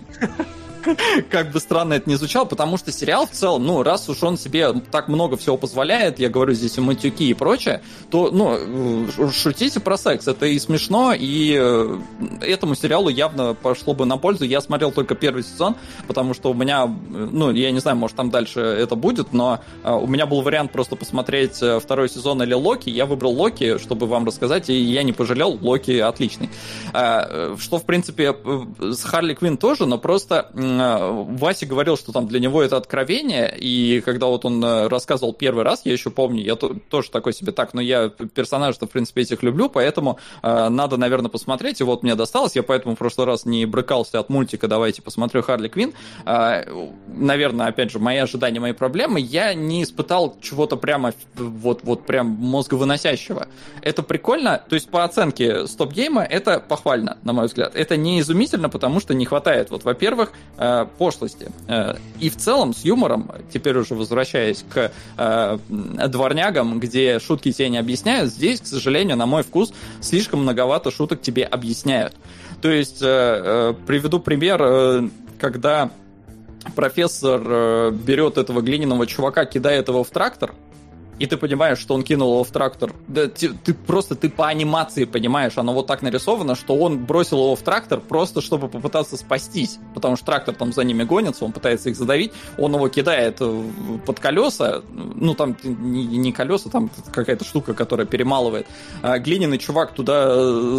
Как бы странно это ни звучало, потому что сериал в целом, ну, раз уж он себе так много всего позволяет, я говорю здесь и матюки и прочее, то, ну, шутите про секс, это и смешно, и этому сериалу явно пошло бы на пользу. Я смотрел только первый сезон, потому что у меня, ну, я не знаю, может там дальше это будет, но у меня был вариант просто посмотреть второй сезон или Локи, я выбрал Локи, чтобы вам рассказать, и я не пожалел, Локи отличный. Что, в принципе, с Харли Квинн тоже, но просто Вася говорил, что там для него это откровение, и когда вот он рассказывал первый раз, я еще помню, я тоже такой себе, так, но я персонажей-то, в принципе, этих люблю, поэтому э, надо, наверное, посмотреть, и вот мне досталось, я поэтому в прошлый раз не брыкался от мультика, давайте посмотрю Харли Квинн. Э, наверное, опять же, мои ожидания, мои проблемы, я не испытал чего-то прямо, вот, вот прям мозговыносящего. Это прикольно, то есть по оценке стоп-гейма это похвально, на мой взгляд. Это не изумительно, потому что не хватает, вот, во-первых, пошлости. И в целом с юмором, теперь уже возвращаясь к э, дворнягам, где шутки тебе не объясняют, здесь, к сожалению, на мой вкус, слишком многовато шуток тебе объясняют. То есть, э, э, приведу пример, э, когда профессор э, берет этого глиняного чувака, кидает его в трактор, и ты понимаешь, что он кинул его в трактор. Да, ты, ты просто ты по анимации понимаешь, оно вот так нарисовано, что он бросил его в трактор просто, чтобы попытаться спастись. Потому что трактор там за ними гонится, он пытается их задавить, он его кидает под колеса, ну там не, не колеса, там какая-то штука, которая перемалывает. А глиняный чувак туда,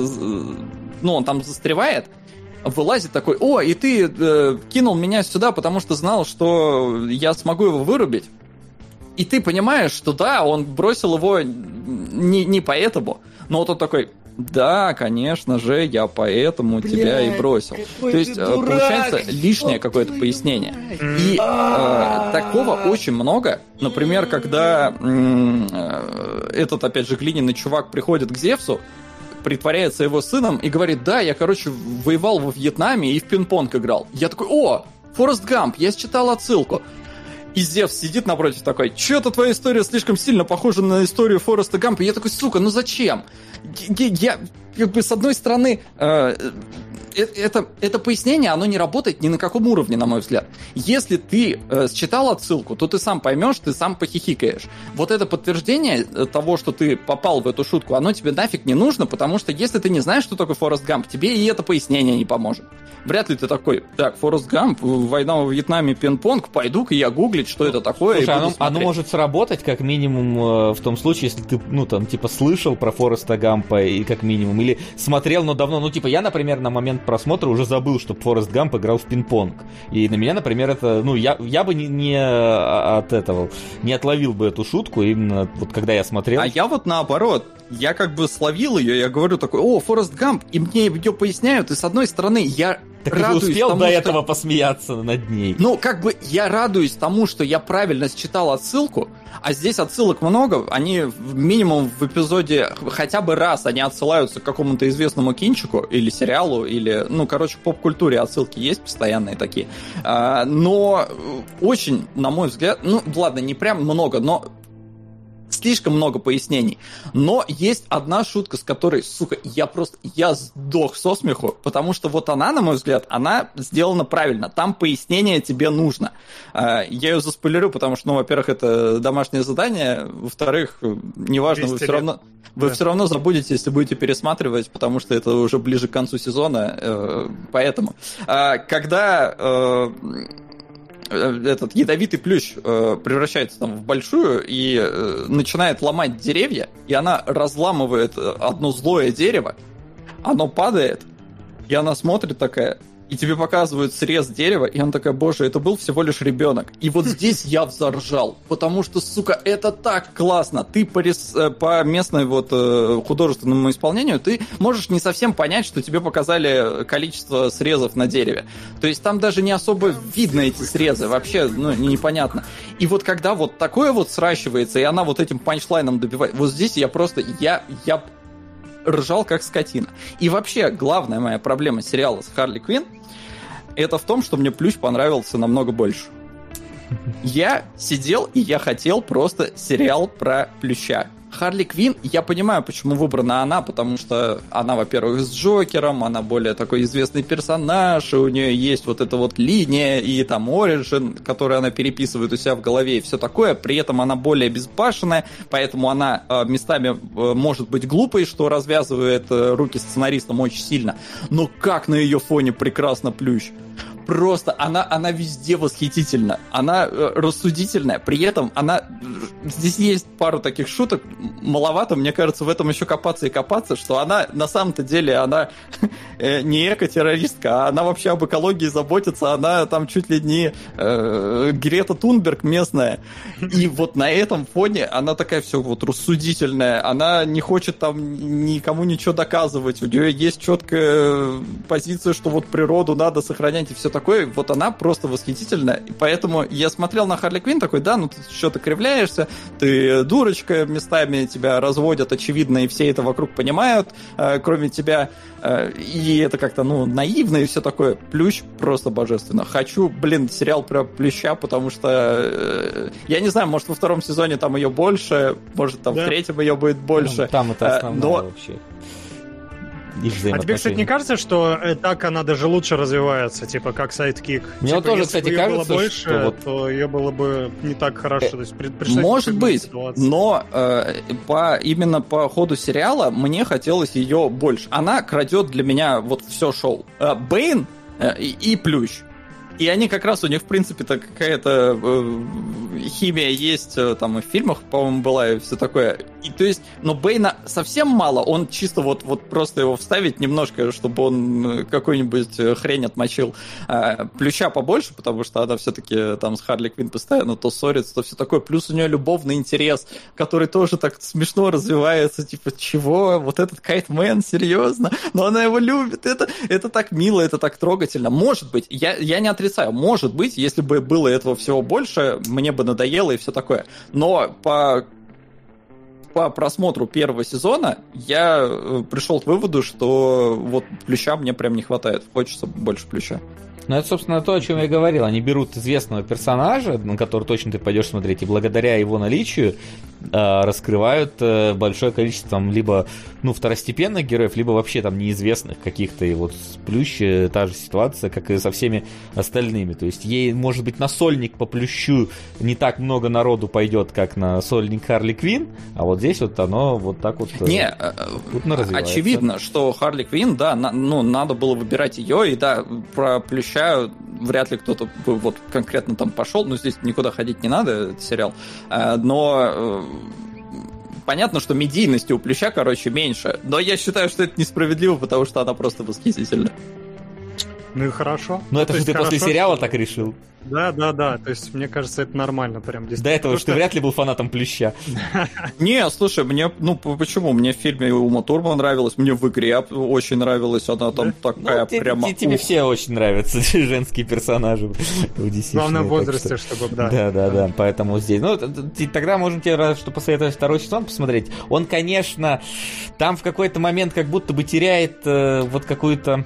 ну он там застревает, вылазит такой, о, и ты э, кинул меня сюда, потому что знал, что я смогу его вырубить. И ты понимаешь, что да, он бросил его не, не поэтому, но вот он такой, да, конечно же, я поэтому Блядь, тебя и бросил. То есть дурак, получается лишнее какое-то пояснение. И э, такого очень много. Например, когда э, этот, опять же, глиняный чувак приходит к Зевсу, притворяется его сыном и говорит, да, я, короче, воевал во Вьетнаме и в пинг-понг играл. Я такой, о, Форест Гамп, я читал отсылку. И Зевс сидит напротив такой, чё-то твоя история слишком сильно похожа на историю Фореста Гампа. И я такой, сука, ну зачем? Я, как бы, с одной стороны, э, это, это пояснение, оно не работает ни на каком уровне, на мой взгляд. Если ты э, считал отсылку, то ты сам поймешь, ты сам похихикаешь. Вот это подтверждение того, что ты попал в эту шутку, оно тебе нафиг не нужно, потому что если ты не знаешь, что такое Форест Гамп, тебе и это пояснение не поможет. Вряд ли ты такой, так, Форест Гамп, война во Вьетнаме, пинг-понг, пойду-ка я гуглить, что это такое. Слушай, оно, оно может сработать, как минимум, э, в том случае, если ты, ну, там, типа, слышал про Фореста Гампа, и как минимум, или смотрел, но давно, ну, типа, я, например, на момент просмотра уже забыл, что Форест Гамп играл в пинг-понг. И на меня, например, это, ну, я, я бы не, не от этого, не отловил бы эту шутку, именно вот когда я смотрел. А я вот наоборот, я как бы словил ее, я говорю такой, о, Форест Гамп, и мне ее поясняют, и с одной стороны, я Так радуюсь ты успел тому, до что... этого посмеяться над ней. Ну, как бы я радуюсь тому, что я правильно считал отсылку, а здесь отсылок много, они минимум в эпизоде хотя бы раз они отсылаются к какому-то известному кинчику или сериалу, или, ну, короче, в поп-культуре отсылки есть постоянные такие. А, но очень, на мой взгляд, ну, ладно, не прям много, но слишком много пояснений. Но есть одна шутка, с которой, сука, я просто, я сдох со смеху, потому что вот она, на мой взгляд, она сделана правильно. Там пояснение тебе нужно. Я ее заспойлерю, потому что, ну, во-первых, это домашнее задание, во-вторых, неважно, вы все равно... Вы да. все равно забудете, если будете пересматривать, потому что это уже ближе к концу сезона, поэтому. Когда этот ядовитый плющ превращается там в большую и начинает ломать деревья, и она разламывает одно злое дерево, оно падает, и она смотрит такая... И тебе показывают срез дерева, и она такая, боже, это был всего лишь ребенок. И вот здесь я взоржал, потому что, сука, это так классно. Ты по, рис... по местной вот художественному исполнению, ты можешь не совсем понять, что тебе показали количество срезов на дереве. То есть там даже не особо видно эти срезы, вообще, ну, непонятно. И вот когда вот такое вот сращивается, и она вот этим панчлайном добивает, вот здесь я просто, я, я ржал как скотина. И вообще, главная моя проблема сериала с Харли Квинн это в том, что мне Плющ понравился намного больше. Я сидел и я хотел просто сериал про Плюща. Харли Квинн, я понимаю, почему выбрана она, потому что она, во-первых, с Джокером, она более такой известный персонаж, и у нее есть вот эта вот линия и там оригин, который она переписывает у себя в голове и все такое, при этом она более безбашенная, поэтому она э, местами э, может быть глупой, что развязывает э, руки сценаристам очень сильно, но как на ее фоне прекрасно Плющ. Просто она, она везде восхитительна, она э, рассудительная, при этом она... Здесь есть пару таких шуток, маловато, мне кажется, в этом еще копаться и копаться, что она, на самом-то деле, она э, не эко-террористка, а она вообще об экологии заботится, она там чуть ли не э, Грета Тунберг местная, и вот на этом фоне она такая все вот рассудительная, она не хочет там никому ничего доказывать, у нее есть четкая позиция, что вот природу надо сохранять и все такое. Такой, вот она просто восхитительная, и поэтому я смотрел на Харли Квинн такой, да, ну ты что-то кривляешься, ты дурочка, местами тебя разводят, очевидно, и все это вокруг понимают, э, кроме тебя, э, и это как-то, ну, наивно и все такое. Плющ просто божественно. Хочу, блин, сериал про Плюща, потому что, э, я не знаю, может, во втором сезоне там ее больше, может, там да. в третьем ее будет больше. Ну, там это основное но... вообще. А тебе, кстати, не кажется, что так она даже лучше развивается, типа как сайдкик? Мне типа, тоже, если кстати, бы ее кажется, было больше, что вот... то ее было бы не так хорошо. То есть, может быть, ситуации. но э, по, именно по ходу сериала мне хотелось ее больше. Она крадет для меня вот все шоу. Э, Бэйн э, и, и Плющ. И они как раз, у них, в принципе-то, какая-то э, химия есть, э, там, и в фильмах, по-моему, была, и все такое. И, то есть, но Бэйна совсем мало, он чисто вот, вот просто его вставить немножко, чтобы он какую-нибудь хрень отмочил. А Плюща побольше, потому что она все-таки там с Харли Квинн постоянно то ссорится, то все такое. Плюс у нее любовный интерес, который тоже так смешно развивается, типа, чего? Вот этот Кайтмен, серьезно? Но она его любит, это, это так мило, это так трогательно. Может быть, я, я не отрицаю, может быть, если бы было этого всего больше, мне бы надоело и все такое. Но по, по просмотру первого сезона я пришел к выводу, что вот Плюща мне прям не хватает. Хочется больше Плюща. Ну, это, собственно, то, о чем я говорил. Они берут известного персонажа, на который точно ты пойдешь смотреть, и благодаря его наличию э, раскрывают э, большое количество там либо ну, второстепенных героев, либо вообще там неизвестных каких-то. И вот с Плющ та же ситуация, как и со всеми остальными. То есть ей, может быть, на сольник по Плющу не так много народу пойдет, как на сольник Харли Квинн, а вот здесь вот оно вот так вот не, очевидно, что Харли Квинн, да, на, ну, надо было выбирать ее, и да, про Плюща вряд ли кто-то вот конкретно там пошел, но здесь никуда ходить не надо, этот сериал, но понятно, что медийности у Плюща, короче, меньше, но я считаю, что это несправедливо, потому что она просто восхитительна. Ну и хорошо. Ну это же ты после сериала так решил. Да, да, да. То есть, мне кажется, это нормально прям. До этого что ты вряд ли был фанатом Плюща. Не, слушай, мне, ну почему? Мне в фильме Ума Турман нравилось, мне в игре очень нравилась, она там такая прямо... Тебе все очень нравятся женские персонажи в ди си. Главное в возрасте, чтобы, да. Да, да, да, поэтому здесь... Ну, тогда можем тебе раз что посоветовать второй сезон посмотреть. Он, конечно, там в какой-то момент как будто бы теряет вот какую-то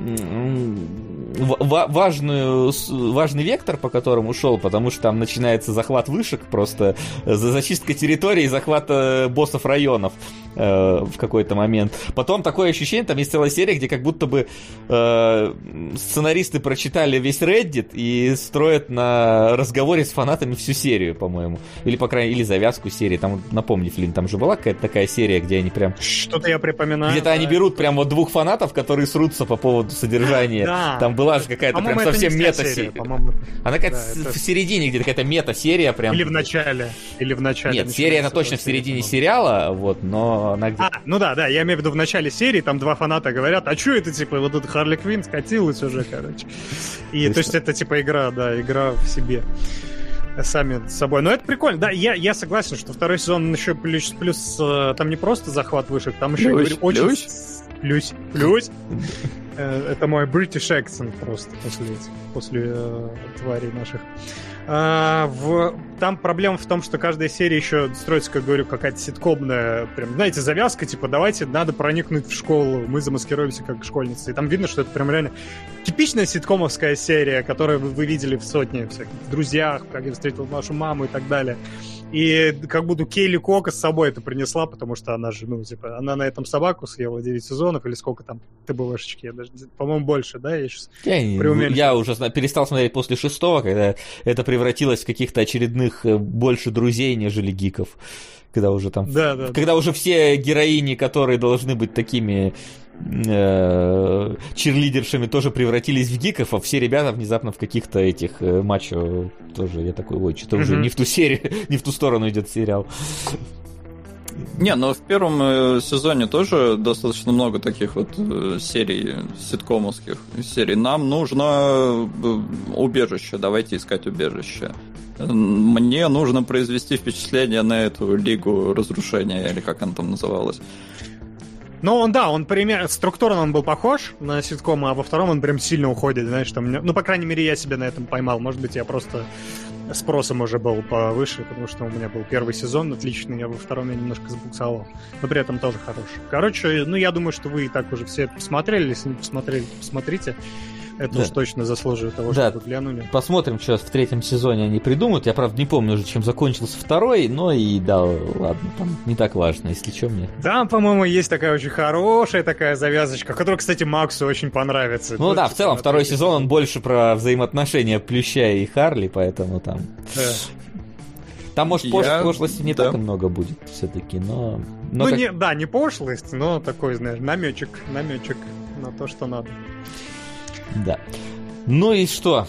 важную, важный вектор, по которому шел, потому что там начинается захват вышек, просто зачистка территории, захват боссов районов э, в какой-то момент. Потом такое ощущение, там есть целая серия, где как будто бы э, сценаристы прочитали весь Reddit и строят на разговоре с фанатами всю серию, по-моему. Или, по крайней мере, или завязку серии. Там, напомни, Флинн, там же была какая-то такая серия, где они прям... Что-то я припоминаю. Где-то да. они берут прям вот двух фанатов, которые срутся по поводу содержания. Да. Там была же какая-то прям совсем мета-серия. Она какая-то да, это... в середине где-то какая-то мета-серия прям. Или в начале. Или в начале. Нет, серия она точно в середине сериала, вот, но она где-то... А, ну да, да, я имею в виду в начале серии, там два фаната говорят, а чё это, типа, вот этот Харли Квинн скатилась уже, короче. И то есть это, типа, игра, да, игра в себе. Сами с собой. Но это прикольно. Да, я, я согласен, что второй сезон еще плюс, плюс там не просто захват вышек, там еще, плюс, говорю, очень... Плюс? Плюс. Плюс. Это мой British accent просто после, после э, тварей наших. А, в, там проблема в том, что каждая серия еще строится, как говорю, какая-то ситкомная, прям, знаете, завязка, типа, давайте, надо проникнуть в школу, мы замаскируемся как школьницы. И там видно, что это прям реально типичная ситкомовская серия, которую вы, вы видели в сотне всяких в «Друзьях», «Как я встретил вашу маму» и так далее. И как будто Кейли Кока с собой это принесла, потому что она же, ну, типа, она на этом собаку съела девять сезонов, или сколько там ТБшечки, я даже, по-моему, больше, да? Я сейчас я, я уже перестал смотреть после шестого, когда это превратилось в каких-то очередных больше друзей, нежели гиков. Когда уже там... Да, да, когда да. уже все героини, которые должны быть такими... чирлидершами тоже превратились в гиков, а все ребята внезапно в каких-то этих э, мачо тоже, я такой, ой, что-то mm-hmm. уже не в ту серию, не в ту сторону идет сериал. Не, но в первом э, сезоне тоже достаточно много таких вот э, серий ситкомовских серий. Нам нужно э, убежище, давайте искать убежище. Мне нужно произвести впечатление на эту Лигу Разрушения, или как она там называлась. Ну, он, да, он пример... структурно он был похож на ситком, а во втором он прям сильно уходит, знаешь, там... Ну, по крайней мере, я себя на этом поймал. Может быть, я просто спросом уже был повыше, потому что у меня был первый сезон отличный, а во втором я немножко сбуксовал. Но при этом тоже хороший. Короче, ну, я думаю, что вы и так уже все посмотрели. Если не посмотрели, то посмотрите. Это да. уж точно заслуживает того, да. чтобы глянули. Посмотрим, что в третьем сезоне они придумают. Я, правда, не помню уже, чем закончился второй, но и да, ладно, там не так важно, если что мне. Там, по-моему, есть такая очень хорошая такая завязочка, которая, кстати, Максу очень понравится. Ну, ну да, в целом второй сезон, он больше про взаимоотношения Плюща и Харли, поэтому там... Да. Там, может, Я... пошлости не да. так и много будет все-таки, но... но ну, как... не, да, не пошлость, но такой, знаешь, намечек, намечек на то, что надо. Да. Ну и что?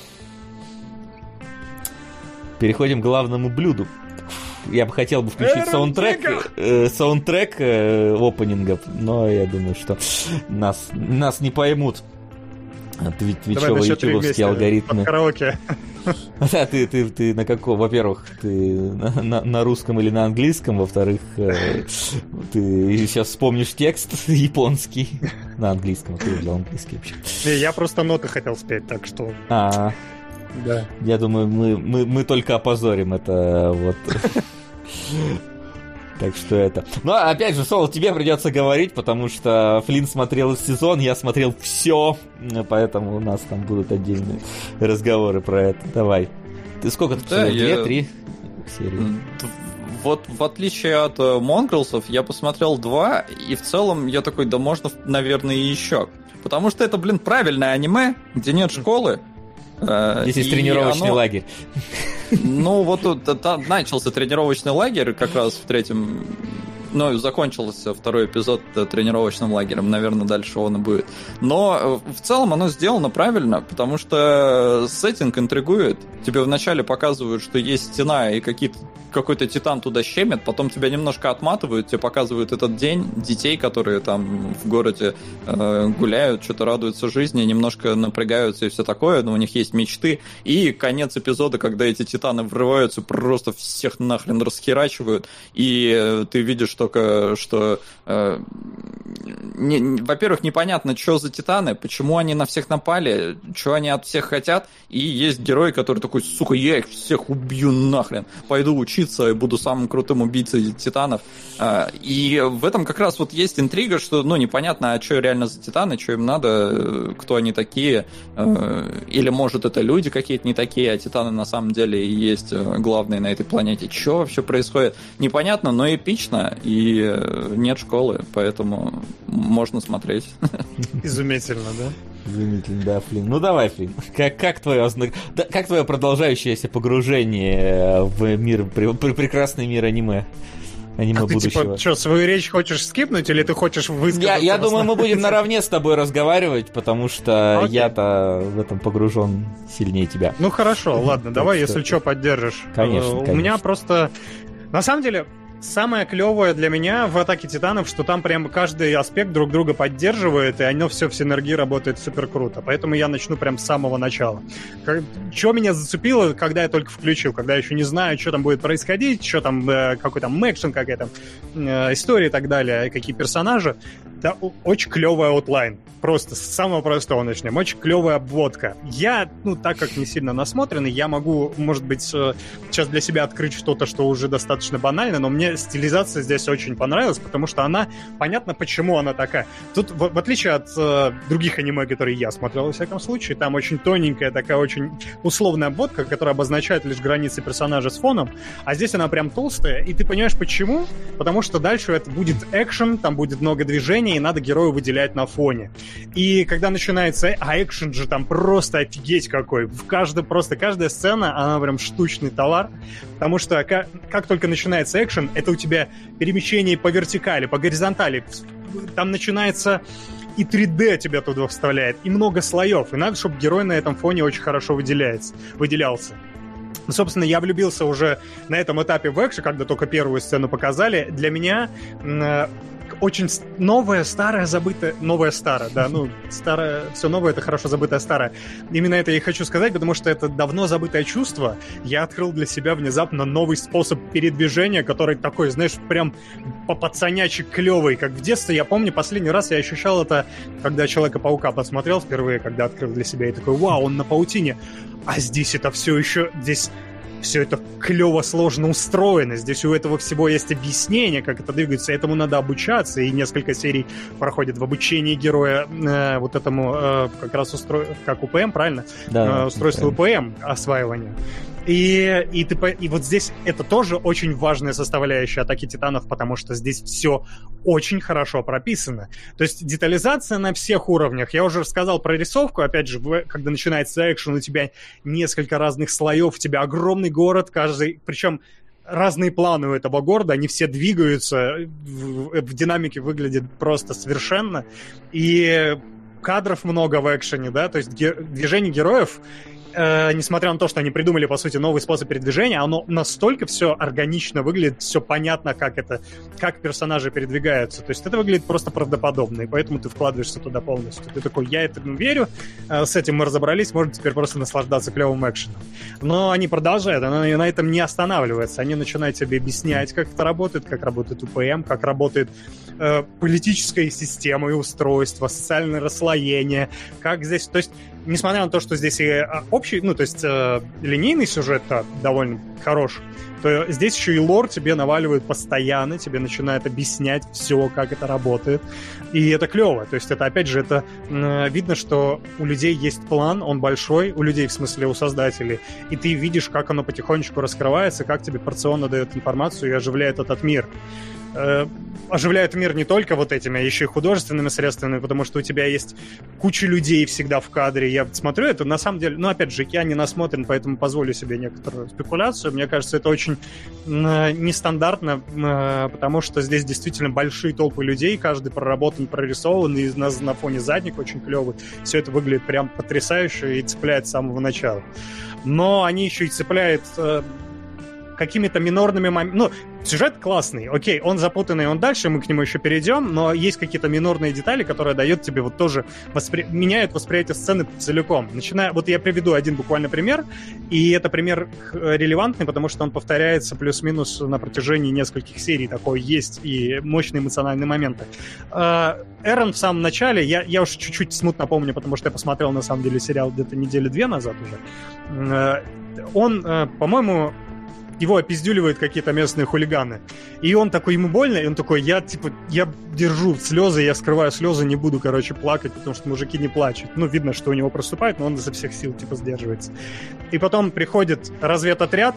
Переходим к главному блюду. Я бы хотел бы включить саундтрек, э, саундтрек э, опенингов, но я думаю, что нас, нас не поймут. Твичево-ютубовские алгоритмы. Караоке. Да, ты, ты, ты на каком? Во-первых, ты на, на, на русском или на английском, во-вторых, э, ты сейчас вспомнишь текст японский. На английском, а ты взял английский вообще. Не, я просто ноты хотел спеть, так что... А, да. Я думаю, мы, мы, мы только опозорим это вот... Так что это... Ну, опять же, Сол, тебе придется говорить, потому что Флинн смотрел сезон, я смотрел все, поэтому у нас там будут отдельные разговоры про это. Давай. Ты сколько ты посмотрел? Да, Две, три серии? Вот в отличие от Монголсов, я посмотрел два, и в целом я такой, да можно, наверное, и еще. Потому что это, блин, правильное аниме, где нет школы. Здесь есть тренировочный оно... лагерь. Ну, вот тут начался тренировочный лагерь как раз в третьем ну, закончился второй эпизод тренировочным лагерем, наверное, дальше он и будет. Но в целом оно сделано правильно, потому что сеттинг интригует. Тебе вначале показывают, что есть стена и какие-то какой-то титан туда щемит, потом тебя немножко отматывают, тебе показывают этот день, детей, которые там в городе э, гуляют, что-то радуются жизни, немножко напрягаются и все такое, но у них есть мечты, и конец эпизода, когда эти титаны врываются, просто всех нахрен расхерачивают, и э, ты видишь только, что э, не, во-первых, непонятно, что за титаны, почему они на всех напали, что они от всех хотят, и есть герой, который такой, сука, я их всех убью нахрен, пойду учиться и буду самым крутым убийцей титанов. И в этом как раз вот есть интрига, что, ну, непонятно, а что реально за титаны, что им надо, кто они такие, или, может, это люди какие-то не такие, а титаны на самом деле и есть главные на этой планете. Что вообще происходит? Непонятно, но эпично, и нет школы, поэтому можно смотреть. Изумительно, да? Изумительно, да, Флин. Ну давай, Флин. Как, как, твое, как твое продолжающееся погружение в мир, в прекрасный мир аниме? Аниме а ты, будущего. типа, что, свою речь хочешь скипнуть, или ты хочешь высказаться? Я, я думаю, мы будем наравне с тобой разговаривать, потому что okay. я-то в этом погружен сильнее тебя. Ну хорошо, ладно, давай, если что, поддержишь. Конечно, У конечно. меня просто... На самом деле... Самое клевое для меня в «Атаке Титанов», что там прям каждый аспект друг друга поддерживает, и оно все в синергии работает супер круто. Поэтому я начну прям с самого начала. Что меня зацепило, когда я только включил, когда я еще не знаю, что там будет происходить, что там, э, какой там экшен, какая там э, история и так далее, какие персонажи. Да, очень клевый аутлайн. Просто с самого простого начнем. Очень клевая обводка. Я, ну, так как не сильно насмотренный, я могу, может быть, сейчас для себя открыть что-то, что уже достаточно банально, но мне стилизация здесь очень понравилась, потому что она, понятно, почему она такая. Тут, в, в отличие от э, других аниме, которые я смотрел, во всяком случае, там очень тоненькая, такая очень условная обводка, которая обозначает лишь границы персонажа с фоном, а здесь она прям толстая, и ты понимаешь, почему? Потому что дальше это будет экшен, там будет много движений, и надо героя выделять на фоне. И когда начинается... А экшен же там просто офигеть какой. В каждой, просто каждая сцена, она прям штучный товар. Потому что как, как только начинается экшен, это у тебя перемещение по вертикали, по горизонтали. Там начинается... И три дэ тебя туда вставляет, и много слоев. И надо, чтобы герой на этом фоне очень хорошо выделяется, выделялся. Ну, собственно, я влюбился уже на этом этапе в экшен, когда только первую сцену показали. Для меня... очень новое, старое, забытое... Новое, старое, да, ну, старое... Все новое — это хорошо забытое, старое. Именно это я и хочу сказать, потому что это давно забытое чувство. Я открыл для себя внезапно новый способ передвижения, который такой, знаешь, прям по-пацанячи клевый. Как в детстве, я помню, последний раз я ощущал это, когда Человека-паука посмотрел впервые, когда открыл для себя, и такой, вау, он на паутине. А здесь это все еще... Здесь... Все это клево, сложно устроено. Здесь у этого всего есть объяснение, как это двигается. Этому надо обучаться. И несколько серий проходит в обучении героя э, вот этому э, как раз устро... как у ПМ, правильно? Да, э, устройство ПМ, осваивание. И, и, ты, и вот здесь это тоже очень важная составляющая «Атаки Титанов», потому что здесь все очень хорошо прописано. То есть детализация на всех уровнях. Я уже рассказал про рисовку. Опять же, когда начинается экшен, у тебя несколько разных слоев, у тебя огромный город, каждый... Причем разные планы у этого города, они все двигаются, в, в динамике выглядит просто совершенно. И кадров много в экшене, да, то есть ге- движение героев... Э, несмотря на то, что они придумали, по сути, новый способ передвижения, оно настолько все органично выглядит, все понятно, как это, как персонажи передвигаются. То есть это выглядит просто правдоподобно, и поэтому ты вкладываешься туда полностью. Ты такой, я этому верю, э, с этим мы разобрались, можно теперь просто наслаждаться клевым экшеном. Но они продолжают, они на этом не останавливаются. Они начинают тебе объяснять, как это работает, как работает УПМ, как работает э, политическая система и устройство, социальное расслоение, как здесь... То есть, несмотря на то, что здесь и общий, ну, то есть э, линейный сюжет-то довольно хорош, то здесь еще и лор тебе наваливают постоянно, тебе начинают объяснять все, как это работает. И это клево. То есть это, опять же, это э, видно, что у людей есть план, он большой, у людей, в смысле, у создателей, и ты видишь, как оно потихонечку раскрывается, как тебе порционно дает информацию и оживляет этот мир. э, оживляют мир не только вот этими, а еще и художественными средствами, потому что у тебя есть куча людей всегда в кадре. Я смотрю это, на самом деле, ну, опять же, я не насмотрен, поэтому позволю себе некоторую спекуляцию. Мне кажется, это очень э, нестандартно, э, потому что здесь действительно большие толпы людей, каждый проработан, прорисован, и на, на фоне задник очень клевый. Все это выглядит прям потрясающе и цепляет с самого начала. Но они еще и цепляют... Э, какими-то минорными моментами. Ну, сюжет классный, окей, он запутанный, он дальше, мы к нему еще перейдем, но есть какие-то минорные детали, которые дают тебе вот тоже, воспри... меняют восприятие сцены целиком. Начиная, вот я приведу один буквально пример, и это пример релевантный, потому что он повторяется плюс-минус на протяжении нескольких серий, такое есть, и мощные эмоциональные моменты. Эрон в самом начале, я, я уж чуть-чуть смутно помню, потому что я посмотрел, на самом деле, сериал где-то недели две назад уже, он, по-моему, его опиздюливают какие-то местные хулиганы. И он такой, ему больно, и он такой, я, типа, я держу слезы, я скрываю слезы, не буду, короче, плакать, потому что мужики не плачут. Ну, видно, что у него проступает, но он изо всех сил, типа, сдерживается. И потом приходит разведотряд,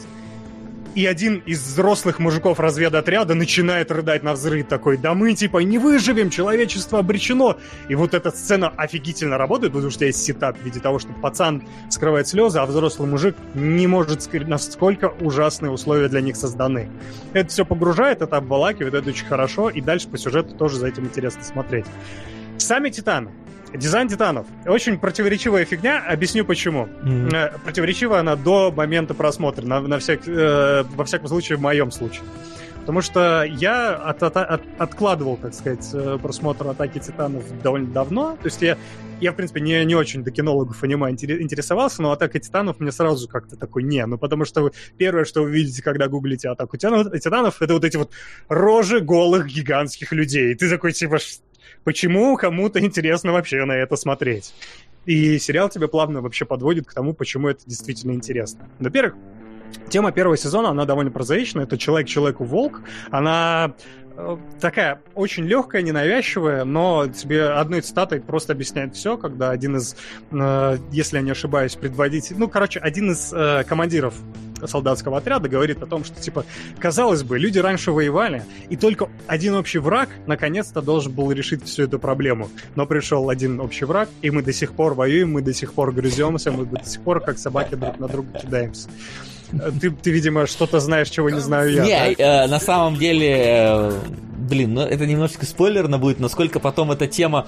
и один из взрослых мужиков разведотряда начинает рыдать навзрыд такой, да мы, типа, не выживем, человечество обречено. И вот эта сцена офигительно работает, потому что есть сетап в виде того, что пацан скрывает слезы, а взрослый мужик не может скрыть, насколько ужасные условия для них созданы. Это все погружает, это обволакивает, это очень хорошо, и дальше по сюжету тоже за этим интересно смотреть. Сами Титаны. Дизайн Титанов. Очень противоречивая фигня, объясню почему. Mm-hmm. Противоречивая она до момента просмотра, на, на всяк, э, во всяком случае, в моем случае. Потому что я от, от, от, откладывал, так сказать, просмотр «Атаки Титанов» довольно давно. То есть я, я в принципе, не, не очень до кинологов аниме интересовался, но «Атака Титанов» мне сразу как-то такой не. Ну, потому что вы, первое, что вы видите, когда гуглите «Атаку Титанов», это вот эти вот рожи голых гигантских людей. И ты такой, типа... Почему кому-то интересно вообще на это смотреть? И сериал тебя плавно вообще подводит к тому, почему это действительно интересно. Во-первых, тема первого сезона, она довольно прозаичная. Это «Человек человеку волк». Она э, такая очень легкая, ненавязчивая, но тебе одной цитатой просто объясняет все, когда один из, э, если я не ошибаюсь, предводитель... Ну, короче, один из э, командиров солдатского отряда говорит о том, что, типа, казалось бы, люди раньше воевали, и только один общий враг наконец-то должен был решить всю эту проблему. Но пришел один общий враг, и мы до сих пор воюем, мы до сих пор грыземся, мы до сих пор как собаки друг на друга кидаемся. Ты, ты, видимо, что-то знаешь, чего не знаю я. Не, э, на самом деле, э, блин, ну это немножечко спойлерно будет, насколько потом эта тема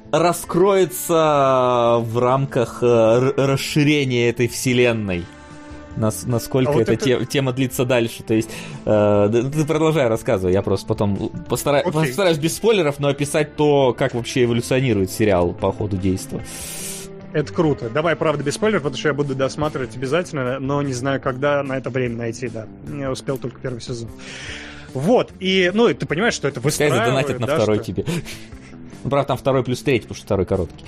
раскроется в рамках э, расширения этой вселенной. Нас, насколько а вот эта это... те, тема длится дальше. То есть, э, ты продолжай рассказывай, я просто потом постара... okay. постараюсь без спойлеров, но описать то, как вообще эволюционирует сериал по ходу действия. Это круто. Давай, правда, без спойлеров, потому что я буду досматривать обязательно, но не знаю, когда на это время найти, да. Я успел только первый сезон. Вот, и, ну, ты понимаешь, что это выстраивает... Пускай задонатят на да, второй что... тебе. Ну, правда, там второй плюс третий, потому что второй короткий.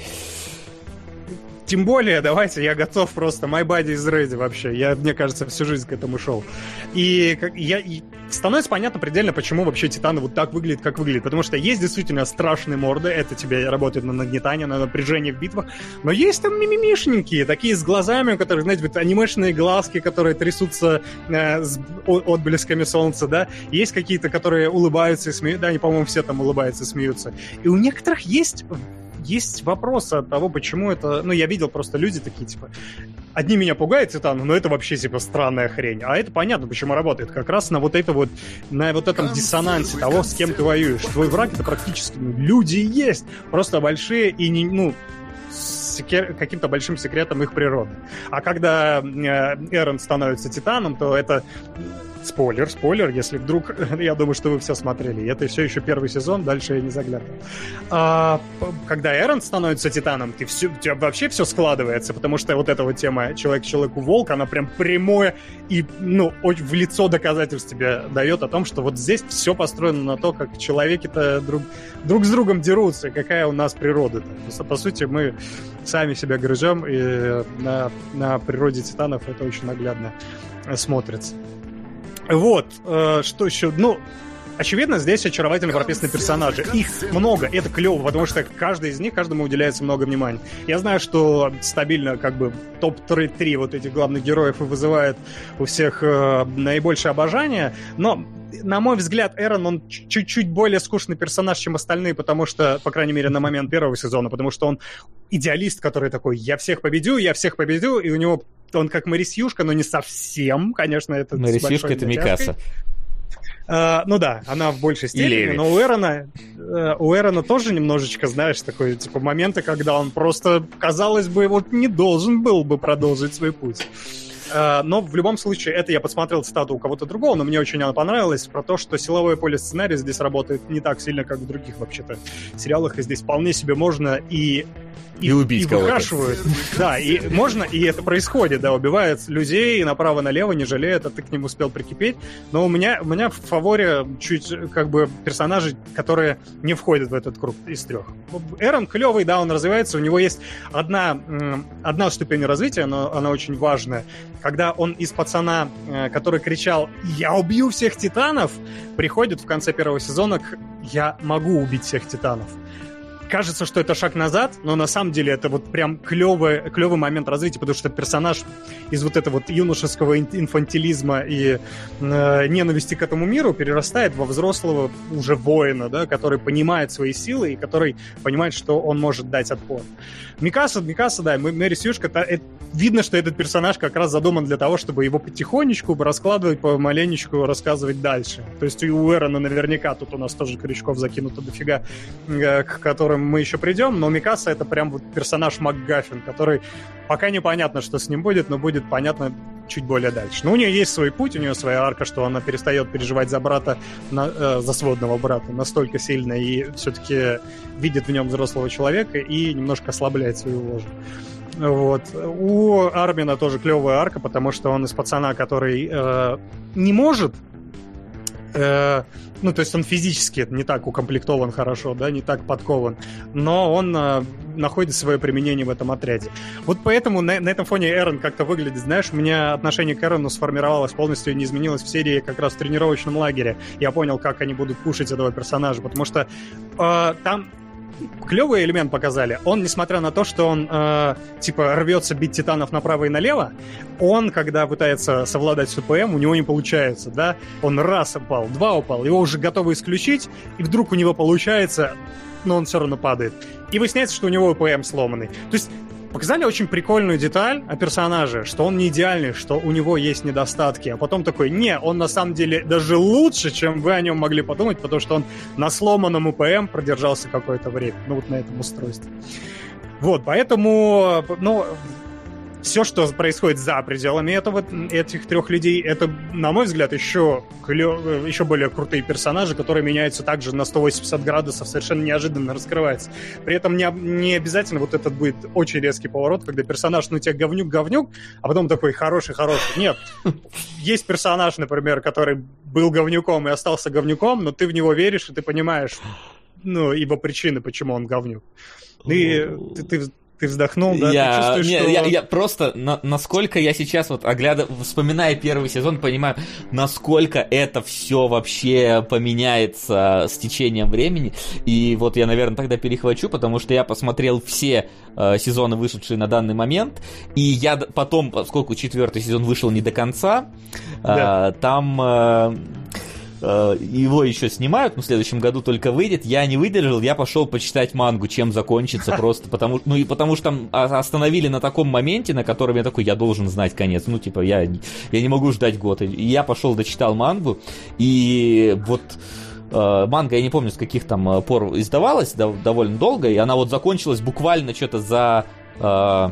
Тем более, давайте, я готов просто. My body is ready вообще. Я, мне кажется, всю жизнь к этому шел. И, как, я, и становится понятно предельно, почему вообще Титаны вот так выглядят, как выглядят. Потому что есть действительно страшные морды. Это тебе работает на нагнетание, на напряжение в битвах. Но есть там мимимишненькие, такие с глазами, у которых, знаете, вот анимешные глазки, которые трясутся э, с отблесками солнца, да. Есть какие-то, которые улыбаются и смеются. Да, они, по-моему, все там улыбаются и смеются. И у некоторых есть... Есть вопрос от того, почему это... Ну, я видел просто люди такие, типа... Одни меня пугают Титаны, но это вообще, типа, странная хрень. А это понятно, почему работает. Как раз на вот это вот... На вот этом диссонансе того, с кем ты воюешь. Твой враг — это практически... Ну, люди есть! Просто большие и не... Ну, с секре... каким-то большим секретом их природы. А когда Эрон становится Титаном, то это... Спойлер, спойлер, если вдруг... Я думаю, что вы все смотрели. Это все еще первый сезон, дальше я не заглядывал. А, когда Эрон становится Титаном, ты все, у тебя вообще все складывается, потому что вот эта вот тема «Человек-человеку-волк», она прям прямое и, ну, в лицо доказательств тебе дает о том, что вот здесь все построено на то, как человеки-то друг, друг с другом дерутся, и какая у нас природа-то. По сути, мы сами себя грызем, и на, на природе Титанов это очень наглядно смотрится. Вот, э, что еще, ну, очевидно, здесь очаровательно прописаны персонажи. Их много, это клево, потому что каждый из них, каждому уделяется много внимания. Я знаю, что стабильно, как бы, топ-три вот этих главных героев и вызывает у всех э, наибольшее обожание, но на мой взгляд, Эрон, он чуть-чуть более скучный персонаж, чем остальные, потому что, по крайней мере, на момент первого сезона, потому что он идеалист, который такой, я всех победю, я всех победю, и у него, он как Марисьюшка, но не совсем, конечно, это Марисьюшка — это Микаса. Uh, ну да, она в большей степени, но у Эрона, uh, у Эрона тоже немножечко, знаешь, такой, типа, моменты, когда он просто, казалось бы, вот не должен был бы продолжить свой путь. Uh, но в любом случае, это я посмотрел цитату у кого-то другого, но мне очень она понравилась, про то, что силовое поле сценария здесь работает не так сильно, как в других, вообще-то, сериалах, и здесь вполне себе можно и... И, и убить и кого-то. Выхашивают. Да, и можно, и это происходит, да, убивают людей направо-налево, не жалеют, а ты к ним успел прикипеть. Но у меня, у меня в фаворе чуть, как бы, персонажи, которые не входят в этот круг из трех. Эрон клевый, да, он развивается, у него есть одна, одна ступень развития, но она очень важная. Когда он из пацана, который кричал «Я убью всех титанов!», приходит в конце первого сезона к «Я могу убить всех титанов». Кажется, что это шаг назад, но на самом деле это вот прям клевый, клевый момент развития, потому что персонаж из вот этого вот юношеского инфантилизма и э, ненависти к этому миру перерастает во взрослого уже воина, да, который понимает свои силы и который понимает, что он может дать отпор. Микаса, Микаса, да, Марисьюшка, это, видно, что этот персонаж как раз задуман для того, чтобы его потихонечку раскладывать, помаленечку рассказывать дальше. То есть у Эрона наверняка тут у нас тоже крючков закинуто дофига, э, к которым мы еще придем, но Микаса — это прям вот персонаж МакГаффин, который пока непонятно, что с ним будет, но будет понятно чуть более дальше. Но у нее есть свой путь, у нее своя арка, что она перестает переживать за брата, на, э, за сводного брата настолько сильно и все-таки видит в нем взрослого человека и немножко ослабляет свою ложу. Вот. У Армина тоже клевая арка, потому что он из пацана, который э, не может э, ну, то есть он физически не так укомплектован хорошо, да, не так подкован, но он э, находит свое применение в этом отряде. Вот поэтому на, на этом фоне Эрон как-то выглядит, знаешь, у меня отношение к Эрону сформировалось полностью и не изменилось в серии как раз в тренировочном лагере. Я понял, как они будут пушить этого персонажа, потому что э, там клевый элемент показали. Он, несмотря на то, что он э, типа рвется бить титанов направо и налево, он, когда пытается совладать с УПМ, у него не получается, да? Он раз упал, два упал, его уже готовы исключить, и вдруг у него получается, но он все равно падает. И выясняется, что у него УПМ сломанный. То есть показали очень прикольную деталь о персонаже, что он не идеальный, что у него есть недостатки, а потом такой, не, он на самом деле даже лучше, чем вы о нем могли подумать, потому что он на сломанном УПМ продержался какое-то время, ну вот на этом устройстве. Вот, поэтому, ну, все, что происходит за пределами этого, этих трех людей, это, на мой взгляд, еще, клё... еще более крутые персонажи, которые меняются также на сто восемьдесят градусов, совершенно неожиданно раскрываются. При этом не, не обязательно вот этот будет очень резкий поворот, когда персонаж, ну, тебе говнюк-говнюк, а потом такой хороший-хороший. Нет. Есть персонаж, например, который был говнюком и остался говнюком, но ты в него веришь, и ты понимаешь, ну, его причины, почему он говнюк. И ты... ты Ты вздохнул, да? Я, Ты чувствуешь, не, что... я, я просто, на, насколько я сейчас, вот, оглядывая, вспоминая первый сезон, понимаю, насколько это все вообще поменяется с течением времени. И вот я, наверное, тогда перехвачу, потому что я посмотрел все э, сезоны, вышедшие на данный момент. И я потом, поскольку четвертый сезон вышел не до конца, да. э, там... Э, его еще снимают, но в следующем году только выйдет. Я не выдержал, я пошел почитать мангу, чем закончится просто, потому, ну и потому что там остановили на таком моменте, на котором я такой, я должен знать конец, ну типа я, я не могу ждать год. И я пошел, дочитал мангу, и вот э, манга, я не помню, с каких там пор издавалась, да, довольно долго, и она вот закончилась буквально что-то за... Э,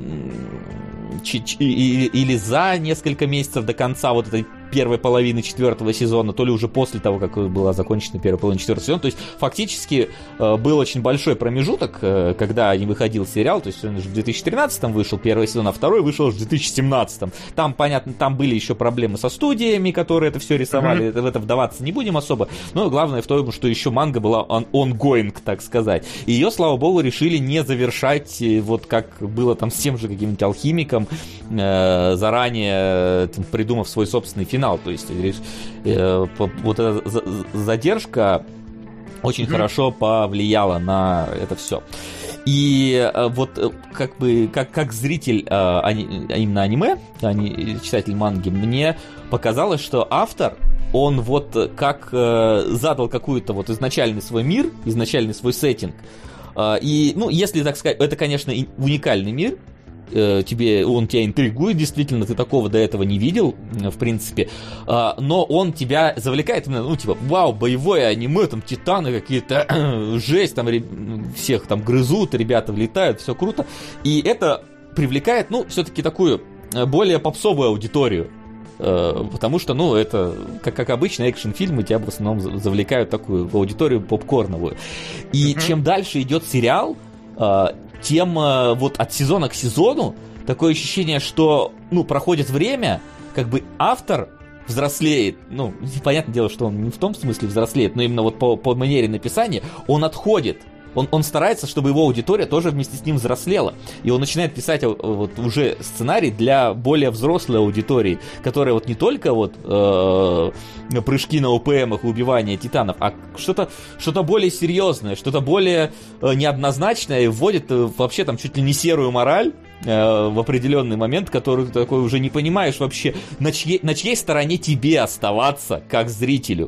или за несколько месяцев до конца вот этой первой половины четвертого сезона, то ли уже после того, как была закончена первая половина четвертого сезона. То есть фактически э, был очень большой промежуток, э, когда не выходил сериал. То есть он уже в две тысячи тринадцатом вышел первый сезон, а второй вышел в две тысячи семнадцатом. Там, понятно, там были еще проблемы со студиями, которые это все рисовали. Mm-hmm. В это вдаваться не будем особо. Но главное в том, что еще манга была on- ongoing, так сказать. И ее, слава богу, решили не завершать, вот как было там с тем же каким-нибудь алхимиком, э, заранее э, придумав свой собственный финал. То есть э, вот эта задержка очень mm-hmm. хорошо повлияла на это все. И э, вот э, как бы как, как зритель э, ани, именно аниме, а не читатель манги, мне показалось, что автор он вот как э, задал какую-то вот изначальный свой мир, изначальный свой сеттинг. Э, и, ну, если так сказать, это, конечно, уникальный мир, э, тебе, он тебя интригует, действительно, ты такого до этого не видел, в принципе, э, но он тебя завлекает, ну, типа, вау, боевое аниме, там, титаны какие-то, жесть, там, всех там грызут, ребята влетают, все круто, и это привлекает, ну, все-таки такую более попсовую аудиторию. Потому что, ну, это, как, как обычно, экшн-фильмы тебя в основном завлекают такую аудиторию попкорновую. И mm-hmm. чем дальше идет сериал, тем вот от сезона к сезону такое ощущение, что, ну, проходит время, как бы автор взрослеет. Ну, понятное дело, что он не в том смысле взрослеет, но именно вот по, по манере написания он отходит. Он, он старается, чтобы его аудитория тоже вместе с ним взрослела. И он начинает писать вот уже сценарий для более взрослой аудитории, которая вот не только вот э, прыжки на ОПМах и убивание титанов, а что-то, что-то более серьезное, что-то более э, неоднозначное, и вводит э, вообще там чуть ли не серую мораль э, в определенный момент, который ты такой уже не понимаешь вообще, на чьей, на чьей стороне тебе оставаться как зрителю.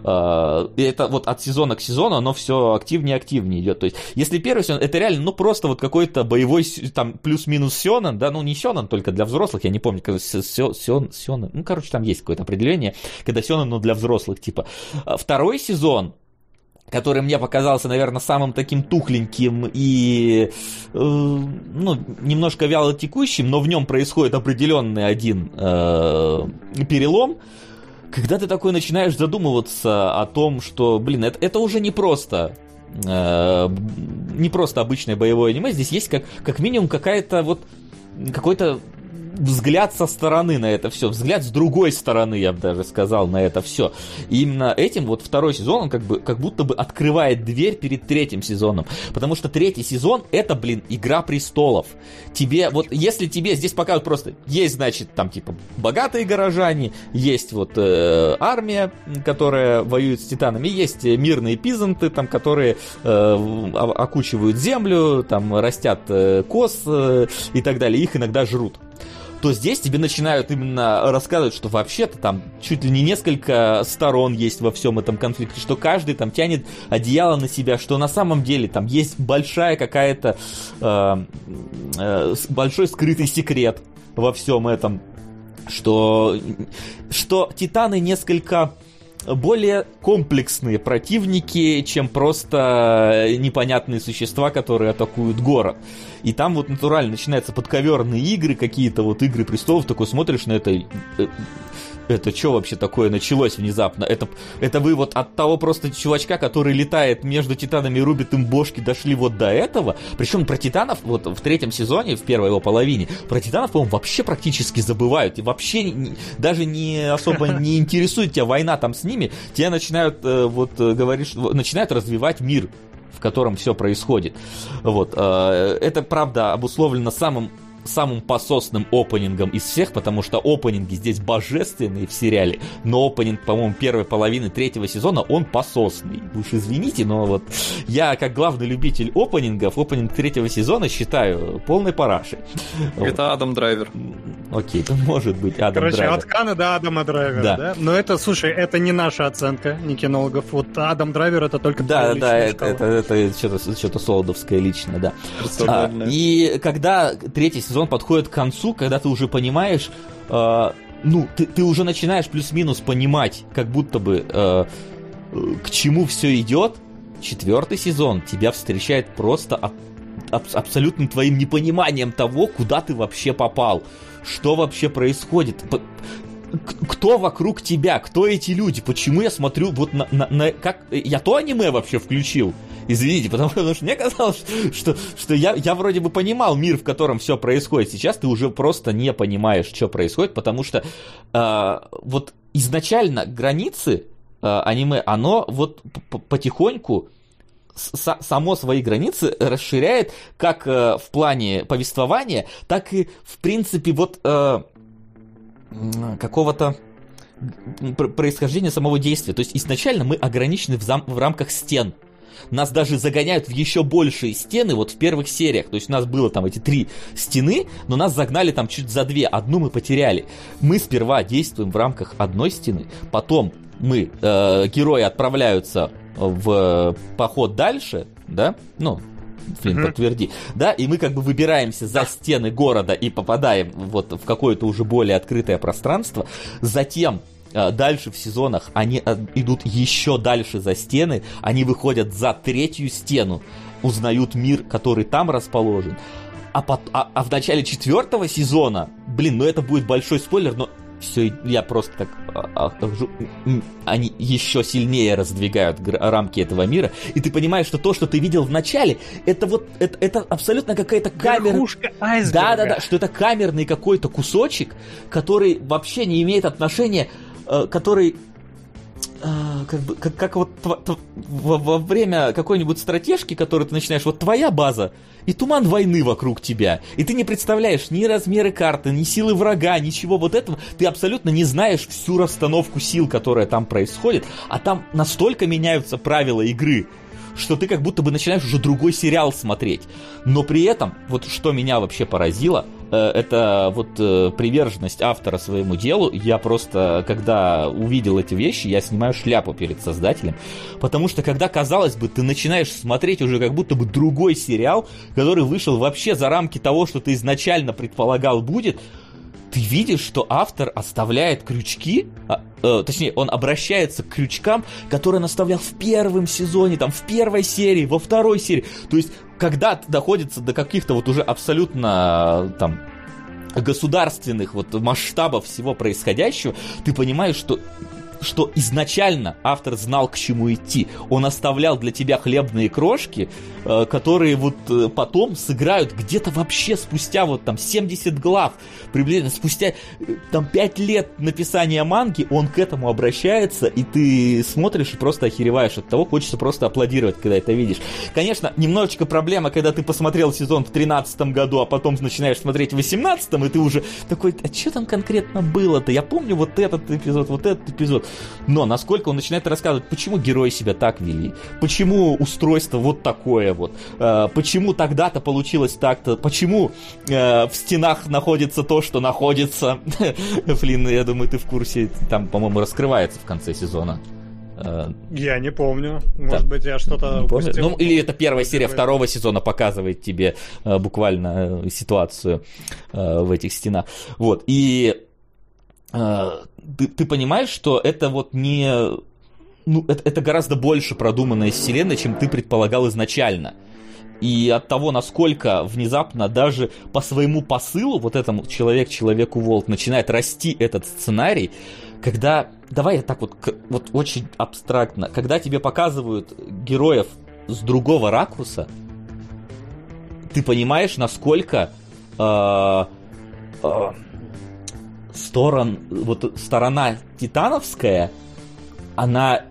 И это вот от сезона к сезону оно все активнее и активнее идет. То есть, если первый сезон, это реально, ну, просто вот какой-то боевой, там, плюс-минус сёнэн, да, ну, не сёнэн, только для взрослых, я не помню, когда сёнэн, ну, короче, там есть какое-то определение, когда сёнэн, но для взрослых, типа. Второй сезон, который мне показался, наверное, самым таким тухленьким и, э, ну, немножко вяло текущим, но в нем происходит определенный один э, перелом. Когда ты такой начинаешь задумываться о том, что, блин, это, это уже не просто, э, не просто обычное боевое аниме, здесь есть как, как минимум какая-то вот, какой-то взгляд со стороны на это все, взгляд с другой стороны, я бы даже сказал, на это все. И именно этим вот второй сезон, он как бы, как будто бы открывает дверь перед третьим сезоном, потому что третий сезон это, блин, Игра престолов. Тебе, вот, если тебе здесь показывают просто, есть, значит, там, типа, богатые горожане, есть вот э, армия, которая воюет с титанами, есть мирные пизанты, там, которые э, окучивают землю, там, растят э, коз э, и так далее, их иногда жрут. То здесь тебе начинают именно рассказывать, что вообще-то там чуть ли не несколько сторон есть во всем этом конфликте, что каждый там тянет одеяло на себя, что на самом деле там есть большая какая-то э, э, большой скрытый секрет во всем этом, что, что титаны несколько более комплексные противники, чем просто непонятные существа, которые атакуют город. И там вот натурально начинаются подковерные игры, какие-то вот игры престолов, такой смотришь на это... Это что вообще такое началось внезапно? Это, это вы вот от того просто чувачка, который летает между титанами и рубит им бошки, дошли вот до этого? Причем про титанов вот в третьем сезоне, в первой его половине, про титанов, по-моему, вообще практически забывают. И вообще не, даже не особо не интересует тебя война там с ними. Тебя начинают, вот, говоришь, начинают развивать мир, в котором все происходит. Вот. Это, правда, обусловлено самым самым пососным опенингом из всех, потому что опенинги здесь божественные в сериале, но опенинг, по-моему, первой половины третьего сезона, он пососный. Уж извините, но вот я, как главный любитель опенингов, опенинг третьего сезона считаю полной парашей. Это вот. Адам Драйвер. Окей, это может быть Адам Короче, Драйвер. от Кана до Адама Драйвера, да. да? Но это, слушай, это не наша оценка, не кинологов. Вот Адам Драйвер это только да, да, это, это, это, это что-то, что-то солодовское лично, да. А, и когда третий сезон подходит к концу, когда ты уже понимаешь, э, ну, ты, ты уже начинаешь плюс-минус понимать, как будто бы э, к чему все идет. Четвертый сезон тебя встречает просто аб- аб- абсолютным твоим непониманием того, куда ты вообще попал, что вообще происходит. П- Кто вокруг тебя? Кто эти люди? Почему я смотрю вот на, на, на как я то аниме вообще включил? Извините, потому, потому что мне казалось, что, что я, я вроде бы понимал мир, в котором все происходит. Сейчас ты уже просто не понимаешь, что происходит, потому что э, вот изначально границы э, аниме, оно вот потихоньку с- само свои границы расширяет как э, в плане повествования, так и в принципе вот э, какого-то происхождения самого действия. То есть изначально мы ограничены в, зам- в рамках стен. Нас даже загоняют в еще большие стены вот в первых сериях. То есть у нас было там эти три стены, но нас загнали там чуть за две. Одну мы потеряли. Мы сперва действуем в рамках одной стены, потом мы, э, герои отправляются в поход дальше, да, ну, Флинн, mm-hmm. подтверди, да, и мы как бы выбираемся за стены города и попадаем вот в какое-то уже более открытое пространство. Затем дальше в сезонах они идут еще дальше за стены, они выходят за третью стену, узнают мир, который там расположен. А, под, а, а в начале четвертого сезона, блин, ну это будет большой спойлер, но все, я просто так... А, а, они еще сильнее раздвигают гр- рамки этого мира, и ты понимаешь, что то, что ты видел в начале, это вот, это, это абсолютно какая-то камера... Верхушка айсберга. Да-да-да, что это камерный какой-то кусочек, который вообще не имеет отношения, э, который... Как, бы, как, как вот тв- во, во время какой-нибудь стратежки, которую ты начинаешь, вот твоя база, и туман войны вокруг тебя, и ты не представляешь ни размеры карты, ни силы врага, ничего вот этого, ты абсолютно не знаешь всю расстановку сил, которая там происходит, а там настолько меняются правила игры, что ты как будто бы начинаешь уже другой сериал смотреть. Но при этом, вот что меня вообще поразило, э, это вот э, приверженность автора своему делу. Я просто, когда увидел эти вещи, я снимаю шляпу перед создателем. Потому что, когда, казалось бы, ты начинаешь смотреть уже как будто бы другой сериал, который вышел вообще за рамки того, что ты изначально предполагал будет, ты видишь, что автор оставляет крючки, а, э, точнее, он обращается к крючкам, которые он оставлял в первом сезоне, там, в первой серии, во второй серии. То есть, когда доходится до каких-то вот уже абсолютно, там, государственных вот масштабов всего происходящего, ты понимаешь, что... что изначально автор знал, к чему идти. Он оставлял для тебя хлебные крошки, э, которые вот э, потом сыграют где-то вообще спустя вот там семьдесят глав, приблизительно спустя э, там пять лет написания манги, он к этому обращается, и ты смотришь и просто охереваешь от того, хочется просто аплодировать, когда это видишь. Конечно, немножечко проблема, когда ты посмотрел сезон в тринадцатом году, а потом начинаешь смотреть в восемнадцатом, и ты уже такой, а что там конкретно было-то? Я помню вот этот эпизод, вот этот эпизод. Но насколько он начинает рассказывать, почему герои себя так вели, почему устройство вот такое вот, э, почему тогда-то получилось так-то, почему э, в стенах находится то, что находится. Флинн, я думаю, ты в курсе, там, по-моему, раскрывается в конце сезона. Я не помню. Может быть, я что-то упустил. Ну, или это первая серия второго сезона показывает тебе э, буквально э, ситуацию э, в этих стенах. Вот, и э, ты, ты понимаешь, что это вот не... Ну, это, это гораздо больше продуманная вселенная, чем ты предполагал изначально. И от того, насколько внезапно даже по своему посылу вот этому человек-человеку-волк начинает расти этот сценарий, когда, давай я так вот, вот очень абстрактно, когда тебе показывают героев с другого ракурса, ты понимаешь, насколько э, э, сторон, вот сторона титановская, она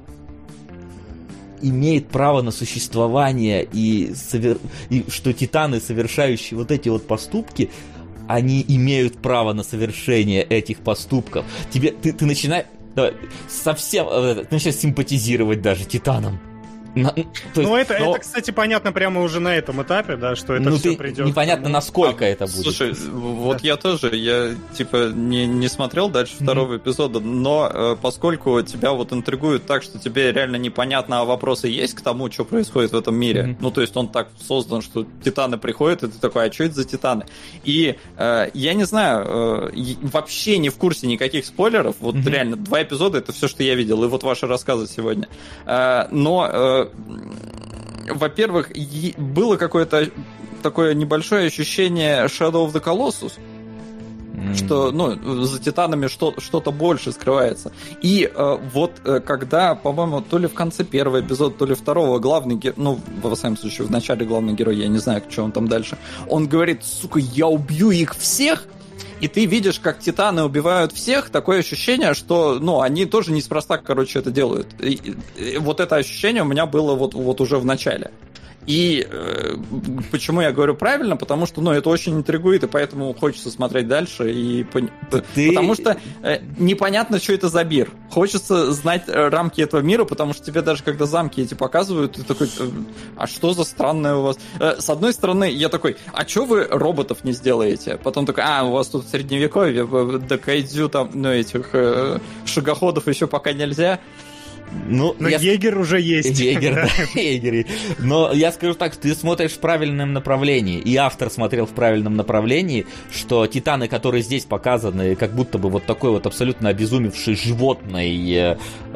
имеет право на существование, и, совер... и что титаны, совершающие вот эти вот поступки, они имеют право на совершение этих поступков. Тебе, ты, ты начинаешь давай, совсем ты начинаешь симпатизировать даже титанам. На, то ну, есть, это, но... это, кстати, понятно прямо уже на этом этапе, да, что это ну, все ты, придет. непонятно, к... насколько а, это будет. Слушай, вот я тоже, я, типа, не, не смотрел дальше второго mm-hmm. эпизода, но э, поскольку тебя вот интригует так, что тебе реально непонятно, а вопросы есть к тому, что происходит в этом мире, mm-hmm. ну, то есть он так создан, что титаны приходят, и ты такой, а что это за титаны? И э, я не знаю, э, вообще не в курсе никаких спойлеров, вот mm-hmm. реально, два эпизода, это все, что я видел, и вот ваши рассказы сегодня. Э, но... Э, во-первых, было какое-то такое небольшое ощущение Shadow of the Colossus, mm. что, ну, за титанами что- что-то больше скрывается. И э, вот э, когда, по-моему, то ли в конце первого эпизода, то ли второго, главный герой, ну, во всяком случае, в начале главный герой, я не знаю, что он там дальше, он говорит, сука, я убью их всех, и ты видишь, как титаны убивают всех, такое ощущение, что, ну, они тоже неспроста, короче, это делают. И, и, и вот это ощущение у меня было вот, вот уже в начале. И э, почему я говорю правильно? Потому что, ну, это очень интригует, и поэтому хочется смотреть дальше. И пон... Ты... Потому что э, непонятно, что это за мир. Хочется знать рамки этого мира, потому что тебе даже когда замки эти показывают, ты такой, а что за странное у вас? Э, с одной стороны, я такой, а что вы роботов не сделаете? Потом такой, а, у вас тут средневековье, до кайдзю там, ну, этих э, шагоходов еще пока нельзя. Ну, но я... егер уже есть. Егер, да, егер. Но я скажу так, ты смотришь в правильном направлении, и автор смотрел в правильном направлении, что титаны, которые здесь показаны, как будто бы вот такой вот абсолютно обезумевшей животной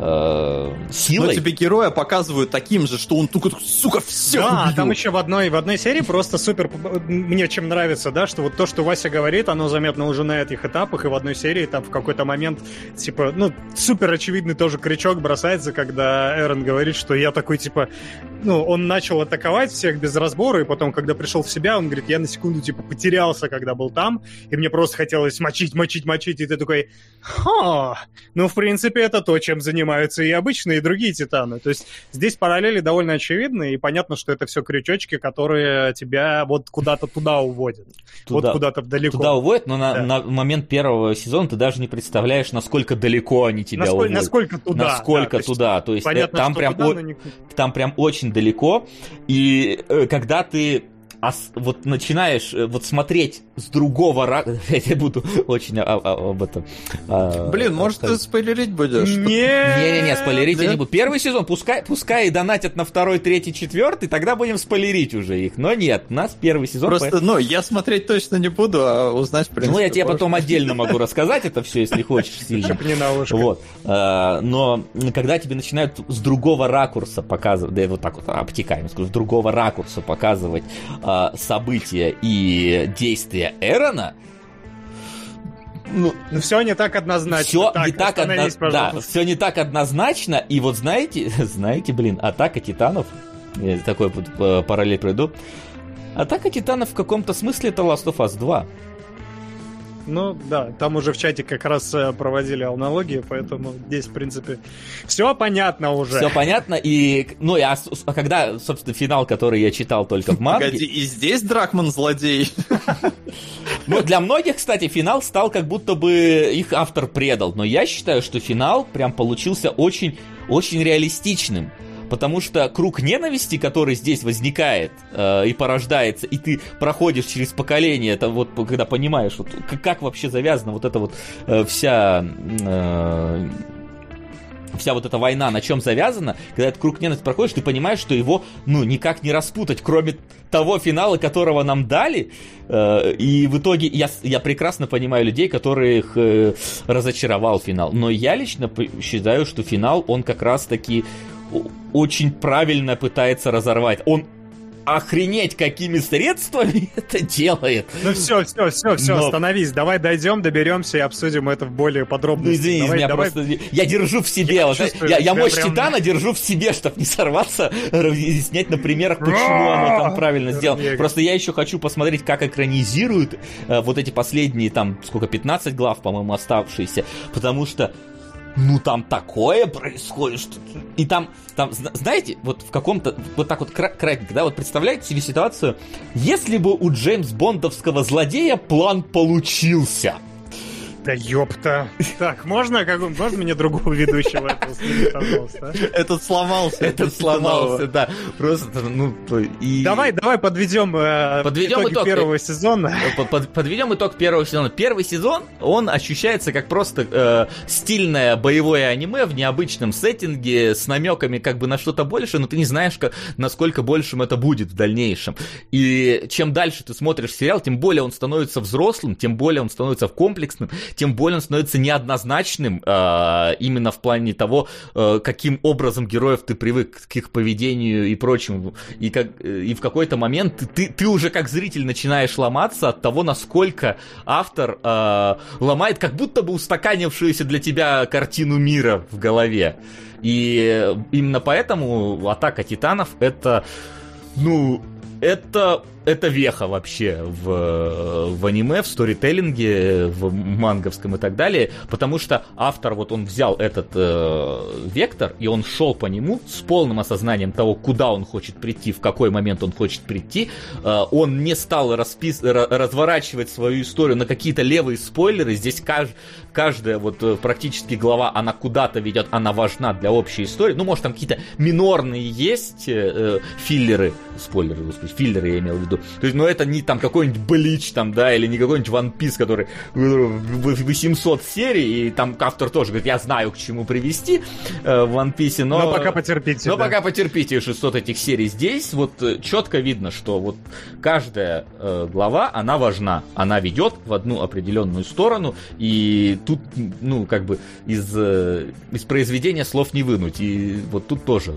э, силой. Но тебе героя показывают таким же, что он только, сука, все. Да, убил. Там еще в одной, в одной серии просто супер, мне чем нравится, да, что вот то, что Вася говорит, оно заметно уже на этих этапах, и в одной серии там в какой-то момент, типа, ну, супер очевидный тоже крючок бросается, когда Эрен говорит, что я такой, типа, ну, он начал атаковать всех без разбора, и потом, когда пришел в себя, он говорит, я на секунду, типа, потерялся, когда был там, и мне просто хотелось мочить, мочить, мочить, и ты такой, ха, ну, в принципе, это то, чем занимаются и обычные, и другие титаны. То есть здесь параллели довольно очевидны, и понятно, что это все крючочки, которые тебя вот куда-то туда уводят. Туда, вот куда-то далеко. Туда уводят, но на, да. на момент первого сезона ты даже не представляешь, насколько далеко они тебя насколько, уводят. Насколько туда. Насколько да, туда. То есть понятно, там, прям туда, о... не... там прям очень далеко. И э, когда ты ос... вот начинаешь э, вот смотреть с другого ракурса, я буду очень а, а, об этом... А, Блин, может, ты спойлерить будешь? Не-не-не, спойлерить я не буду. Первый сезон, пускай, пускай и донатят на второй, третий, четвертый, тогда будем спойлерить уже их. Но нет, у нас первый сезон... Просто, по... ну, я смотреть точно не буду, а узнать, в принципе... Ну, я тебе может. потом отдельно могу рассказать это все, если хочешь сильно. Вот. Но когда тебе начинают с другого ракурса показывать, да, вот так вот обтекаем, скажу, с другого ракурса показывать события и действия Эрона, ну, ну, все не так однозначно. Все так, не так однозначно. Да, все не так однозначно. И вот знаете, знаете, блин, Атака Титанов, я такой вот параллель приведу. Атака Титанов в каком-то смысле это Last of Us два. Ну, да, там уже в чате как раз проводили аналогии, поэтому здесь, в принципе, все понятно уже. Все понятно, и, ну, а, а когда, собственно, финал, который я читал только в манге... Погоди, и здесь Дракман злодей? Ну, для многих, кстати, финал стал как будто бы их автор предал, но я считаю, что финал прям получился очень, очень реалистичным. Потому что круг ненависти, который здесь возникает э, и порождается, и ты проходишь через поколение, это вот когда понимаешь, вот, как вообще завязана вот эта вот э, вся... Э, вся вот эта война, на чем завязана, когда этот круг ненависти проходишь, ты понимаешь, что его, ну, никак не распутать, кроме того финала, которого нам дали, э, и в итоге я, я прекрасно понимаю людей, которых э, разочаровал финал, но я лично считаю, что финал, он как раз-таки очень правильно пытается разорвать. Он охренеть какими средствами это делает. Ну все, все, все, все, Но... остановись. Давай дойдем, доберемся и обсудим это в более подробности. Ну извини, давай, меня давай... просто... Я держу в себе. Я, вот, чувствую, я, я мощь прям... Титана держу в себе, чтобы не сорваться и снять на примерах, почему оно там правильно сделано. Просто я еще хочу посмотреть, как экранизируют э, вот эти последние, там, сколько, пятнадцать глав, по-моему, оставшиеся. Потому что ну, там такое происходит, что... И там, там, знаете, вот в каком-то... Вот так вот кратенько, да, вот представляете себе ситуацию, если бы у Джеймс Бондовского злодея план получился... Да ёпта. Так, можно, как, можно мне другого ведущего этого сменить, пожалуйста? Этот сломался. Этот сломался, да. Просто, ну... И... Давай, давай подведем, подведем итоги итог первого сезона. Под, под, подведем итог первого сезона. Первый сезон, он ощущается как просто э, стильное боевое аниме в необычном сеттинге с намеками как бы на что-то больше, но ты не знаешь, как, насколько большим это будет в дальнейшем. И чем дальше ты смотришь сериал, тем более он становится взрослым, тем более он становится комплексным, тем более он становится неоднозначным э, именно в плане того, э, каким образом героев ты привык к их поведению и прочему. И, как, и в какой-то момент ты, ты уже как зритель начинаешь ломаться от того, насколько автор э, ломает как будто бы устаканившуюся для тебя картину мира в голове. И именно поэтому «Атака Титанов» — это, ну... это, это веха вообще в, в аниме, в сторителлинге, в манговском и так далее, потому что автор, вот он взял этот э, вектор, и он шел по нему с полным осознанием того, куда он хочет прийти, в какой момент он хочет прийти. Э, он не стал распис... разворачивать свою историю на какие-то левые спойлеры. Здесь кажд... каждая вот практически глава, она куда-то ведет, она важна для общей истории. Ну, может, там какие-то минорные есть э, филлеры, спойлеры, господи, филлеры я имел в виду. То есть, ну, это не там какой-нибудь Блич там, да, или не какой-нибудь One Piece, который восемьсот серий, и там автор тоже говорит, я знаю, к чему привести э, в One Piece, но... Но пока потерпите. Но да. пока потерпите шестьсот этих серий. Здесь вот четко видно, что вот каждая э, глава, она важна. Она ведет в одну определенную сторону, и тут, ну, как бы из, э, из произведения слов не вынуть. И вот тут тоже...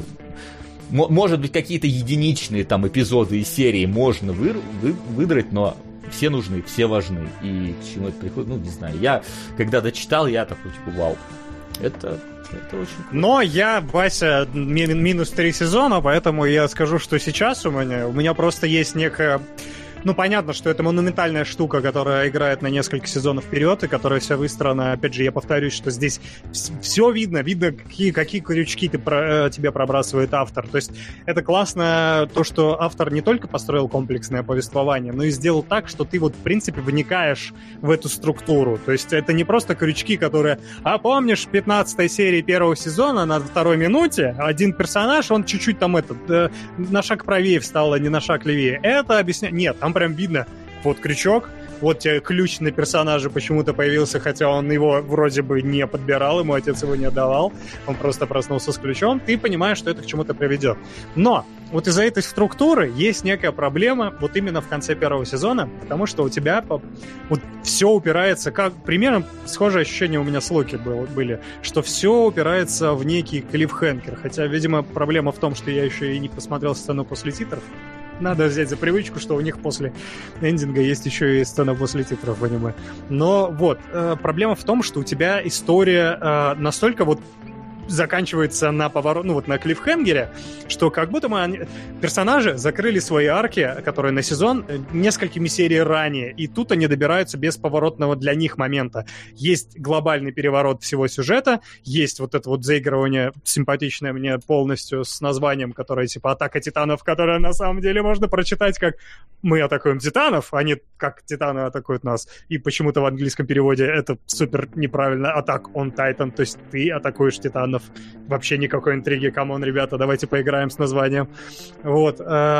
Может быть, какие-то единичные там эпизоды и серии можно вы, вы, выдрать, но все нужны, все важны. И к чему это приходит, ну, не знаю. Я, когда дочитал, я такой, типа, вау, это, это очень круто. Но я, Вася, ми- минус три сезона, поэтому я скажу, что сейчас у меня, у меня просто есть некая... Ну, понятно, что это монументальная штука, которая играет на несколько сезонов вперед, и которая вся выстроена. Опять же, я повторюсь, что здесь все видно, видно, какие, какие крючки ты про, тебе пробрасывает автор. То есть это классно, то, что автор не только построил комплексное повествование, но и сделал так, что ты вот, в принципе, вникаешь в эту структуру. То есть это не просто крючки, которые... А помнишь, в пятнадцатой серии первого сезона на второй минуте один персонаж, он чуть-чуть там этот, э, на шаг правее встал, а не на шаг левее. Это объясняет... Нет, там прям видно, вот крючок, вот тебе ключ на персонажа почему-то появился, хотя он его вроде бы не подбирал, ему отец его не давал, он просто проснулся с ключом, ты понимаешь, что это к чему-то приведет. Но вот из-за этой структуры есть некая проблема вот именно в конце первого сезона, потому что у тебя вот все упирается, как примерно схожие ощущения у меня с Локи было, были, что все упирается в некий клиффхенгер, хотя, видимо, проблема в том, что я еще и не посмотрел сцену после титров. Надо взять за привычку, что у них после эндинга есть еще и сцена после титров в аниме. Но вот, э, проблема в том, что у тебя история э, настолько вот заканчивается на поворот, ну вот на клиффхенгере, что как будто мы они, персонажи закрыли свои арки, которые на сезон, несколькими серий ранее, и тут они добираются без поворотного для них момента. Есть глобальный переворот всего сюжета, есть вот это вот заигрывание симпатичное мне полностью с названием, которое типа «Атака титанов», которое на самом деле можно прочитать как «Мы атакуем титанов», а не как «Титаны атакуют нас». И почему-то в английском переводе это супер неправильно «Attack on Titan», то есть ты атакуешь титанов. Вообще никакой интриги, камон, ребята, давайте поиграем с названием. Вот.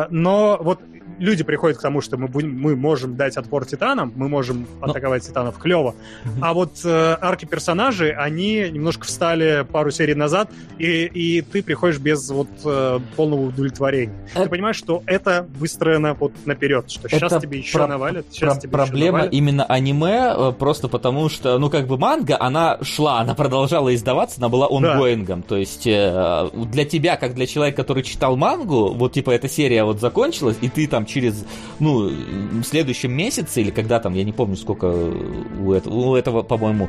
Но вот люди приходят к тому, что мы, будем, мы можем дать отпор титанам, мы можем Но... атаковать титанов, клево. Mm-hmm. А вот э, арки персонажей, они немножко встали пару серий назад, и, и ты приходишь без вот э, полного удовлетворения. Это... Ты понимаешь, что это выстроено вот наперед, что сейчас это тебе еще про... навалят, сейчас про... тебе Проблема еще навалят. Именно аниме, просто потому что, ну, как бы манга, она шла, она продолжала издаваться, она была онгоингом. Да. То есть э, для тебя, как для человека, который читал мангу, вот типа эта серия вот закончилась, и ты там через, ну, в следующем месяце, или когда там, я не помню, сколько у этого, у этого, по-моему,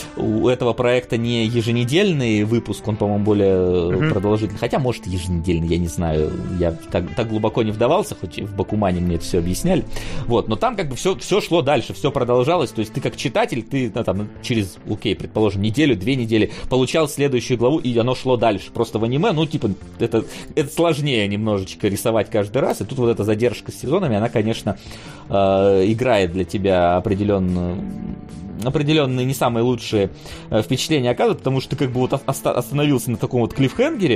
у этого проекта не еженедельный выпуск, он, по-моему, более mm-hmm. продолжительный, хотя, может, еженедельный, я не знаю, я так, так глубоко не вдавался, хоть и в Бакумане мне это все объясняли, вот, но там как бы все, все шло дальше, все продолжалось, то есть ты как читатель, ты ну, там через, окей, предположим, неделю, две недели получал следующую главу, и оно шло дальше, просто в аниме, ну, типа, это, это сложнее немножечко рисовать каждый раз, и тут вот эта задержка с сезонами, она, конечно, э, играет для тебя определенную определенные не самые лучшие э, впечатления оказывает, потому что ты как бы вот оста- остановился на таком вот клиффхенгере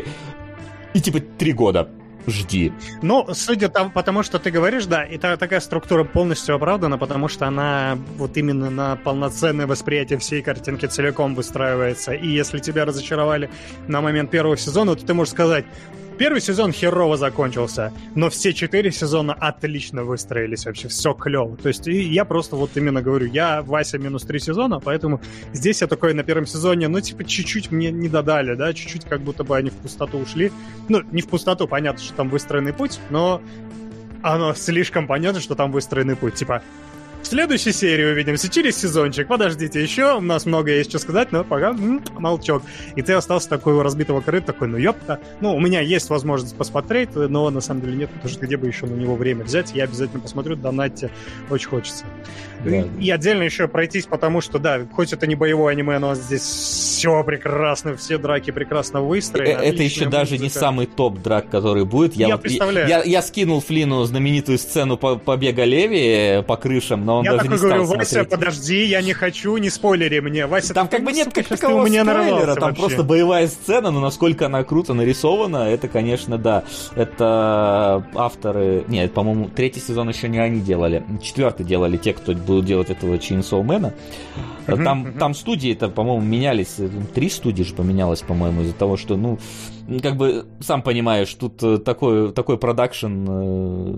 и типа три года жди. Ну, судя по потому, что ты говоришь, да, и та, такая структура полностью оправдана, потому что она вот именно на полноценное восприятие всей картинки целиком выстраивается. И если тебя разочаровали на момент первого сезона, то ты можешь сказать: первый сезон херово закончился, но все четыре сезона отлично выстроились, вообще все клево. То есть и я просто вот именно говорю, я Вася минус три сезона, поэтому здесь я такой на первом сезоне, ну типа чуть-чуть мне не додали, да, чуть-чуть как будто бы они в пустоту ушли. Ну, не в пустоту, понятно, что там выстроенный путь, но оно слишком понятно, что там выстроенный путь. Типа, в следующей серии увидимся, через сезончик. Подождите, еще у нас много есть что сказать, но пока м-м, молчок. И ты остался такой у разбитого корыта, такой, ну ёпта. Ну, у меня есть возможность посмотреть, но на самом деле нет, потому что где бы еще на него время взять, я обязательно посмотрю, донатьте, очень хочется. Да. И, и отдельно еще пройтись, потому что, да, хоть это не боевое аниме, но здесь все прекрасно, все драки прекрасно выстроены. Это еще музыка. Даже не самый топ драк, который будет. Я, я вот, представляю. Я, я скинул Флину знаменитую сцену по побега Леви по крышам, но он я даже не стал говорю, смотреть. Вася, подожди, я не хочу, не спойлери мне. Вася, там как бы нет как такового спойлера, там вообще. Просто боевая сцена, но насколько она круто нарисована, это, конечно, да. Это авторы... Нет, по-моему, третий сезон еще не они делали. Четвертый делали те, кто будут делать этого Chainsaw Man. Uh-huh, там, uh-huh. там студии-то, по-моему, менялись. Три студии же поменялось, по-моему, из-за того, что, ну, как бы, сам понимаешь, тут такой, такой продакшн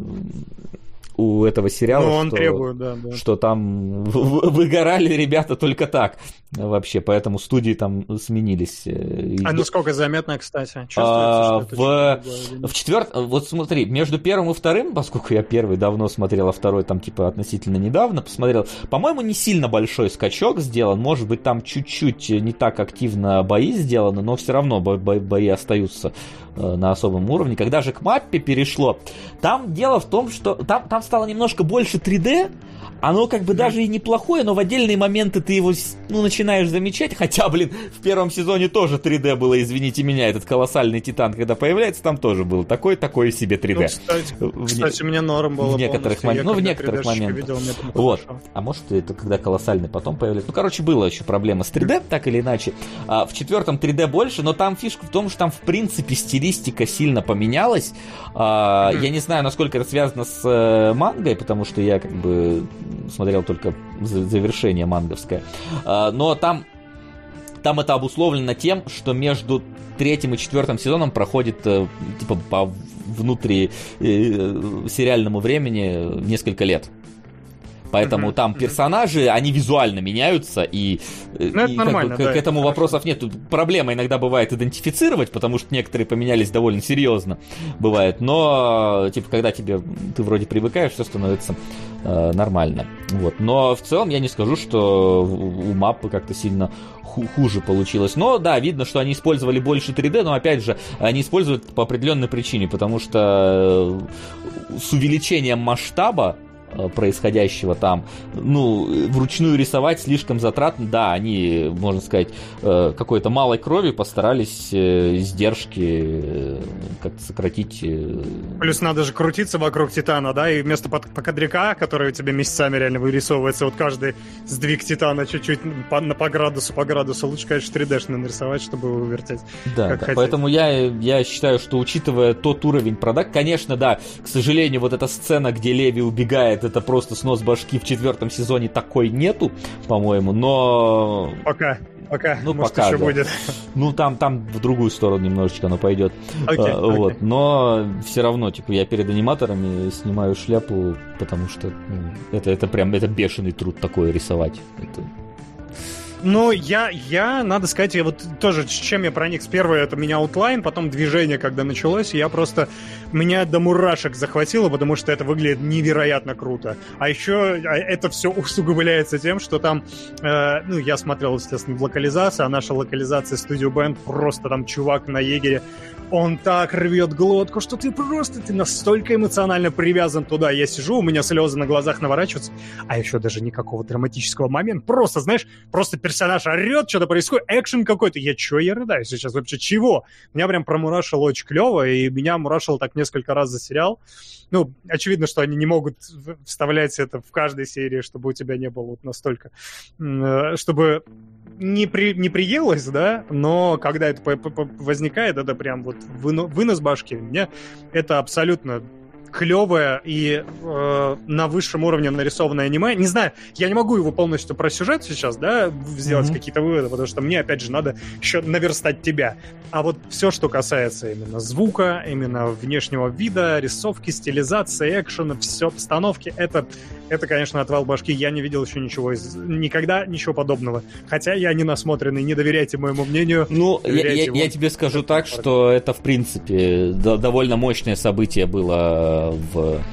у этого сериала, ну, он что, требует, да, да. что там выгорали ребята только так вообще, поэтому студии там сменились. А насколько заметно, кстати? А, в, в четвертом, вот смотри, между первым и вторым, поскольку я первый давно смотрел, а второй там типа относительно недавно посмотрел, по-моему, не сильно большой скачок сделан, может быть, там чуть-чуть не так активно бои сделаны, но все равно бо- бо- бои остаются на особом уровне. Когда же к маппе перешло, там дело в том, что там, там стало немножко больше три дэ, оно как бы даже и неплохое, но в отдельные моменты ты его, ну, начинаешь замечать, хотя, блин, в первом сезоне тоже три дэ было, извините меня, этот колоссальный Титан, когда появляется, там тоже был такой, такой себе три дэ. Ну, кстати, в, кстати, мне норм было в некоторых моментах, ну, в некоторых моментах. Видел, вот. А может, это когда колоссальный потом появляется. Ну, короче, была еще проблема с три дэ, так или иначе. А в четвертом три дэ больше, но там фишка в том, что там, в принципе, стилистика сильно поменялась. А, mm-hmm. Я не знаю, насколько это связано с э, мангой, потому что я как бы смотрел только завершение манговское. А, но там, там это обусловлено тем, что между третьим и четвертым сезоном проходит типа по внутри э, сериальному времени несколько лет. Поэтому mm-hmm. там персонажи, они визуально меняются, и, ну, и как бы, да, к этому вопросов нет. Проблема иногда бывает идентифицировать, потому что некоторые поменялись довольно серьезно, бывает. Но, типа, когда тебе ты вроде привыкаешь, все становится э, нормально. Вот. Но в целом я не скажу, что у маппы как-то сильно ху- хуже получилось. Но, да, видно, что они использовали больше три дэ, но, опять же, они используют по определенной причине, потому что с увеличением масштаба происходящего там, ну, вручную рисовать слишком затратно, да, они, можно сказать, какой-то малой крови постарались издержки как-то сократить. Плюс надо же крутиться вокруг Титана, да, и вместо покадряка, который у тебя месяцами реально вырисовывается, вот каждый сдвиг Титана чуть-чуть по, по градусу, по градусу, лучше, конечно, три дэ-шно нарисовать, чтобы его вертеть. Да, да. Поэтому я, я считаю, что, учитывая тот уровень продакт, конечно, да, к сожалению, вот эта сцена, где Леви убегает, это просто снос башки, в четвертом сезоне такой нету, по-моему, но... Пока, пока, ну, может, пока, еще да. будет. Ну, там, там в другую сторону немножечко оно пойдет. Okay, а, okay. Вот. Но все равно, типа, я перед аниматорами снимаю шляпу, потому что ну, это, это прям, это бешеный труд такое рисовать. Это... Ну, я, я, надо сказать, я вот тоже, с чем я проник с первой, это меня аутлайн, потом движение, когда началось, я просто, меня до мурашек захватило, потому что это выглядит невероятно круто. А еще это все усугубляется тем, что там, э, ну, я смотрел, естественно, в локализации, а наша локализация Studio Band, просто там чувак на егере, он так рвет глотку, что ты просто, ты настолько эмоционально привязан туда. Я сижу, у меня слезы на глазах наворачиваются, а еще даже никакого драматического момента. Просто, знаешь, просто персонаж орет, что-то происходит, экшен какой-то. Я чё, я рыдаю сейчас вообще, чего? Меня прям промурашило очень клево, и меня мурашило так несколько раз за сериал. Ну, очевидно, что они не могут вставлять это в каждой серии, чтобы у тебя не было вот настолько, чтобы не, при, не приелось, да, но когда это возникает, это прям вот вынос башки. Мне это абсолютно клевое и э, на высшем уровне нарисованное аниме. Не знаю, я не могу его полностью про сюжет сейчас, да, сделать mm-hmm. какие-то выводы, потому что мне, опять же, надо еще наверстать тебя. А вот все, что касается именно звука, именно внешнего вида, рисовки, стилизации, экшена, все, постановки, это, это, конечно, отвал башки. Я не видел еще ничего из... Никогда ничего подобного. Хотя я не насмотренный, не доверяйте моему мнению. Ну, я, я, я тебе скажу так, что это, в принципе, довольно мощное событие было в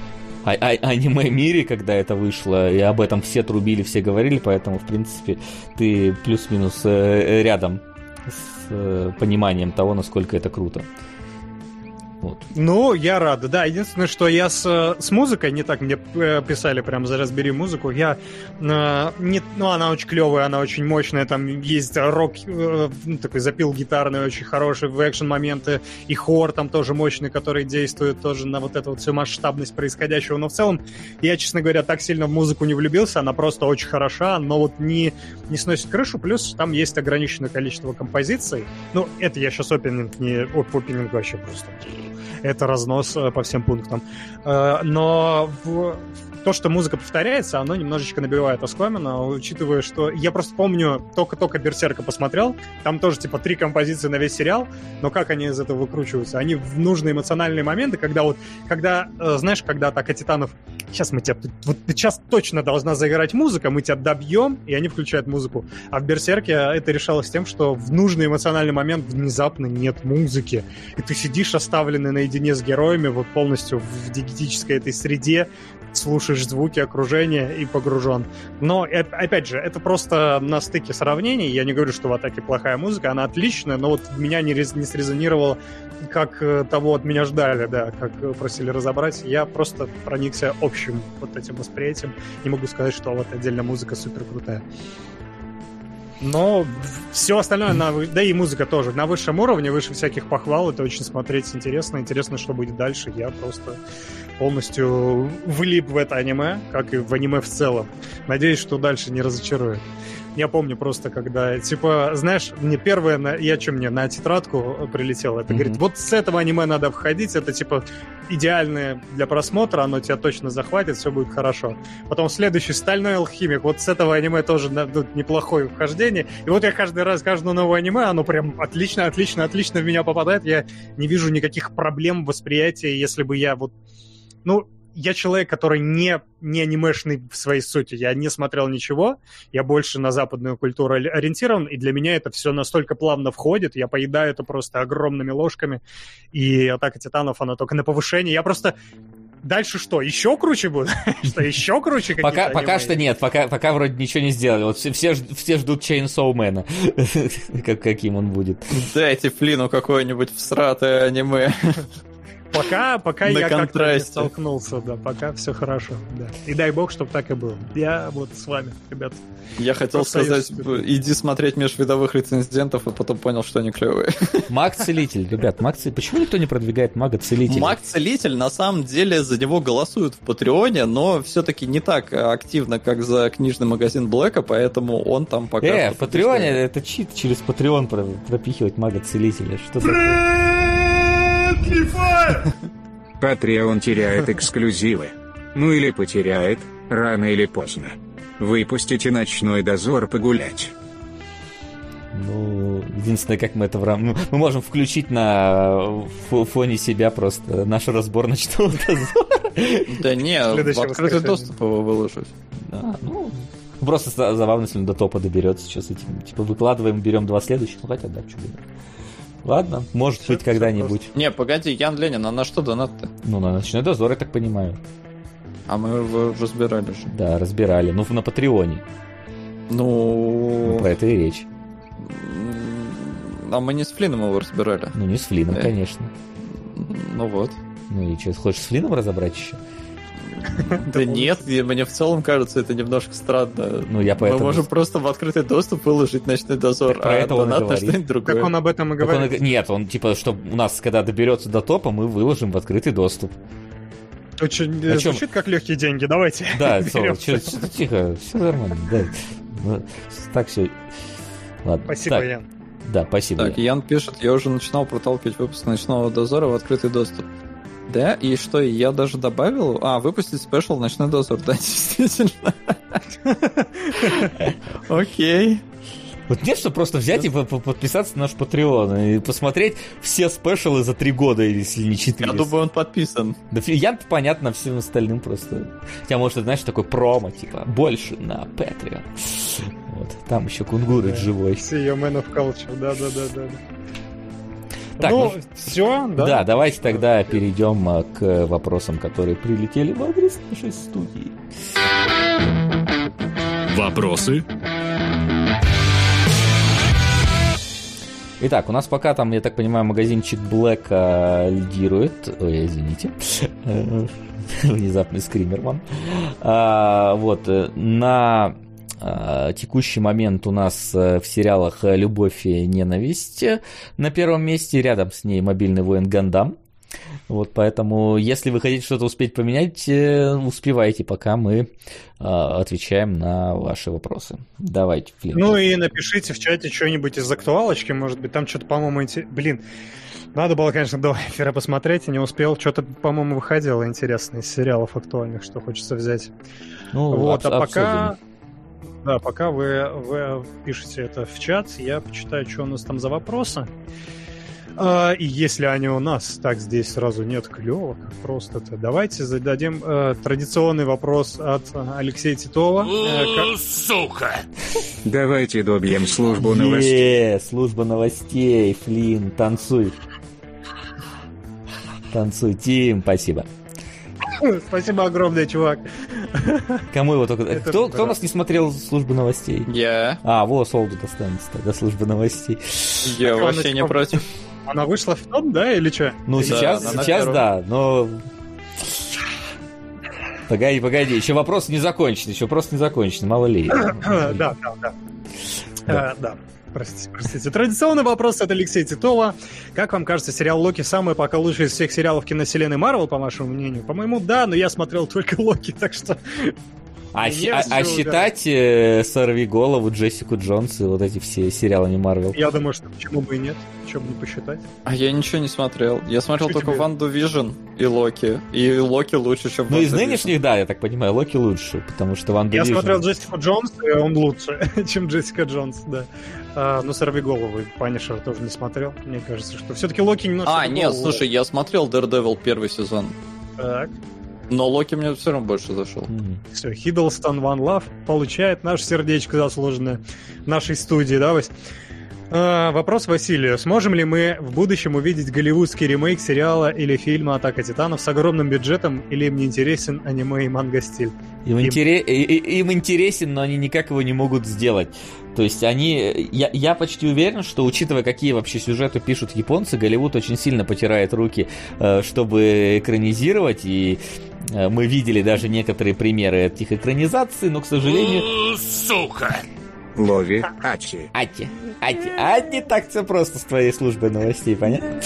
а- а- аниме-мире, когда это вышло, и об этом все трубили, все говорили, поэтому, в принципе, ты плюс-минус э, рядом с э, пониманием того, насколько это круто. Вот. Ну, я рад, да. Единственное, что я с, с музыкой, не так мне писали прям за разбери музыку, я э, не, ну, она очень клевая, она очень мощная, там есть рок, э, ну, такой запил гитарный очень хороший, в экшн-моменты, и хор там тоже мощный, который действует тоже на вот эту вот всю масштабность происходящего, но в целом, я, честно говоря, так сильно в музыку не влюбился, она просто очень хороша, но вот не, не сносит крышу, плюс там есть ограниченное количество композиций, ну, это я сейчас опенинг, не опенинг вообще просто... Это разнос по всем пунктам. Но в... то, что музыка повторяется, оно немножечко набивает оскомину, учитывая, что я просто помню, только-только «Берсерка» посмотрел, там тоже типа три композиции на весь сериал, но как они из этого выкручиваются? Они в нужные эмоциональные моменты, когда вот, когда, знаешь, когда Атака Титанов, сейчас мы тебя, вот сейчас точно должна заиграть музыка, мы тебя добьем, и они включают музыку. А в «Берсерке» это решалось тем, что в нужный эмоциональный момент внезапно нет музыки, и ты сидишь оставленный наедине с героями, вот полностью в диегетической этой среде, слушаешь звуки окружения и погружен. Но, опять же, это просто на стыке сравнений. Я не говорю, что в «Атаке» плохая музыка, она отличная, но вот меня не, рез... не срезонировало, как того от меня ждали, да, как просили разобрать. Я просто проникся общим вот этим восприятием. Не могу сказать, что вот отдельно музыка супер крутая. Но все остальное, на, да и музыка тоже, на высшем уровне, выше всяких похвал. Это очень смотреть интересно. Интересно, что будет дальше. Я просто полностью влип в это аниме, как и в аниме в целом. Надеюсь, что дальше не разочарует. Я помню просто, когда, типа, знаешь, мне первое, на, я что, мне на тетрадку прилетело, это mm-hmm. говорит, вот с этого аниме надо входить, это, типа, идеальное для просмотра, оно тебя точно захватит, все будет хорошо. Потом следующий, «Стальной алхимик», вот с этого аниме тоже ну, неплохое вхождение. И вот я каждый раз, каждое новое аниме, оно прям отлично, отлично, отлично в меня попадает. Я не вижу никаких проблем в восприятии, если бы я вот, ну, я человек, который не, не анимешный в своей сути. Я не смотрел ничего. Я больше на западную культуру ориентирован. И для меня это все настолько плавно входит. Я поедаю это просто огромными ложками. И «Атака Титанов», она только на повышение. Я просто... Дальше что? Еще круче будет? Что, еще круче какие-то пока, аниме? пока что нет. Пока, пока вроде ничего не сделали. Вот все, все, все ждут Chainsaw Man. как, каким он будет. Дайте Флину какое-нибудь всратое аниме. Пока, пока я контрасте. как-то не столкнулся, да, пока все хорошо, да. И дай бог, чтобы так и было. Я вот с вами, ребят. Я хотел сказать, иди смотреть межвидовых рецензентов, а потом понял, что они клевые. Маг-целитель, ребят, маг-целитель. Почему никто не продвигает мага-целителя? Маг-целитель, на самом деле, за него голосуют в Патреоне, но все-таки не так активно, как за книжный магазин Блэка, поэтому он там пока... Э, в Патреоне это чит через Патреон пропихивать мага-целителя. Что такое? Patreon теряет эксклюзивы. Ну или потеряет, рано или поздно. Выпустите «Ночной дозор» погулять. Ну, единственное, как мы это в рам... Мы можем включить на фоне себя просто наш разбор «Ночного дозора». Да не, в открытый доступ его выложить. Да, ну... Просто забавно, если он до топа доберется. Что с этим? Типа выкладываем, берем два следующих. Ну хотя да, что будет. Ладно, может все, быть когда-нибудь. Не, погоди, Ян Ленин, а на что донат-то? Ну, на «Ночной дозор», я так понимаю. А мы его разбирали же. Да, разбирали. Ну, на Патреоне. Ну... ну... Про это и речь. А мы не с Флином его разбирали. Ну, не с Флином, да. Конечно. Ну вот. Ну и что, хочешь с Флином разобрать еще? Да нет, мне в целом кажется, это немножко странно. Ну, я поэтому... Мы можем просто в открытый доступ выложить «Ночной дозор», а донат на что-нибудь другое. Как он об этом и говорит? Он... Нет, он типа, что у нас, когда доберется до топа, мы выложим в открытый доступ. Очень а звучит чем... как легкие деньги, давайте. Да, Соло, тихо, все нормально. Да. Ну, так все. Ладно. Спасибо, так. Ян. Да, спасибо. Так, Ян пишет, я уже начинал проталкивать выпуск «Ночного дозора» в открытый доступ. Да, и что, я даже добавил... А, выпустить спешл «Ночной дозор», да, действительно. Окей. Вот нет, что просто взять и подписаться на наш Patreon и посмотреть все спешалы за три года, если не четыре. Я думаю, он подписан. Да, я понятно, всем остальным просто. Хотя, может, знаешь, такой промо, типа, больше на Patreon. Вот, там еще Кунгурыч живой. See your man of culture, да-да-да-да. Так, ну, ну, все, да? Да, давайте тогда перейдем к вопросам, которые прилетели в адрес нашей студии. Вопросы? Итак, у нас пока там, я так понимаю, магазинчик Блэка лидирует. Ой, извините. Внезапный скример вам. А, вот, на а, текущий момент у нас в сериалах «Любовь и ненависть» на первом месте, рядом с ней «Мобильный воин Гандам». Вот, поэтому, если вы хотите что-то успеть поменять, успевайте, пока мы а, отвечаем на ваши вопросы. Давайте, Флинт. Ну и напишите в чате что-нибудь из актуалочки, может быть, там что-то, по-моему, интересно. Блин, надо было, конечно, до эфира посмотреть, я не успел. Что-то, по-моему, выходило интересное из сериалов актуальных, что хочется взять. Ну, вот, об- а пока... Обсудим. Да, пока вы, вы пишете это в чат, я почитаю, что у нас там за вопросы. А, и если они у нас, так здесь сразу нет, клево, как просто-то. Давайте зададим э, традиционный вопрос от Алексея Титова. Э, как... Сука! Давайте добьем службу новостей. Е, служба новостей, Флин, танцуй. Танцуй, Тим, спасибо. Спасибо огромное, чувак. Кому его только... Кто, кто у нас не смотрел службу новостей? Я. А, во, Солду достанется тогда служба новостей. Я Так, вообще не против. Она вышла в тот, да, или что? Ну, Да, сейчас, она на сейчас первом. да, но... Погоди, погоди, еще вопрос не закончен, еще вопрос не закончен, мало ли. Да, да, да. Да. Э, Да. Простите, простите. Традиционный вопрос от Алексея Титова. Как вам кажется, сериал «Локи» самый пока лучший из всех сериалов киновселенной Марвел, по вашему мнению? По-моему, да, но я смотрел только «Локи», так что... А, Мне а- а всё, считать э, «Сорви голову», «Джессику Джонс» и вот эти все сериалы Марвел? Я думаю, что почему бы и нет, почему бы не посчитать. А я ничего не смотрел. Я смотрел Что только тебе? Ванду Вижн и Локи. И Локи лучше, чем Ну, из Ванда нынешних, да, я так понимаю, Локи лучше, потому что Ванда Я Вижн- смотрел Джессику Джонс, и он лучше, чем Джессика Джонс, да. А, ну, «Сорви голову» и «Панишер» тоже не смотрел. Мне кажется, что все-таки Локи немножко... А, нет, другого. слушай, я смотрел Daredevil первый сезон. Так, Но Локи мне все равно больше зашел. Мгм. все, Hiddleston One Love получает наше сердечко заслуженное в нашей студии, да, Вась? А, вопрос Василию. Сможем ли мы в будущем увидеть голливудский ремейк сериала или фильма «Атака Титанов» с огромным бюджетом, или им не интересен аниме и манга-стиль? Им, Им. интере- и- и- им интересен, но они никак его не могут сделать. То есть они... Я, я почти уверен, что, учитывая, какие вообще сюжеты пишут японцы, Голливуд очень сильно потирает руки, э, чтобы экранизировать, и э, мы видели даже некоторые примеры этих экранизаций, но, к сожалению... Сука! Лови, Ачи. Ати, Ати, а не так все просто с твоей службой новостей, понятно?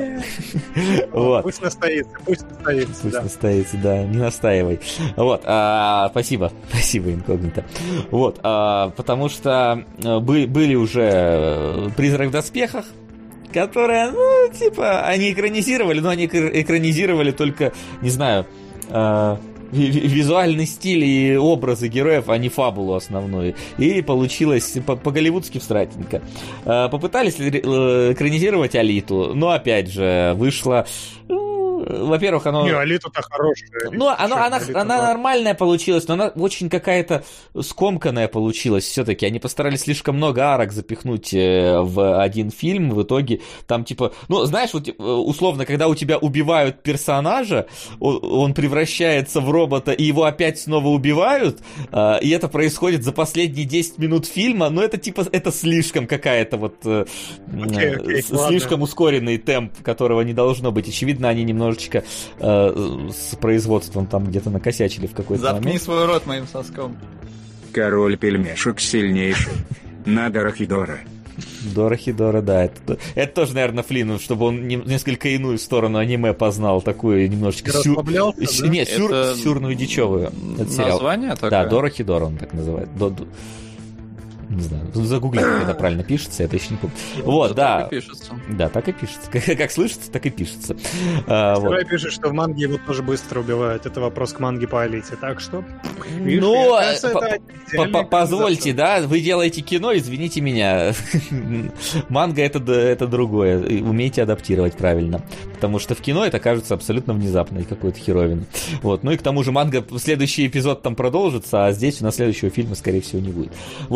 Вот. Пусть настоится, пусть настоится, Пусть да. настоится, да, не настаивай. Вот, а, спасибо, спасибо, инкогнито. Вот, а, потому что а, бы- были уже э, «Призрак в доспехах», которые, ну, типа, они экранизировали, но они экр- экранизировали только, не знаю, а, ви- ви- визуальный стиль и образы героев, а не фабулу основную. И получилось по- по-голливудски всратенько. А, Попытались ли- э, экранизировать «Алиту», но, опять же, вышло... ну, во-первых, оно... Не, Алита-то хорошая. Ну, Алита, она, чё, она, Алита она классная. нормальная получилась, но она очень какая-то скомканная получилась все-таки. Они постарались слишком много арок запихнуть э, в один фильм. В итоге там типа... Ну, знаешь, вот, э, условно, когда у тебя убивают персонажа, он, он превращается в робота, и его опять снова убивают, э, и это происходит за последние десять минут фильма, но это типа... Это слишком какая-то вот... э, Окей, окей, с- ладно. слишком ускоренный темп, которого не должно быть. Очевидно, они немножечко э, с производством там где-то накосячили в какой-то Заткни момент. свой рот моим соском. Король пельмешек сильнейший. Надо Рахидора. Дорохидора, да. Это, это тоже, наверное, Флину, чтобы он не- несколько иную сторону аниме познал, такую немножечко сюр... Расслаблялся, с- да? Нет, сюр... Это сюрную дичевую. Это сериал. Название такое? Да, Дорохидора он так называет. До- до- Не знаю, загуглите, как это правильно пишется, это еще не помню. Вот, Это да. так и пишется. Да, так и пишется. Как, как слышится, так и пишется. А, вот. Сарай пишет, что в манге его тоже быстро убивают. Это вопрос к манге по Алите. Так что... видишь, Ну, мне кажется, по- это По- отдельная по- Позвольте, экранизация. да, вы делаете кино, извините меня. Манга это, д- это другое. И умейте адаптировать правильно. Потому что в кино это кажется абсолютно внезапной какой-то херовиной. Вот. Ну и к тому же манга, следующий эпизод там продолжится, а здесь у нас следующего фильма, скорее всего, не будет. Вот. А, ки-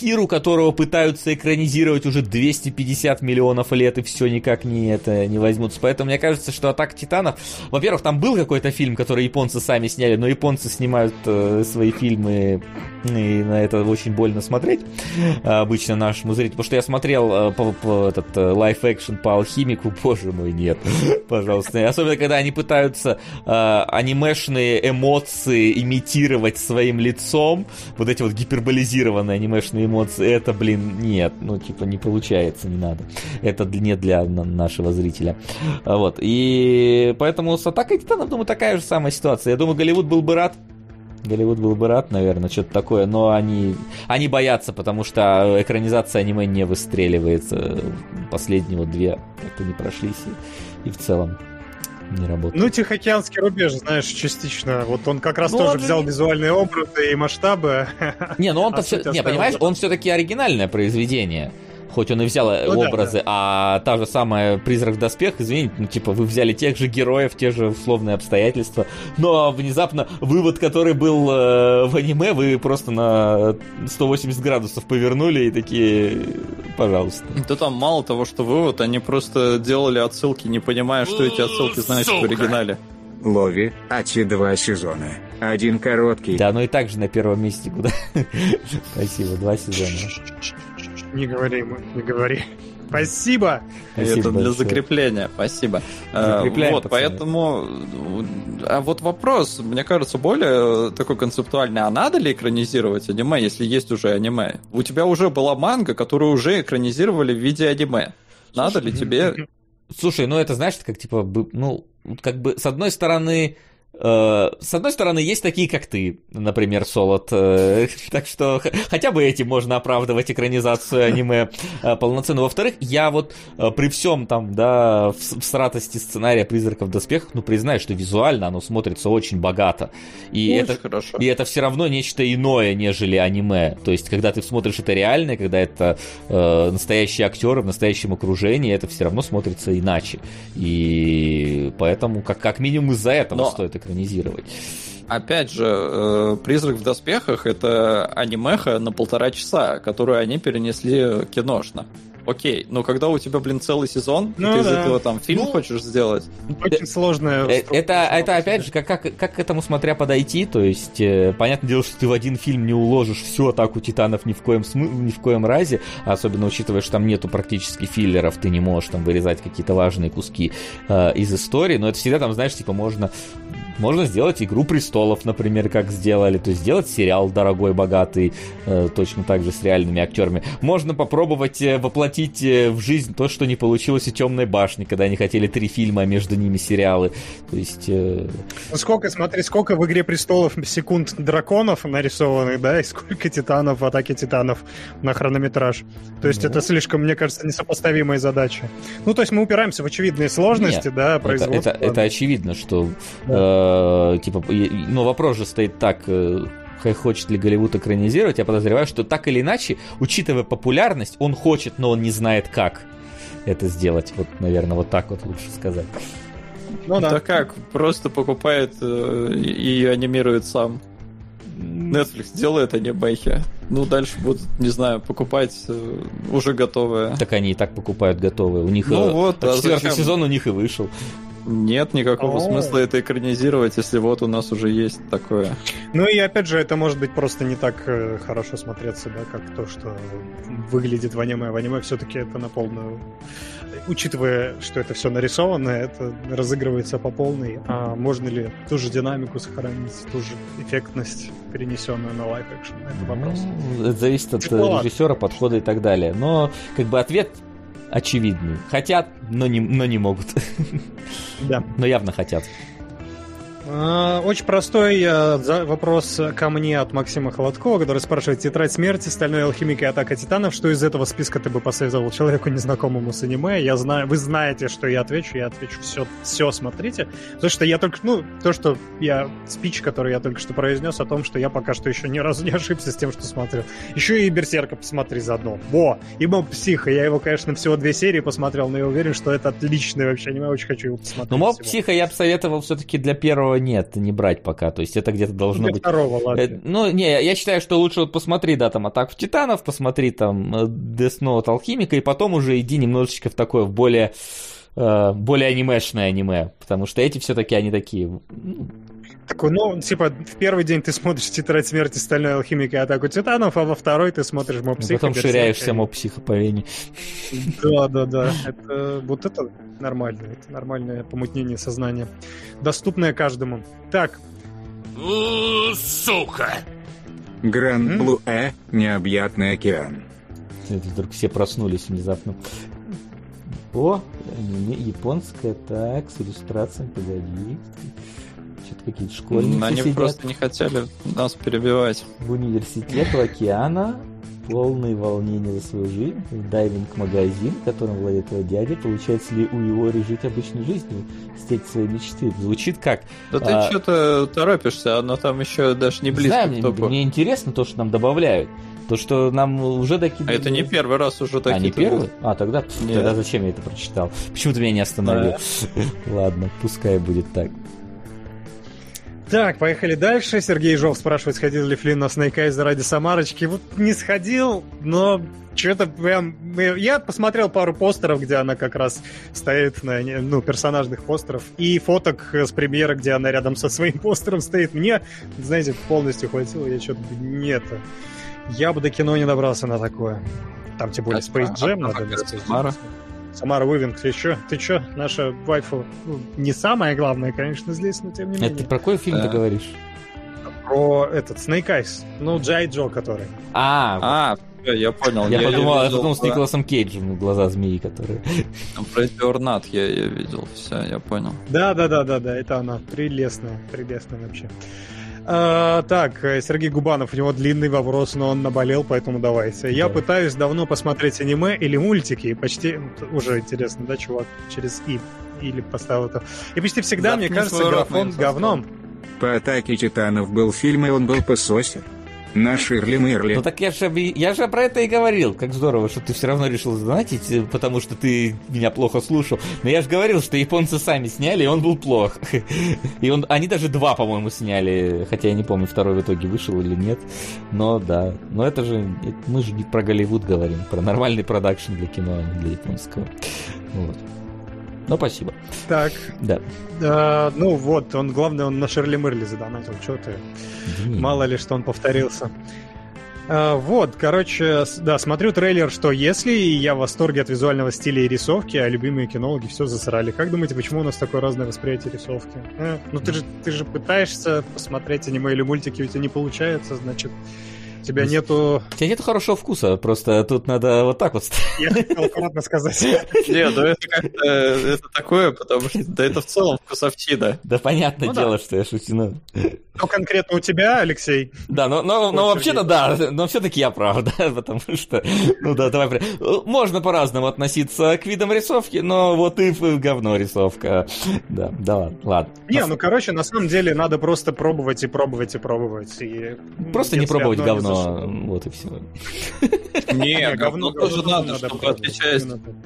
Акиру, которого пытаются экранизировать уже двести пятьдесят миллионов лет, и все никак не, это, не возьмутся. Поэтому мне кажется, что «Атака Титанов», во-первых, там был какой-то фильм, который японцы сами сняли, но японцы снимают э, свои фильмы, и на это очень больно смотреть обычно нашему зрителю. Потому что я смотрел э, по, по, этот лайф-экшн по «Алхимику», боже мой, нет, пожалуйста. И особенно, когда они пытаются э, анимешные эмоции имитировать своим лицом, вот эти вот гиперболизированные анимешные эмоции, это, блин, нет, ну, типа, не получается, не надо. Это не для нашего зрителя. Вот, и поэтому с «Атакой Титанов», думаю, такая же самая ситуация. Я думаю, Голливуд был бы рад, Голливуд был бы рад, наверное, что-то такое, но они, они боятся, потому что экранизация аниме не выстреливается. Последние вот две как-то не прошлись, и, и в целом не работает. Ну, «Тихоокеанский рубеж», знаешь, частично. Вот он как раз ну, тоже он взял же... визуальные образы и масштабы. Не, ну он-то а все... Не, понимаешь, он все-таки оригинальное произведение. Хоть он и взял ну, образы, да, да. А та же самая «Призрак в доспехах», извините, ну, типа, вы взяли тех же героев, те же условные обстоятельства, но внезапно вывод, который был э, в аниме, вы просто на сто восемьдесят градусов повернули и такие, пожалуйста. Да там мало того, что вывод, они просто делали отсылки, не понимая, что эти отсылки значат в оригинале. Лови, Ати два сезона. Один короткий. Да, ну и так же на первом месте куда. Спасибо, два сезона. Не говори ему, не говори. Спасибо! Спасибо Это большое. Для закрепления, спасибо. Закрепляем, вот, пацаны. Поэтому... А вот вопрос, мне кажется, более такой концептуальный. А надо ли экранизировать аниме, если есть уже аниме? У тебя уже была манга, которую уже экранизировали в виде аниме. Надо ли тебе... Слушай, ну это, знаешь, как типа... Ну, как бы, с одной стороны... С одной стороны, есть такие, как ты, например, Солод, так что хотя бы этим можно оправдывать экранизацию аниме полноценно. Во-вторых, я вот при всем там, да, в сратости сценария «Призраков в доспехах», ну, признаю, что визуально оно смотрится очень богато. И, очень это, хорошо. И это все равно нечто иное, нежели аниме. То есть, когда ты смотришь это реальное, когда это э, настоящие актеры в настоящем окружении, это все равно смотрится иначе. И поэтому, как, как минимум, из-за этого Но... стоит экранизировать. Опять же, «Призрак в доспехах» — это анимеха на полтора часа, которую они перенесли киношно. Окей, но когда у тебя, блин, целый сезон, ну, ты да. из этого там фильм ну, хочешь сделать? Очень сложная... Это, это опять же, как, как, как к этому смотря подойти, то есть, э, понятное дело, что ты в один фильм не уложишь всю «Атаку Титанов» ни в коем, смы... ни в коем разе, особенно учитывая, что там нету практически филлеров, ты не можешь там вырезать какие-то важные куски э, из истории, но это всегда там, знаешь, типа можно... Можно сделать «Игру престолов», например, как сделали, то есть сделать сериал дорогой, богатый, э, точно так же с реальными актерами. Можно попробовать э, воплотить э, в жизнь то, что не получилось у «Темной башни», когда они хотели три фильма, а между ними сериалы. То есть... Э... Ну сколько, смотри, сколько в «Игре престолов» секунд драконов нарисованных, да, и сколько титанов в «Атаке Титанов» на хронометраж. То есть ну... это слишком, мне кажется, несопоставимая задача. Ну, то есть мы упираемся в очевидные сложности, Нет, да, производства. Это, это, это очевидно, что... Да. Э, Типа, но вопрос же стоит так, хочет ли Голливуд экранизировать. Я подозреваю, что так или иначе, учитывая популярность, он хочет, но он не знает, как это сделать. Вот, наверное, вот так вот лучше сказать. Ну да. Да как? Просто покупает э, и анимирует сам. Netflix делает анимехи. Ну, дальше будут, не знаю, покупать э, уже готовые. Так они и так покупают готовые. У них ну, вот, а четвертый сезон у них и вышел. Нет никакого О-о-о. смысла это экранизировать, если вот у нас уже есть такое. Ну и опять же, это может быть просто не так э, хорошо смотреться, да, как то, что выглядит в аниме. В аниме все-таки это на полную... Учитывая, что это все нарисовано, это разыгрывается по полной. А можно ли ту же динамику сохранить, ту же эффектность, перенесенную на лайв-экшн? Это вопрос. Ну, это зависит от Тепло. режиссера, подхода и так далее. Но как бы ответ... очевидный. Хотят, но не, но не могут. Да. Но явно хотят. Очень простой вопрос ко мне от Максима Холодкова, который спрашивает: «Тетрадь смерти», «Стальной алхимик» и «Атака Титанов». Что из этого списка ты бы посоветовал человеку, незнакомому с аниме? Я знаю, вы знаете, что я отвечу. Я отвечу все, все смотрите. Потому что я только... Ну, то, что я... Спич, который я только что произнес о том, что я пока что еще ни разу не ошибся с тем, что смотрел. Еще и «Берсерка» посмотри заодно. Во! И «Моб Психо». Я его, конечно, всего две серии посмотрел, но я уверен, что это отличный вообще аниме. Очень хочу его посмотреть. Ну, «Моб Психо» я бы советовал все-таки для первого первого нет, не брать пока. То есть это где-то должно ну, быть... Второго, ладно. Э, ну, не, я считаю, что лучше вот посмотри, да, там «Атаку Титанов», посмотри там Death Note, Алхимика, и потом уже иди немножечко в такое, в более, э, более анимешное аниме. Потому что эти все-таки, они такие... Ну, такой, ну, типа, в первый день ты смотришь «Тетрадь смерти», «Стальной алхимик» и «Атаку Титанов», а во второй ты смотришь «Моб Психо». Потом ширяешься «Моб Психо» по вене. Да, да, да. Это, вот это нормально. Это нормальное помутнение сознания. Доступное каждому. Так. Сука! Гранд Блу Э, необъятный океан. Это вдруг все проснулись внезапно. О, японская, так, с иллюстрацией, погоди. Что-то какие-то школьники Они сидят. просто не хотели нас перебивать. В университет у океана, полные волнения за свою жизнь, в дайвинг-магазин, которым владеет его дядя, получается ли у его жить обычной жизнью, встретить свои мечты. Звучит как... Да ты а... что-то торопишься, оно там еще даже не близко Знаю, к мне, топу. мне интересно то, что нам добавляют. То, что нам уже докидывают. А это не первый раз уже такие. А, не первый? А, тогда, Нет. тогда зачем я это прочитал? Почему ты меня не остановил? Да. Ладно, пускай будет так. Так, поехали дальше. Сергей Жов спрашивает, сходил ли Флинн на Snake Eyes ради Самарочки. Вот не сходил, но что-то прям... Я посмотрел пару постеров, где она как раз стоит на, ну, персонажных постеров, и фоток с премьеры, где она рядом со своим постером стоит. Мне, знаете, полностью хватило. Я что-то... Нет. Я бы до кино не добрался на такое. Там, тем более, Space Jam а, надо. а, на Space Самара. Jam. Самара Уивинг, ты чё? Ты чё? Наша вайфу, ну, не самое главное, конечно, здесь, но тем не менее. Это ты про какой фильм Да. ты говоришь? Про этот, Snake Eyes. Ну, Джай Джо, который. А, А, всё, я понял. я, подумал, я видел подумал с про- Николасом Кейджем, глаза змеи, которые... Про Орнат я ее видел. Все, я понял. Да-да-да-да-да, это она. Прелестная, прелестная вообще. А, так, Сергей Губанов, у него длинный вопрос, но он наболел, поэтому давайте. Я Да. пытаюсь давно посмотреть аниме или мультики, и почти... Уже интересно, да, чувак? Через «и» или поставил это. И почти всегда, Заткни мне кажется, свой рот графон моим говном. По «Атаке Титанов» был фильм, и он был пососен. На Ширли Мерли. Ну так я же, я же про это и говорил. Как здорово, что ты все равно решил задонатить, потому что ты меня плохо слушал. Но я же говорил, что японцы сами сняли, и он был плох. И он, они даже два, по-моему, сняли. Хотя я не помню, второй в итоге вышел или нет. Но да. Но это же... Мы же не про Голливуд говорим. Про нормальный продакшн для кино, а не для японского. Вот. Ну, спасибо. Так, Да. а, ну вот, он, главное, он на Шерли Мерли задонатил. Чё ты? Извини. Мало ли, что он повторился. А, вот, короче, с- да, смотрю трейлер «Что если», и я в восторге от визуального стиля и рисовки, а любимые кинологи все засрали. Как думаете, почему у нас такое разное восприятие рисовки? А? Ну ты же, ты же пытаешься посмотреть аниме или мультики, у тебя не получается, значит, у тебя нету... У тебя нет хорошего вкуса, просто тут надо вот так вот. Я хотел аккуратно сказать. Не, ну это как-то это такое, потому что да это в целом вкусовщина. Да, понятное Ну да. дело, что я шутил. Ну, Ну, конкретно у тебя, Алексей. Да, но, но, но Ой, вообще-то да, но все-таки я прав, да, потому что, ну да, давай, при- можно по-разному относиться к видам рисовки, но вот и в говно рисовка, да, да, ладно, ладно. Не, ну, короче, на самом деле надо просто пробовать и пробовать и пробовать. И, Просто не если пробовать одно не говно, зашло- вот и все. Не, говно тоже надо, чтобы пробовать. отличать. Именно так.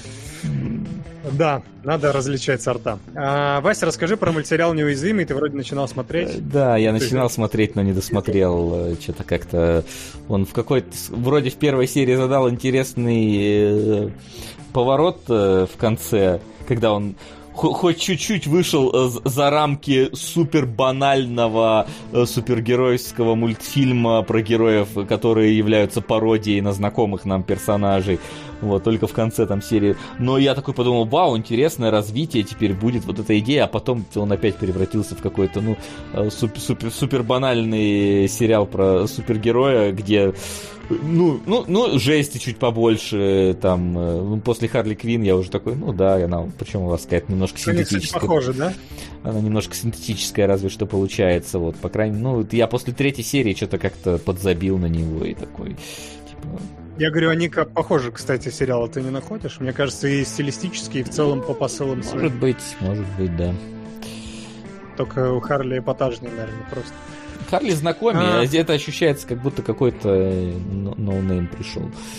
Да, надо различать сорта. А, Вася, расскажи про мультсериал «Неуязвимый». Ты вроде начинал смотреть. Да, я Ты начинал же- смотреть, но не досмотрел, что-то как-то он в какой-то, вроде в первой серии задал интересный э, поворот э, в конце, когда он хо- хоть чуть-чуть вышел э, з- за рамки супер банального э, супергеройского мультфильма про героев, которые являются пародией на знакомых нам персонажей. Вот, только в конце там серии. Но я такой подумал, вау, интересное развитие теперь будет, вот эта идея, а потом он опять превратился в какой-то, ну, э, супер, супер, супер банальный сериал про супергероя, где ну, ну, ну, жести чуть побольше, там, э, ну, после Харли Квинн я уже такой, ну да, она, причем у вас какая-то немножко Они, кстати, синтетическая. похожи, да? Она немножко синтетическая, разве что получается, вот, по крайней мере, ну, вот я после третьей серии что-то как-то подзабил на него и такой, типа... Я говорю, они как похожи, кстати, сериалы ты не находишь? Мне кажется, и стилистически, и в целом по посылам Может своим. быть, может быть, да. Только у Харли эпатажнее, наверное, просто. Харли знакомее, А. а это ощущается, как будто какой-то э, но- ноунейм пришел.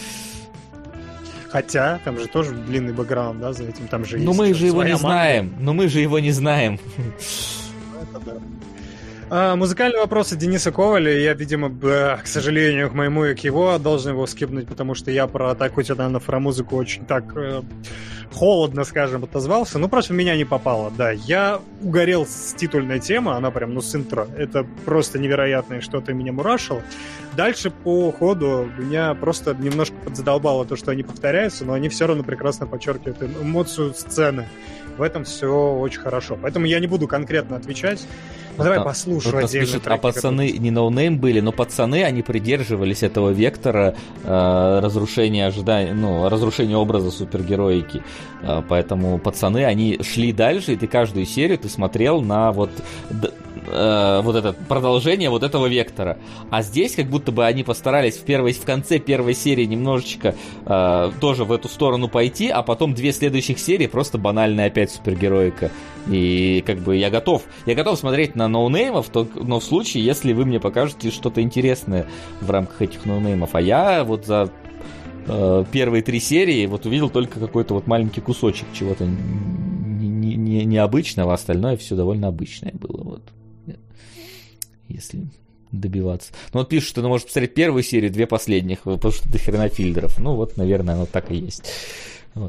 Хотя, там же тоже длинный бэкграунд, да, за этим, там же Но есть мы же его своя не манга. знаем, но мы же его не знаем. Это это да. А, музыкальные вопросы Дениса Коваля. Я, видимо, к сожалению, к моему и к его должен его скипнуть, потому что я про Атаку Титанов, про музыку очень так э, холодно, скажем, отозвался. Ну, просто в меня не попало, да. Я угорел с титульной темы, она прям, ну, с интро. Это просто невероятное, что-то меня мурашило. Дальше по ходу меня просто немножко подзадолбало то, что они повторяются, но они все равно прекрасно подчеркивают эмоцию сцены. В этом все очень хорошо. Поэтому я не буду конкретно отвечать. Ну, давай послушаю отдельно. Пишут, а пацаны не ноунейм были, но пацаны, они придерживались этого вектора э, разрушения ожидания, ну, разрушения образа супергероики. Э, поэтому пацаны, они шли дальше, и ты каждую серию ты смотрел на вот, э, вот это продолжение вот этого вектора. А здесь как будто бы они постарались в, первой, в конце первой серии немножечко э, тоже в эту сторону пойти, а потом две следующих серии просто банальная опять супергероика. И как бы я готов, я готов смотреть на ноунеймов, но в случае, если вы мне покажете что-то интересное в рамках этих ноунеймов. А я вот за э, первые три серии вот увидел только какой-то вот маленький кусочек чего-то не, не, не, необычного, а остальное все довольно обычное было. Вот. Если добиваться. Ну вот пишут, что ты можешь посмотреть первую серию, две последних, потому что до хрена фильдеров. Ну вот, наверное, оно так и есть. Вот.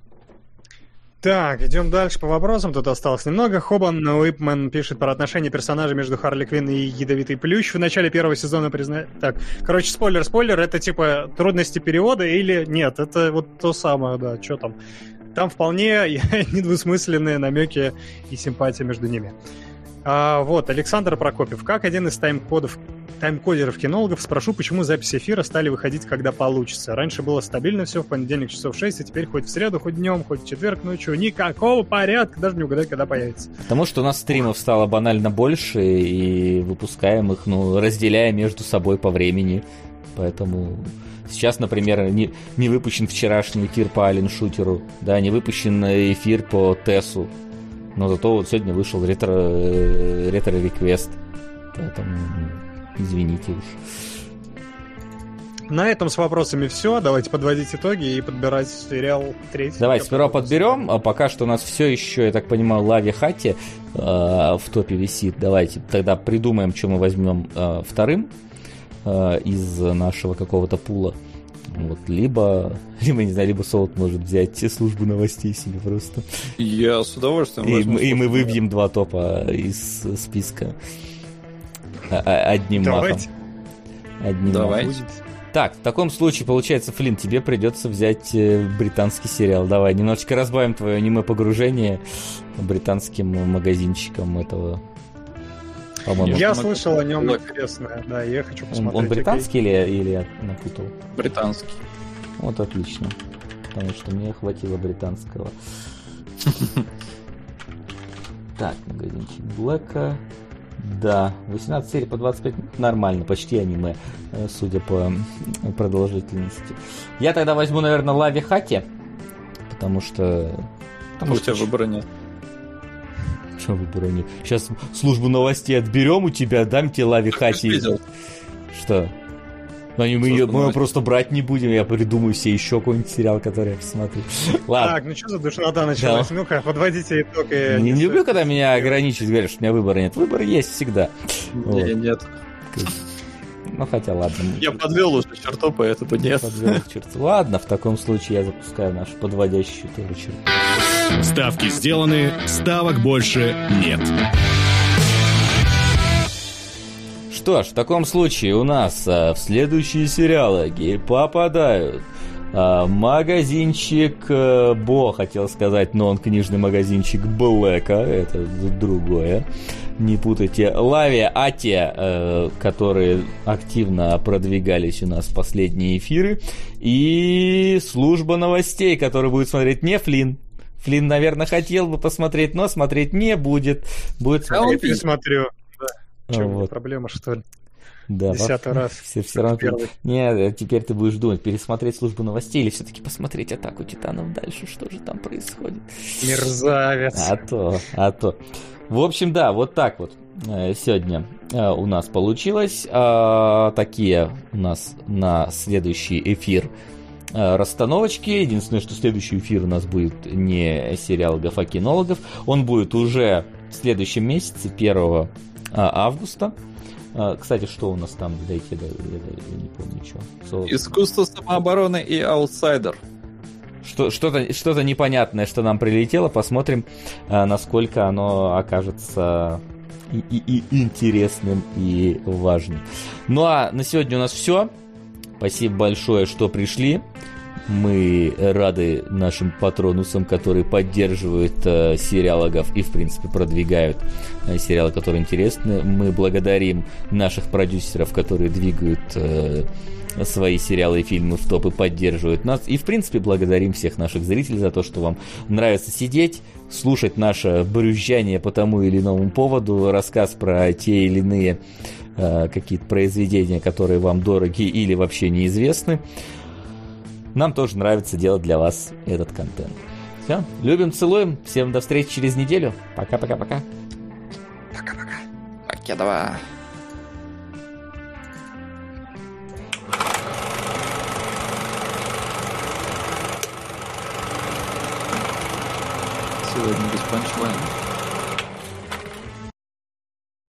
Так, идем дальше по вопросам. Тут осталось немного. Хобан Уипман пишет про отношения персонажей между Харли Квинн и Ядовитый Плющ. В начале первого сезона признали... Так, короче, спойлер, спойлер. Это типа трудности перевода или нет? Это вот то самое, да, что там. Там вполне недвусмысленные намеки и симпатия между ними. А, вот, Александр Прокопьев. Как один из тайм-кодов, тайм-кодеров-кинологов спрошу, почему записи эфира стали выходить, когда получится. Раньше было стабильно все, в понедельник часов шесть, и теперь хоть в среду, хоть днем, хоть в четверг ночью. Никакого порядка, даже не угадать, когда появится. Потому что у нас стримов стало банально больше, и выпускаем их, ну, разделяя между собой по времени. Поэтому... Сейчас, например, не, не выпущен вчерашний эфир по Ален Шутеру, да, не выпущен эфир по Тессу. Но зато вот сегодня вышел ретро, ретро-реквест. Поэтому извините уж. На этом с вопросами все. Давайте подводить итоги и подбирать сериал третий. Давайте сперва подберем. А пока что у нас все еще, я так понимаю, Лави Хати э, в топе висит. Давайте тогда придумаем, что мы возьмем э, вторым э, из нашего какого-то пула. Вот, либо, либо, не знаю, либо Солод может взять службу новостей себе просто. Я с удовольствием и, возьму. И мы выбьем два топа из списка одним Давайте. махом. Одним Давайте. махом. Так, в таком случае, получается, Флинн, тебе придется взять британский сериал. Давай, немножечко разбавим твое аниме-погружение британским магазинчиком этого... По-моему. Я слышал о нем интересное, да, я хочу посмотреть. Он, он британский или, или я напутал? Британский. Вот отлично, потому что мне хватило британского. Так, магазинчик Блэка. Да, восемнадцать серий по двадцать пять минут, нормально, почти аниме, судя по продолжительности. Я тогда возьму, наверное, Лави Хати, потому что... Потому У что... тебя выбора нет. Что выбора нет? Сейчас службу новостей отберем у тебя, дам тебе Лави Хати. Что? Ну, мы, ее, мы ее просто брать не будем, я придумаю себе еще какой-нибудь сериал, который я посмотрю. Ладно. Так, ну что за душнота началась? Да. Ну-ка, подводите итог. Не, не люблю, когда меня ограничивают, говорят, что у меня выбора нет. Выбор есть всегда. Вот. Нет. Ну, хотя ладно. Я подвел уже черту, поэтому нет. Подвел черту. Ладно, в таком случае я запускаю нашу подводящую тоже черту. Ставки сделаны, ставок больше нет. Что ж, в таком случае у нас а, в следующие сериалы попадают а, магазинчик а, Бо, хотел сказать, но он книжный магазинчик Блэка, это другое. Не путайте. Лави Ати, а, которые активно продвигались у нас в последние эфиры. И служба новостей, которую будет смотреть не Флинн. Флинн, наверное, хотел бы посмотреть, но смотреть не будет. Будет смотреть. Я пересмотрю. Что, вот. Проблема, что ли? Да, Десятый раз. Все, все равно ты... Нет, теперь ты будешь думать, пересмотреть службу новостей или все-таки посмотреть Атаку Титанов дальше, что же там происходит. Мерзавец. А то, а то. В общем, да, вот так вот сегодня у нас получилось. Такие у нас на следующий эфир расстановочки. Единственное, что следующий эфир у нас будет не сериал Гафа кинологов, он будет уже в следующем месяце, первого августа. Кстати, что у нас там? Дайте, я, я не помню, что. Искусство самообороны и аутсайдер. Что, что-то, что-то непонятное, что нам прилетело. Посмотрим, насколько оно окажется и, и, и интересным и важным. Ну а на сегодня у нас все. Спасибо большое, что пришли. Мы рады нашим патронусам, которые поддерживают э, сериалогов и, в принципе, продвигают э, сериалы, которые интересны. Мы благодарим наших продюсеров, которые двигают э, свои сериалы и фильмы в топ и поддерживают нас. И, в принципе, благодарим всех наших зрителей за то, что вам нравится сидеть, слушать наше брюзжание по тому или иному поводу, рассказ про те или иные э, какие-то произведения, которые вам дороги или вообще неизвестны. Нам тоже нравится делать для вас этот контент. Все, любим, целуем. Всем до встречи через неделю. Пока-пока-пока. Пока-пока. Покедова. Сегодня без панчлайна.